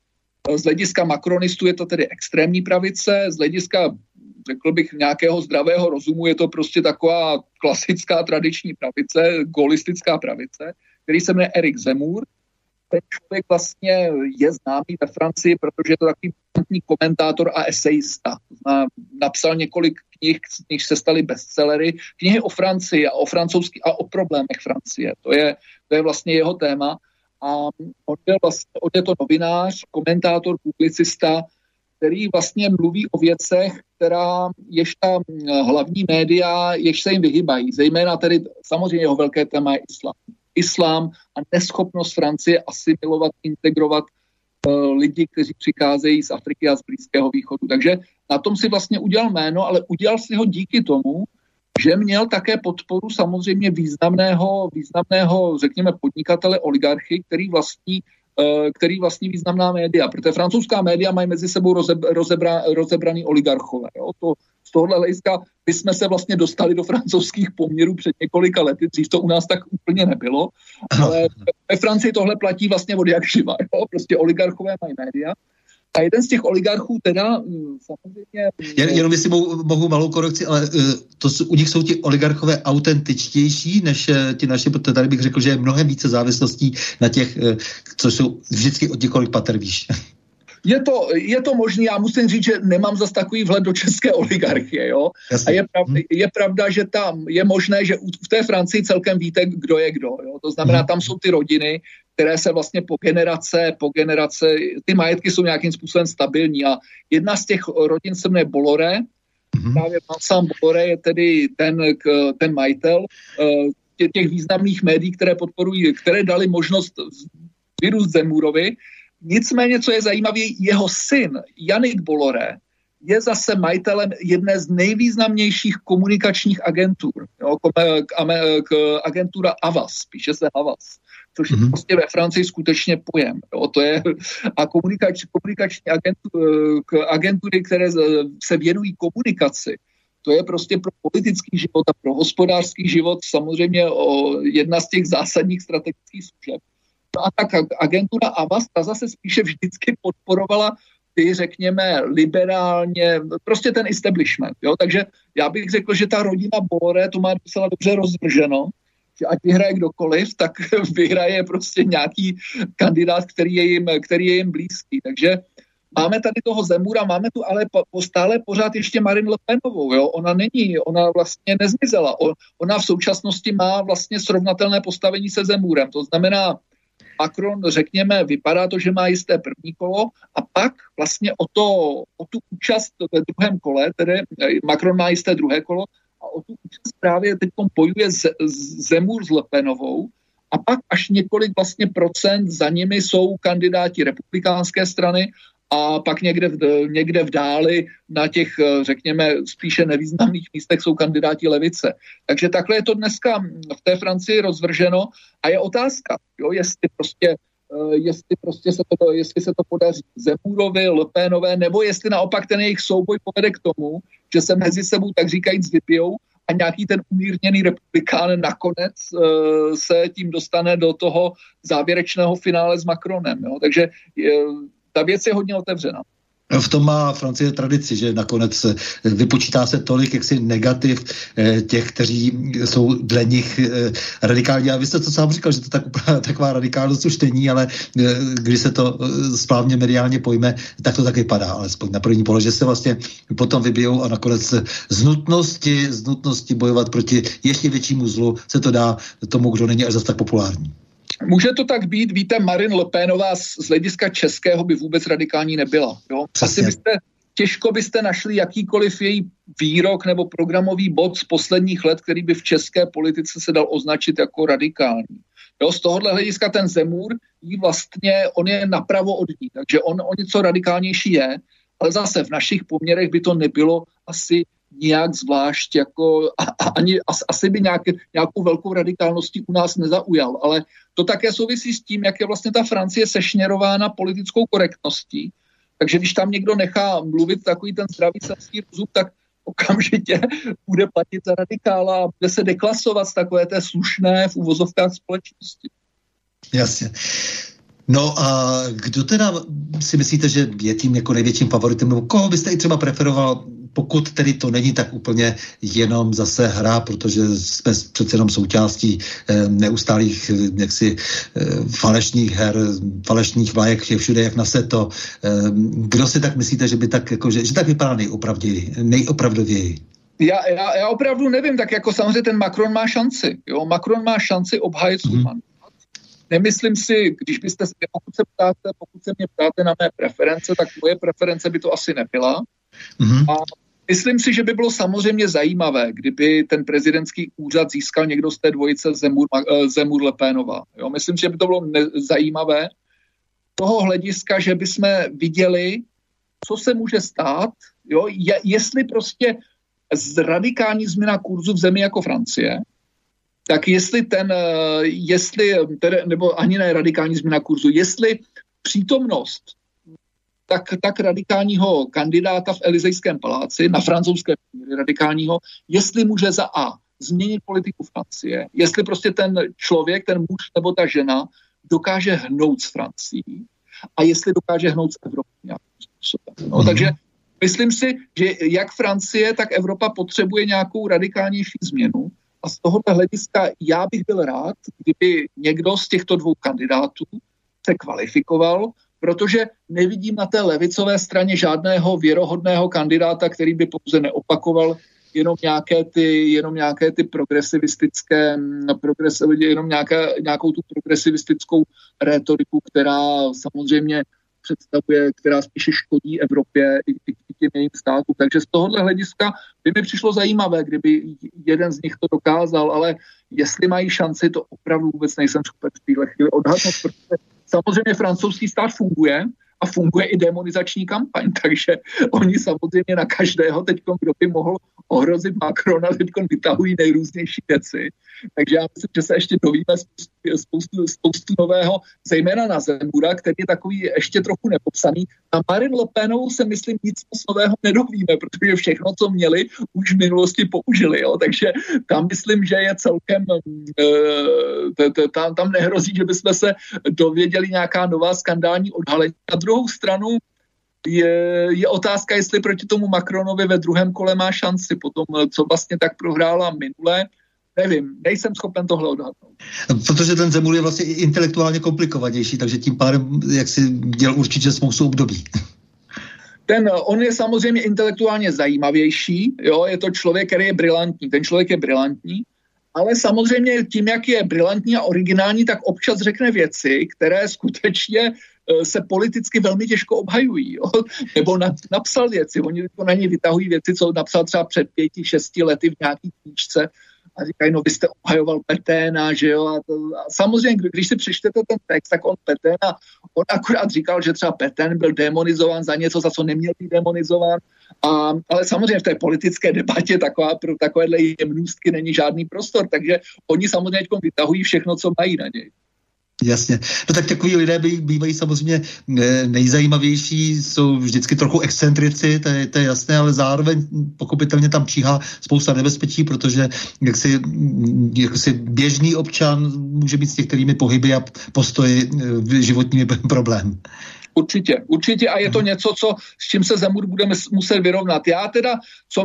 Z hlediska makronistů je to tedy extrémní pravice, z hlediska, řekl bych, nějakého zdravého rozumu je to prostě taková klasická tradiční pravice, gaullistická pravice, který se jmenuje Eric Zemmour. Ten člověk vlastně je známý ve Francii, protože je to takový komentátor a esejista. Napsal několik knih, z nich se staly bestsellery, knihy o Francii a o francouzských a o problémech Francie. To je vlastně jeho téma. A on je to novinář, komentátor, publicista, který vlastně mluví o věcech, která jež ta hlavní média, jež se jim vyhybají. Zejména tedy samozřejmě jeho velké téma je islám. Islám a neschopnost Francie asimilovat, integrovat lidi, kteří přicházejí z Afriky a z Blízkého východu. Takže na tom si vlastně udělal jméno, ale udělal si ho díky tomu, že měl také podporu samozřejmě významného, řekněme, podnikatele, oligarchy, který vlastní významná média. Protože francouzská média mají mezi sebou rozebraný oligarchové. Jo? Z tohohle hlediska my jsme se vlastně dostali do francouzských poměrů před několika lety, dřív to u nás tak úplně nebylo, ale ve Francii tohle platí vlastně od jak živa. Jo? Prostě oligarchové mají média. A jeden z těch oligarchů teda samozřejmě... Jenom jestli mohu malou korekci, ale u nich jsou ti oligarchové autentičtější než ti naši, protože tady bych řekl, že je mnohem více závislostí na těch, co jsou vždycky od několik pater výš. Je to možný, já musím říct, že nemám zas takový vhled do české oligarchie, jo. Jasně. A je pravda, že tam je možné, že v té Francii celkem víte, kdo je kdo, jo. To znamená, tam jsou ty rodiny, které se vlastně po generace, ty majetky jsou nějakým způsobem stabilní a jedna z těch rodin se jmenuje Bolloré, právě pan sám Bolloré je tedy ten majitel těch významných médií, které dali možnost vyrůst Zemmurovi. Nicméně, co je zajímavé, jeho syn Yannick Bolloré je zase majitelem jedné z nejvýznamnějších komunikačních agentur. Jo, agentura Havas, píše se Havas, což je prostě ve Francii skutečně pojem. Jo, to je, a komunikační agentury, které se věnují komunikaci, to je prostě pro politický život a pro hospodářský život samozřejmě jedna z těch zásadních strategických služeb. No a tak agentura Havas, ta zase spíše vždycky podporovala ty, řekněme, liberálně, prostě ten establishment. Jo? Takže já bych řekl, že ta rodina Bolloré to má docela dobře rozvrženo, že ať vyhraje kdokoliv, tak vyhraje prostě nějaký kandidát, který je jim blízký. Takže máme tady toho Zemura, máme tu ale stále pořád ještě Marine Le Penovou. Jo? Ona vlastně nezmizela. Ona v současnosti má vlastně srovnatelné postavení se Zemmurem. To znamená, Macron, řekněme, vypadá to, že má jisté první kolo a pak vlastně o tu účast ve druhém kole, tedy Macron má jisté druhé kolo a o tu účast právě teď bojuje Zemmour s Le Penovou a pak až několik vlastně procent za nimi jsou kandidáti republikánské strany a pak někde v dáli na těch, řekněme, spíše nevýznamných místech jsou kandidáti levice. Takže takhle je to dneska v té Francii rozvrženo a je otázka, jo, jestli se to podaří Zemmourovi, Le Penové, nebo jestli naopak ten jejich souboj povede k tomu, že se mezi sebou tak říkajíc vypijou a nějaký ten umírněný republikán nakonec se tím dostane do toho závěrečného finále s Macronem. Jo. Takže ta věc je hodně otevřená. V tom má Francie tradici, že nakonec vypočítá se tolik jaksi negativ těch, kteří jsou dle nich radikální. A vy jste to sám říkal, že to taková radikálnost už není, ale když se to správně mediálně pojme, tak to tak vypadá, alespoň na první pohled, že se vlastně potom vybijou a nakonec z nutnosti bojovat proti ještě většímu zlu se to dá tomu, kdo není až zase tak populární. Může to tak být, víte, Marine Le Penová z hlediska českého by vůbec radikální nebyla. Jo? Asi těžko byste našli jakýkoliv její výrok nebo programový bod z posledních let, který by v české politice se dal označit jako radikální. Jo? Z tohohle hlediska ten Zemmour on je napravo od ní, takže on o něco radikálnější je, ale zase v našich poměrech by to nebylo asi nějak zvlášť, jako asi by nějakou velkou radikálností u nás nezaujal, ale to také souvisí s tím, jak je vlastně ta Francie sešněrována politickou korektností. Takže když tam někdo nechá mluvit takový ten zdravý selský rozum, tak okamžitě bude platit za radikála a bude se deklasovat z takové té slušné v uvozovkách společnosti. Jasně. No a kdo teda si myslíte, že je tím jako největším favoritem, nebo koho byste i třeba preferoval, pokud tedy to není tak úplně jenom zase hra, protože jsme přece jenom součástí neustálých jaksi falešných her, falešných vlajek je všude jak na seto. Kdo si tak myslíte, že by tak jako, že tak vypadá nejopravdověji? Já opravdu nevím, tak jako samozřejmě ten Macron má šanci. Jo? Macron má šanci obhájit svůj mandát. Nemyslím si, pokud se mě ptáte na mé preference, tak moje preference by to asi nebyla. A myslím si, že by bylo samozřejmě zajímavé, kdyby ten prezidentský úřad získal někdo z té dvojice Zemmour-Le Penová. Jo? Myslím si, že by to bylo zajímavé. toho hlediska, že bychom viděli, co se může stát, jo? Jestli prostě radikální změna kurzu v zemi jako Francie, tak nebo ani ne radikální změna kurzu, jestli přítomnost tak radikálního kandidáta v Elizejském paláci, na francouzské radikálního, jestli může za A změnit politiku Francie, jestli prostě ten člověk, ten muž nebo ta žena dokáže hnout s Francií a jestli dokáže hnout s Evropou nějakým způsobem. No, takže myslím si, že jak Francie, tak Evropa potřebuje nějakou radikálnější změnu a z tohoto hlediska já bych byl rád, kdyby někdo z těchto dvou kandidátů se kvalifikoval, protože nevidím na té levicové straně žádného věrohodného kandidáta, který by pouze neopakoval jenom nějaké ty progresivistické, nějakou tu progresivistickou rétoriku, která samozřejmě představuje, která spíše škodí Evropě i těm jejím státům. Takže z tohohle hlediska by mi přišlo zajímavé, kdyby jeden z nich to dokázal, ale jestli mají šanci, to opravdu vůbec nejsem schopen v téhle chvíli odhadnout, protože samozřejmě francouzský stát funguje a funguje i demonizační kampaň, takže oni samozřejmě na každého teďkom, kdo by mohl ohrozit Macrona, teďkom vytahují nejrůznější věci. Takže já myslím, že se ještě dovíme spoustu nového, zejména na Zemura, který je takový ještě trochu nepopsaný. Na Marine Le Penovou se myslím nic nového nedovíme, protože všechno, co měli, už v minulosti použili. Jo? Takže tam myslím, že je celkem, tam nehrozí, že bychom se dověděli nějaká nová skandální odhalení. Na druhou stranu je otázka, jestli proti tomu Macronovi ve druhém kole má šanci. Potom, co vlastně tak prohrála minule, nevím, nejsem schopen tohle odhadnout. Protože ten Zemur je vlastně intelektuálně komplikovanější, takže tím pádem, jak si dělal určitě spoustu období. On je samozřejmě intelektuálně zajímavější, jo? Je to člověk, který je brilantní. Ten člověk je brilantní, ale samozřejmě tím, jak je brilantní a originální, tak občas řekne věci, které skutečně se politicky velmi těžko obhajují. Jo? Nebo napsal věci, oni na něj vytahují věci, co napsal třeba před 5-6 lety v nějaký knížce a říkají, no vy jste obhajoval Peténa, že jo? A samozřejmě, když si přečtete ten text, tak on akorát říkal, že třeba Pétain byl demonizován za něco, za co neměl být demonizován. Ale samozřejmě v té politické debatě pro takovéhle jemnůstky není žádný prostor, takže oni samozřejmě vytahují všechno, co mají na něj. Jasně. No tak takový lidé bývají samozřejmě nejzajímavější, jsou vždycky trochu excentrici, to je jasné, ale zároveň pochopitelně tam číhá spousta nebezpečí, protože jaksi běžný občan může být s některými pohyby a postoji životními problém. Určitě a je to něco, s čím se Zemur bude muset vyrovnat. Já teda, co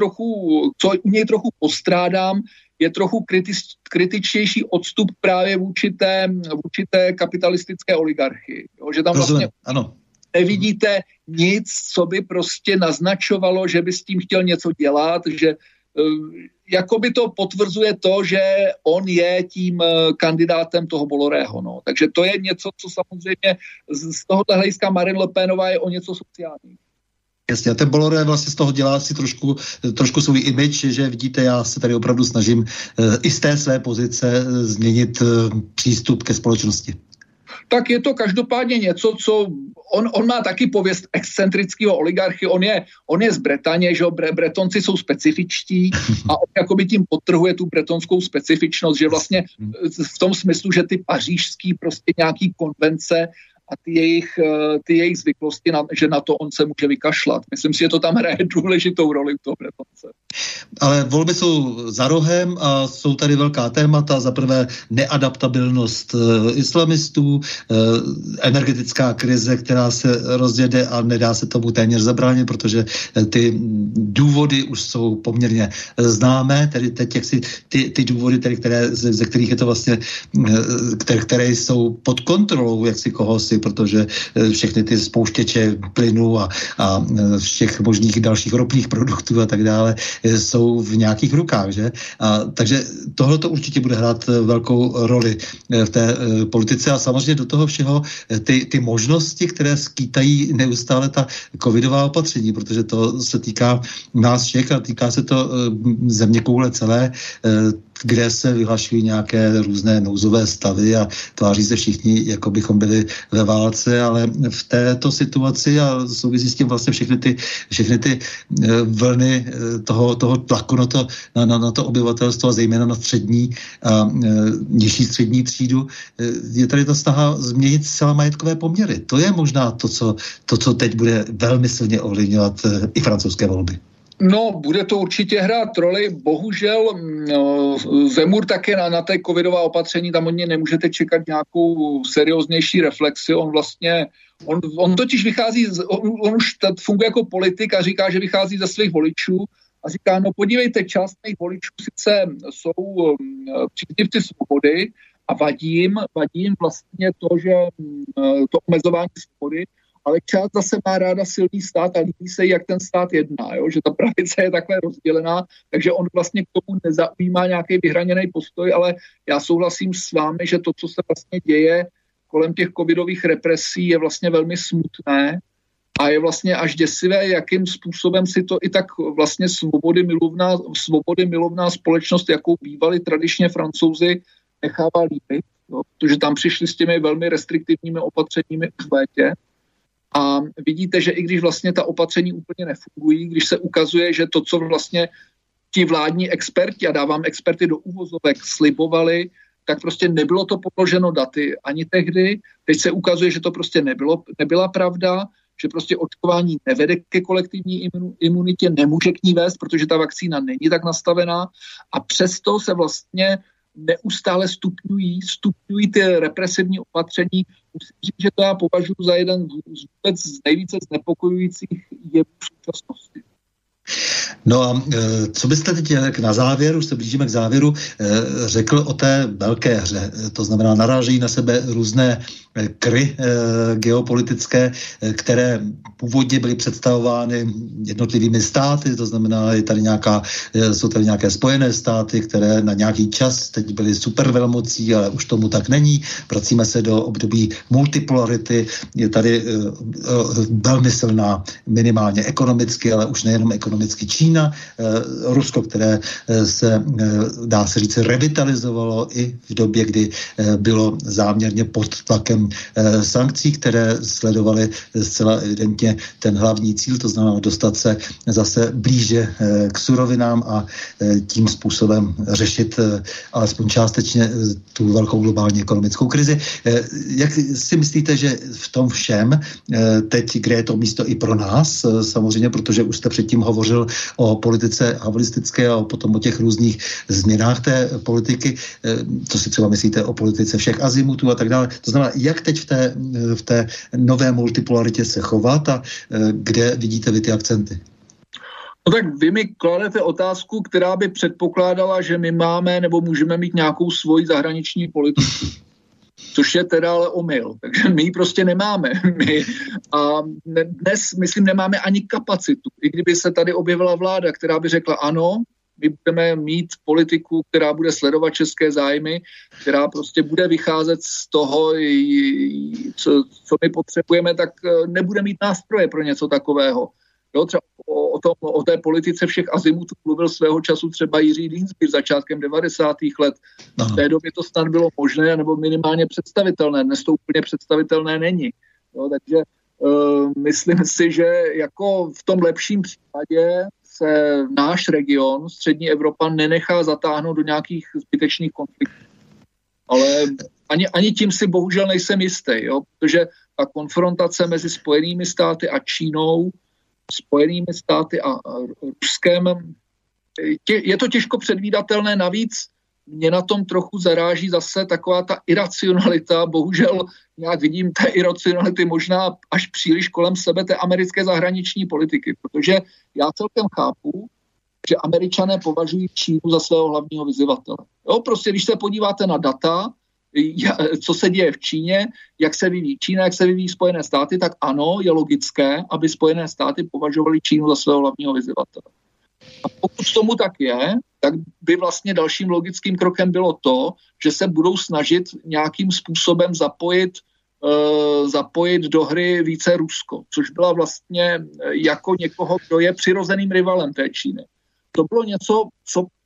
u něj trochu postrádám, je trochu kritičtější odstup právě vůči té kapitalistické oligarchii. Jo? Že tam vlastně nevidíte nic, co by prostě naznačovalo, že by s tím chtěl něco dělat, že jakoby to potvrzuje to, že on je tím kandidátem toho Bollorého. No. Takže to je něco, co samozřejmě z tohoto hlediska Marine Le Penová je o něco sociální. Jasně, a ten Bolloré vlastně z toho dělá si trošku svůj image, že vidíte, já se tady opravdu snažím i z té své pozice změnit přístup ke společnosti. Tak je to každopádně něco, co on má taky pověst excentrického oligarchy, on je z Bretaně, že Bretonci jsou specifičtí a on jakoby tím podtrhuje tu bretonskou specifičnost, že vlastně v tom smyslu, že ty pařížský prostě nějaký konvence a ty jejich zvyklosti, že na to on se může vykašlat. Myslím si, že to tam hraje důležitou roli u toho Bretonce. Ale volby jsou za rohem a jsou tady velká témata. Za prvé neadaptabilnost islamistů, energetická krize, která se rozjede a nedá se tomu téměř zabránit, protože ty důvody už jsou poměrně známé, tedy teď jak si ty důvody, tedy ze kterých je to vlastně, které jsou pod kontrolou jaksi kohosi, protože všechny ty spouštěče plynu a všech možných dalších ropných produktů a tak dále jsou v nějakých rukách, že? Takže tohle to určitě bude hrát velkou roli v té politice a samozřejmě do toho všeho ty možnosti, které skýtají neustále ta covidová opatření, protože to se týká nás všech a týká se to zeměkoule celé. kde se vyhlašují nějaké různé nouzové stavy a tváří se všichni, jako bychom byli ve válce, ale v této situaci a souvisí s tím vlastně všechny ty vlny toho tlaku na to obyvatelstvo a zejména na střední a nižší střední třídu, je tady ta snaha změnit zcela majetkové poměry. To je možná to, co teď bude velmi silně ovlivňovat i francouzské volby. No, bude to určitě hrát roli. Bohužel Zemur také na té covidová opatření, tam od něj nemůžete čekat nějakou serióznější reflexi. On totiž vychází, on už funguje jako politik a říká, že vychází ze svých voličů a říká, no podívejte, část mých voličů sice jsou příznivci svobody a vadí jim vlastně to omezování svobody, ale část zase má ráda silný stát a líbí se, jak ten stát jedná, jo? Že ta pravice je takhle rozdělená, takže on vlastně k tomu nezaujímá nějaký vyhraněný postoj, ale já souhlasím s vámi, že to, co se vlastně děje kolem těch covidových represí, je vlastně velmi smutné a je vlastně až děsivé, jakým způsobem si to i tak vlastně svobody milovná společnost, jakou bývali tradičně Francouzi, nechává líbit, jo? Protože tam přišli s těmi velmi restriktivními opatřeními v létě. A vidíte, že i když vlastně ta opatření úplně nefungují, když se ukazuje, že to, co vlastně ti vládní experti, a dávám experty do uvozovek, slibovali, tak prostě nebylo to podloženo daty ani tehdy. Teď se ukazuje, že to prostě nebyla pravda, že prostě očkování nevede ke kolektivní imunitě, nemůže k ní vést, protože ta vakcína není tak nastavená a přesto se vlastně neustále stupňují ty represivní opatření. Musím říct, že to já považuji za jeden z nejvíce znepokojujících jevů v současnosti. No a co byste teď na závěru, už se blížíme k závěru, řekl o té velké hře? To znamená, narážejí na sebe různé kry geopolitické, které původně byly představovány jednotlivými státy, to znamená, jsou tady nějaké spojené státy, které na nějaký čas teď byly supervelmocí, ale už tomu tak není. Vracíme se do období multipolarity, je tady velmi silná minimálně ekonomicky, ale už nejenom ekonomicky Čína, Rusko, které se, dá se říct, revitalizovalo i v době, kdy bylo záměrně pod tlakem sankcí, které sledovaly zcela evidentně ten hlavní cíl, to znamená dostat se zase blíže k surovinám a tím způsobem řešit alespoň částečně tu velkou globální ekonomickou krizi. Jak si myslíte, že v tom všem teď, kde je to místo i pro nás, samozřejmě, protože už jste předtím hovořil o politice havlistické a potom o těch různých změnách té politiky, co si třeba myslíte o politice všech azimutů a tak dále. To znamená, jak teď v té nové multipolaritě se chovat a kde vidíte vy ty akcenty? No tak vy mi kladete otázku, která by předpokládala, že my máme nebo můžeme mít nějakou svoji zahraniční politiku. Což je teda ale omyl. Takže my ji prostě nemáme. A dnes, myslím, nemáme ani kapacitu. I kdyby se tady objevila vláda, která by řekla ano, my budeme mít politiku, která bude sledovat české zájmy, která prostě bude vycházet z toho, co my potřebujeme, tak nebude mít nástroje pro něco takového. Jo, třeba o té politice všech azimutů mluvil svého času třeba Jiří Dienstbier začátkem 90. let. V té době to snad bylo možné, nebo minimálně představitelné. Dnes to úplně představitelné není. Jo, takže myslím si, že jako v tom lepším případě se náš region, střední Evropa, nenechá zatáhnout do nějakých zbytečných konfliktů. Ale ani tím si bohužel nejsem jistý, jo, protože ta konfrontace mezi Spojenými státy a Čínou, Spojenými státy a Ruskem, je to těžko předvídatelné, navíc mě na tom trochu zaráží zase taková ta iracionalita, bohužel nějak vidím té iracionality možná až příliš kolem sebe té americké zahraniční politiky, protože já celkem chápu, že Američané považují Čínu za svého hlavního vyzývatele. Jo, prostě když se podíváte na data, co se děje v Číně, jak se vyvíjí Čína, jak se vyvíjí Spojené státy, tak ano, je logické, aby Spojené státy považovaly Čínu za svého hlavního vyzývatele. A pokud tomu tak je, tak by vlastně dalším logickým krokem bylo to, že se budou snažit nějakým způsobem zapojit do hry více Rusko, což byla vlastně jako někoho, kdo je přirozeným rivalem té Číny. To bylo něco, co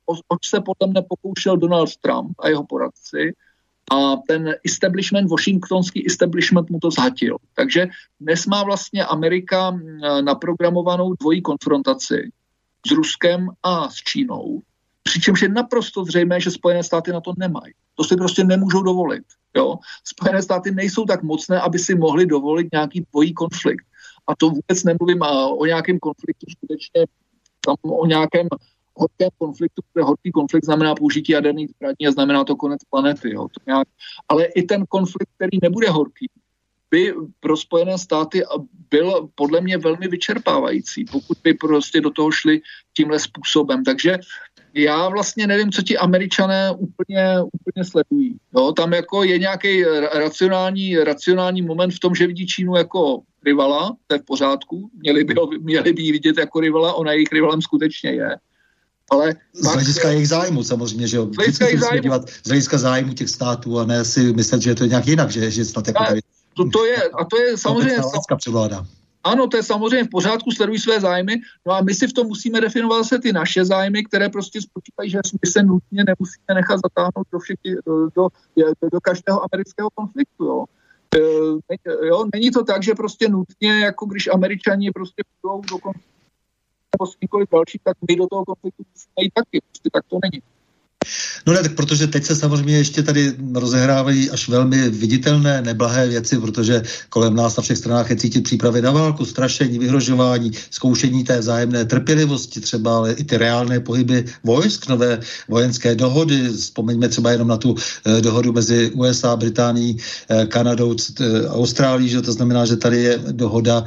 oč se podle mě pokoušel Donald Trump a jeho poradci, a ten establishment, washingtonský establishment mu to zhatil. Takže dnes má vlastně Amerika naprogramovanou dvojí konfrontaci s Ruskem a s Čínou, přičemž je naprosto zřejmé, že Spojené státy na to nemají. To si prostě nemůžou dovolit. Jo? Spojené státy nejsou tak mocné, aby si mohli dovolit nějaký dvojí konflikt. A to vůbec nemluvím o nějakém konfliktu skutečně, tam o nějakém horkém konfliktu, protože horký konflikt znamená použití jaderných zbraní a znamená to konec planety. Jo? To nějak, ale i ten konflikt, který nebude horký, by pro Spojené státy byl podle mě velmi vyčerpávající, pokud by prostě do toho šli tímhle způsobem. Takže já vlastně nevím, co ti Američané úplně sledují. Jo? Tam jako je nějaký racionální moment v tom, že vidí Čínu jako rivala, to je v pořádku, měli by ji vidět jako rivala, ona jejich rivalem skutečně je. Ale z hlediska jejich zájmu samozřejmě, že jo. Vždycky se musíme dívat z hlediska zájmu těch států a ne si myslet, že je to nějak jinak, že snad jako tady... To je samozřejmě... Ano, to je samozřejmě v pořádku, sledují své zájmy, no a my si v tom musíme definovat zase ty naše zájmy, které prostě spočívají, že my se nutně nemusíme nechat zatáhnout do každého amerického konfliktu, jo. Není to tak, že prostě nutně, jako když Američani prostě budou do konfliktu nebo s nikoliv další, tak my do toho konfliktu musíme jít taky, prostě tak to není. No ne, tak protože teď se samozřejmě ještě tady rozehrávají až velmi viditelné, neblahé věci, protože kolem nás na všech stranách je cítit přípravy na válku, strašení, vyhrožování, zkoušení té vzájemné trpělivosti třeba, ale i ty reálné pohyby vojsk, nové vojenské dohody. Vzpomeňme třeba jenom na tu dohodu mezi USA, Británií, Kanadou, Austrálií, že to znamená, že tady je dohoda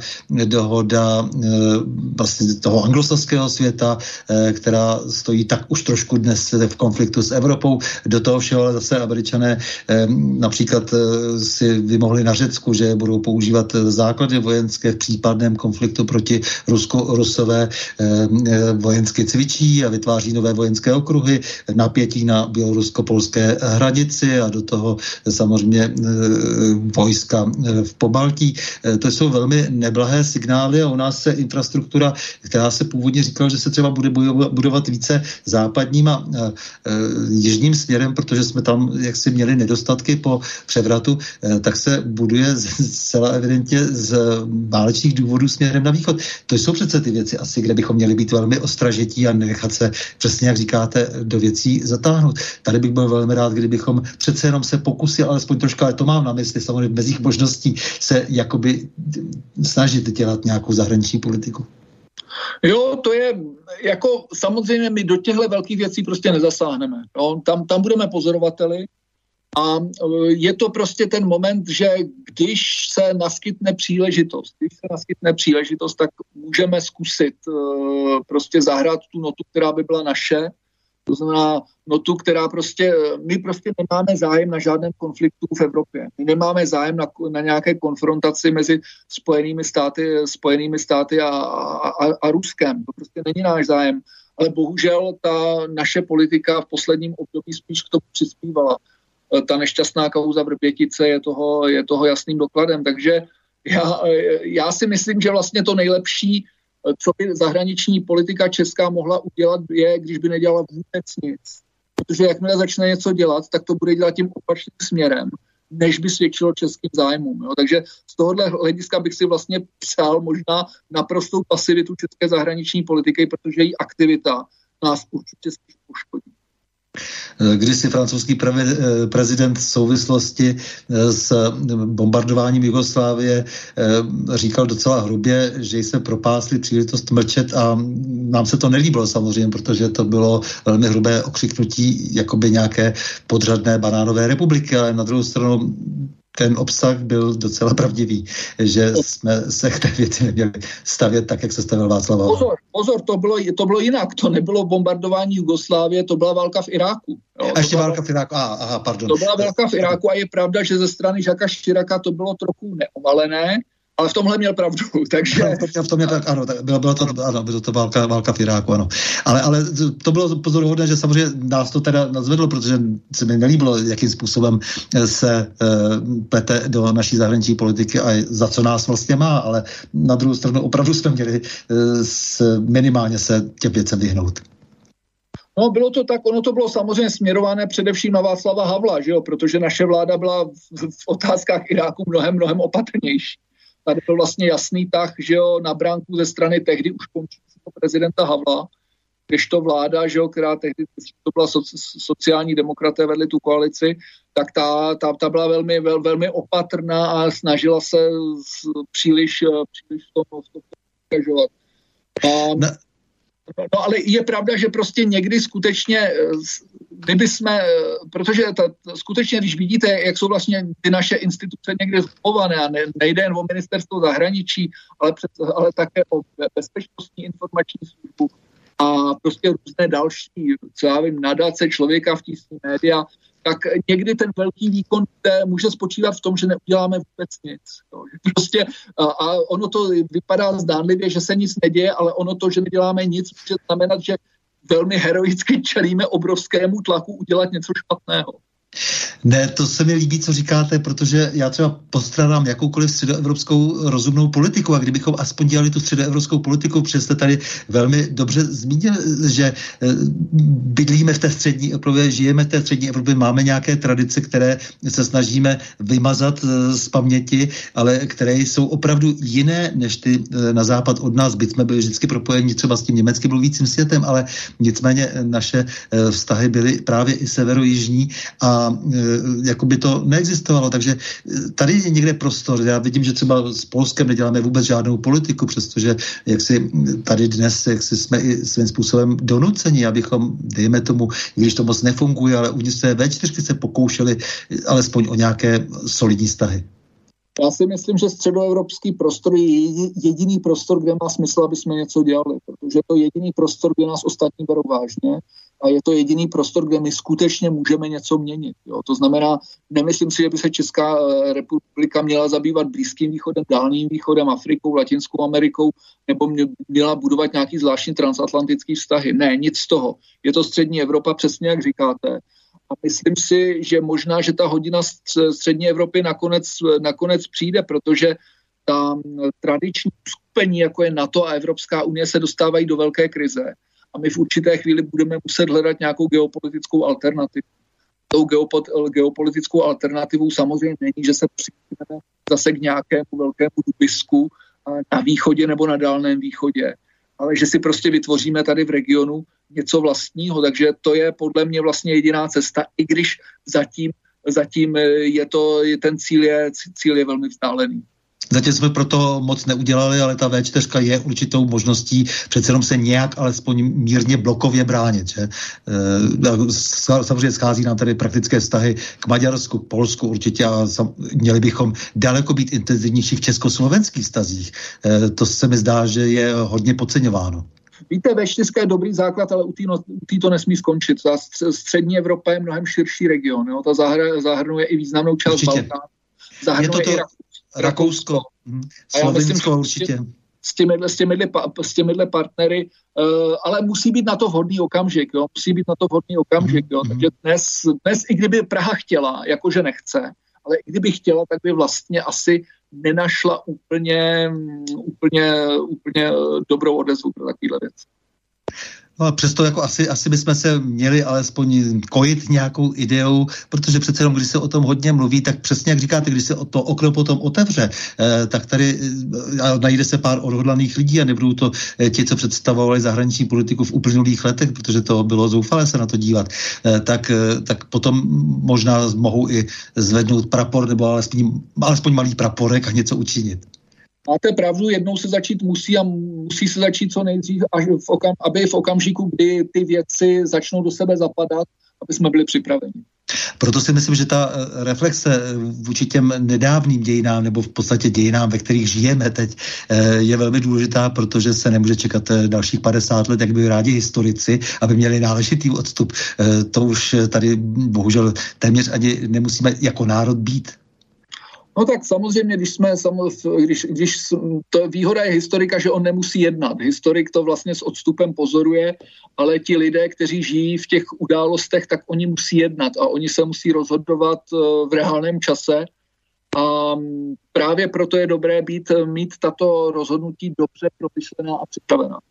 vlastně toho anglosaského světa, která stojí tak už trošku dnes v konfliktu s Evropou. Do toho všeho ale zase Američané například si vymohli na Řecku, že budou používat základy vojenské v případném konfliktu proti Rusku. Rusové vojensky cvičí a vytváří nové vojenské okruhy, napětí na bělorusko-polské hranici a do toho samozřejmě vojska v Pobaltí. To jsou velmi neblahé signály a u nás se infrastruktura, která se původně říkala, že se třeba bude budovat více západním a jižním směrem, protože jsme tam jaksi měli nedostatky po převratu, tak se buduje zcela evidentně z válečných důvodů směrem na východ. To jsou přece ty věci asi, kde bychom měli být velmi ostražití a nechat se, přesně jak říkáte, do věcí zatáhnout. Tady bych byl velmi rád, kdybychom přece jenom se pokusili, alespoň trošku, ale to mám na mysli, samozřejmě bez jejich možností se jakoby snažit dělat nějakou zahraniční politiku. Jo, to je jako samozřejmě my do těchto velkých věcí prostě nezasáhneme. No, tam budeme pozorovateli a je to prostě ten moment, že když se naskytne příležitost, tak můžeme zkusit prostě zahrát tu notu, která by byla naše. To znamená notu, která my prostě nemáme zájem na žádném konfliktu v Evropě. My nemáme zájem na nějaké konfrontaci mezi Spojenými státy a Ruskem. To prostě není náš zájem. Ale bohužel ta naše politika v posledním období spíš k tomu přispívala. Ta nešťastná kauza Vrbětice je toho jasným dokladem. Takže já si myslím, že vlastně to nejlepší, co by zahraniční politika česká mohla udělat, je, když by nedělala vůbec nic. Protože jakmile začne něco dělat, tak to bude dělat tím opačným směrem, než by svědčilo českým zájmům. Jo. Takže z tohohle hlediska bych si vlastně přál možná naprostou pasivitu české zahraniční politiky, protože její aktivita nás určitě spíš poškodí. Když si francouzský prezident v souvislosti s bombardováním Jugoslávie říkal docela hrubě, že jsme propásli příležitost mlčet a nám se to nelíbilo samozřejmě, protože to bylo velmi hrubé okřiknutí jakoby nějaké podřadné banánové republiky, ale na druhou stranu ten obsah byl docela pravdivý, že jsme se k té věci neměli stavět tak, jak se stavil Václav Havel. Pozor, to bylo jinak. To nebylo bombardování Jugoslávie, to byla válka v Iráku. Jo, a ještě válka v Iráku, pardon. To byla válka v Iráku a je pravda, že ze strany Jacquesa Chiraca to bylo trochu neomalené, ale v tomhle měl pravdu, takže... V tom ano, bylo to válka v Iráku, ano. Ale to bylo pozoruhodné, že samozřejmě nás to teda nazvedlo, protože se mi nelíbilo, jakým způsobem se plete do naší zahraniční politiky a za co nás vlastně má, ale na druhou stranu opravdu jsme měli minimálně se těm věcem vyhnout. No, bylo to tak, ono to bylo samozřejmě směrované především na Václava Havla, že jo, protože naše vláda byla v otázkách Iráku mnohem opatrnější. Tady byl vlastně jasný tah, že jo, na bránku ze strany tehdy už končícího prezidenta Havla, když to vláda, že jo, která tehdy to byla sociální demokraté vedli tu koalici, tak ta byla velmi opatrná a snažila se příliš v tom angažovat. No ale je pravda, že prostě někdy skutečně protože skutečně, když vidíte, jak jsou vlastně ty naše instituce někde zchované a nejde jen o ministerstvo zahraničí, ale také o bezpečnostní informační službu a prostě různé další, co já vím, nadace Člověka v tísni, média, tak někdy ten velký výkon může spočívat v tom, že neuděláme vůbec nic. Jo. Prostě, a ono to vypadá zdánlivě, že se nic neděje, ale ono to, že neděláme nic, může znamenat, že velmi heroicky čelíme obrovskému tlaku udělat něco špatného. Ne, to se mi líbí, co říkáte, protože já třeba postrádám jakoukoliv středoevropskou rozumnou politiku a kdybychom aspoň dělali tu středoevropskou politiku, protože jste tady velmi dobře zmínil, že bydlíme v té střední Evropě, žijeme v té střední Evropě, máme nějaké tradice, které se snažíme vymazat z paměti, ale které jsou opravdu jiné než ty na západ od nás. Byť jsme byli vždycky propojeni třeba s tím německy mluvícím světem, ale nicméně naše vztahy byly právě i severo-jižní a jako by to neexistovalo, takže tady je někde prostor. Já vidím, že třeba s Polskem neděláme vůbec žádnou politiku, přestože jaksi tady dnes jaksi jsme i svým způsobem donuceni, abychom, dejme tomu, když to moc nefunguje, ale uvnitř té V4 se pokoušeli alespoň o nějaké solidní vztahy. Já si myslím, že středoevropský prostor je jediný prostor, kde má smysl, aby jsme něco dělali, protože to je jediný prostor, kde nás ostatní berou vážně a je to jediný prostor, kde my skutečně můžeme něco měnit. Jo. To znamená, nemyslím si, že by se Česká republika měla zabývat Blízkým východem, Dálným východem, Afrikou, Latinskou Amerikou, nebo měla budovat nějaký zvláštní transatlantický vztahy. Ne, nic z toho. Je to střední Evropa, přesně jak říkáte. A myslím si, že možná, že ta hodina střední Evropy nakonec přijde, protože ta tradiční skupení, jako je NATO a Evropská unie, se dostávají do velké krize. A my v určité chvíli budeme muset hledat nějakou geopolitickou alternativu. Tou geopolitickou alternativou samozřejmě není, že se přijmeme zase k nějakému velkému dubisku na východě nebo na Dálném východě, ale že si prostě vytvoříme tady v regionu něco vlastního, takže to je podle mě vlastně jediná cesta, i když zatím ten cíl je velmi vzdálený. Zatím jsme proto moc neudělali, ale ta V4 je určitou možností přece jenom se nějak alespoň mírně blokově bránit. Že? Samozřejmě schází nám tady praktické vztahy k Maďarsku, k Polsku určitě a měli bychom daleko být intenzivnější v československých vztazích. To se mi zdá, že je hodně podceňováno. Víte, V4 je dobrý základ, ale u té to nesmí skončit. Ta střední Evropa je mnohem širší region. Jo? Ta zahrnuje i významnou část Balkánu. Zahrnuje i Rakousko, Slovensko určitě. S těmihle partnery, ale musí být na to vhodný okamžik. Jo? Jo? Takže dnes, i kdyby Praha chtěla, jakože nechce, ale i kdyby chtěla, tak by vlastně asi nenašla úplně dobrou odezvu pro takovýhle věc. No a přesto jako asi bychom se měli alespoň kojit nějakou ideou, protože přece jenom, když se o tom hodně mluví, tak přesně jak říkáte, když se to okno potom otevře, tak tady najde se pár odhodlaných lidí a nebudou to ti, co představovali zahraniční politiku v uplynulých letech, protože to bylo zoufalé se na to dívat, tak potom možná mohou i zvednout prapor nebo alespoň malý praporek a něco učinit. Máte pravdu, jednou se začít musí a musí se začít co nejdřív, aby v okamžiku, kdy ty věci začnou do sebe zapadat, aby jsme byli připraveni. Proto si myslím, že ta reflexe vůči těm nedávným dějinám, nebo v podstatě dějinám, ve kterých žijeme teď, je velmi důležitá, protože se nemůže čekat dalších 50 let, jak by rádi historici, aby měli náležitý odstup. To už tady bohužel téměř ani nemusíme jako národ být. No tak samozřejmě, když to výhoda je historika, že on nemusí jednat. Historik to vlastně s odstupem pozoruje, ale ti lidé, kteří žijí v těch událostech, tak oni musí jednat a oni se musí rozhodovat v reálném čase. A právě proto je dobré mít tato rozhodnutí dobře promyšlená a připravená.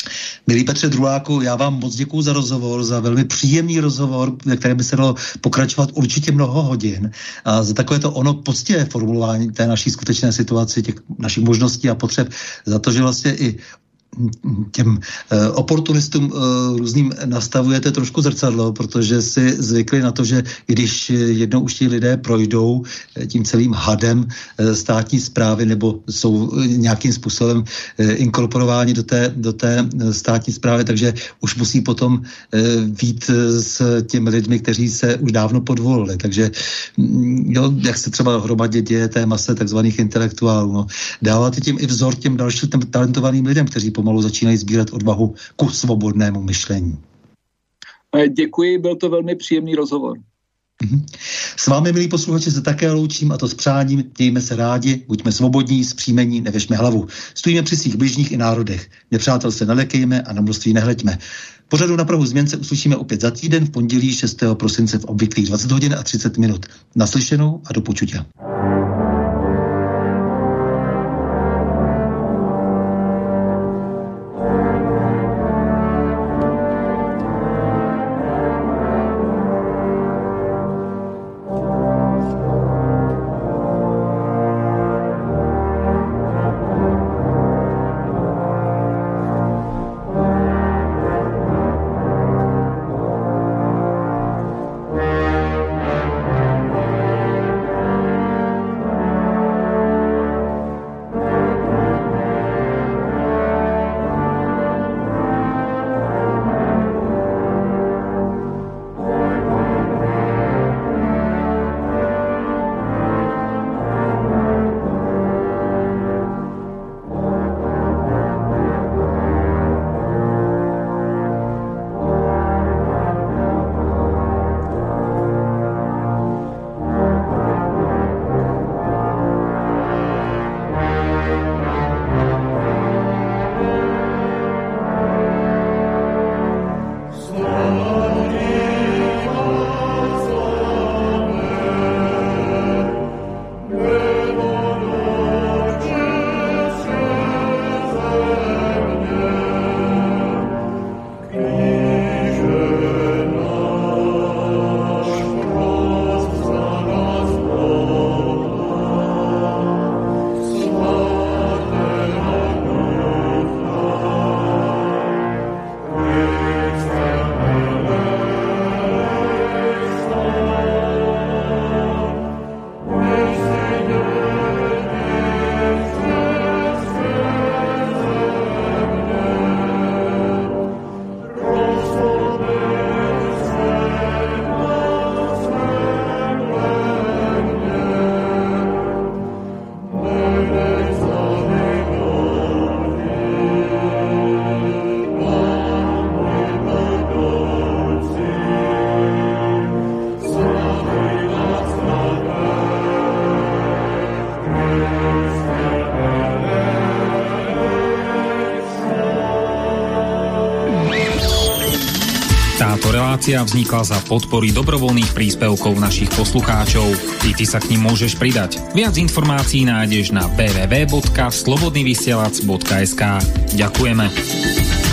Milý Petře Druláku, já vám moc děkuju za rozhovor, za velmi příjemný rozhovor, ve kterém by se dalo pokračovat určitě mnoho hodin, a za takové to ono poctivé formulování té naší skutečné situace, těch našich možností a potřeb, za to, že vlastně i těm oportunistům různým nastavujete trošku zrcadlo, protože si zvykli na to, že když jednou už ti lidé projdou tím celým hadem státní správy nebo jsou nějakým způsobem inkorporováni do té státní správy, takže už musí potom vít s těmi lidmi, kteří se už dávno podvolili. Takže jo, jak se třeba hromadě děje té mase takzvaných intelektuálů. No. Dáváte tím i vzor těm dalším talentovaným lidem, kteří pomalu začínají sbírat odvahu ku svobodnému myšlení. Děkuji, byl to velmi příjemný rozhovor. S vámi, milí posluchači, se také loučím, a to s přáním: mějme se rádi, buďme svobodní, zpříjmení, nevěšme hlavu. Stojíme při svých bližních i národech. Nepřátel se nelekejme a na množství nehleďme. Pořadu Na prahu změn se uslyšíme opět za týden v pondělí 6. prosince v obvyklých 20 hodin a 30 minut. Naslyšenou a do počutia. Relácia vznikla za podpory dobrovoľných príspevkov našich poslucháčov. I ty sa k nim môžeš pridať. Viac informácií nájdeš na www.slobodnyvysielac.sk. Ďakujeme.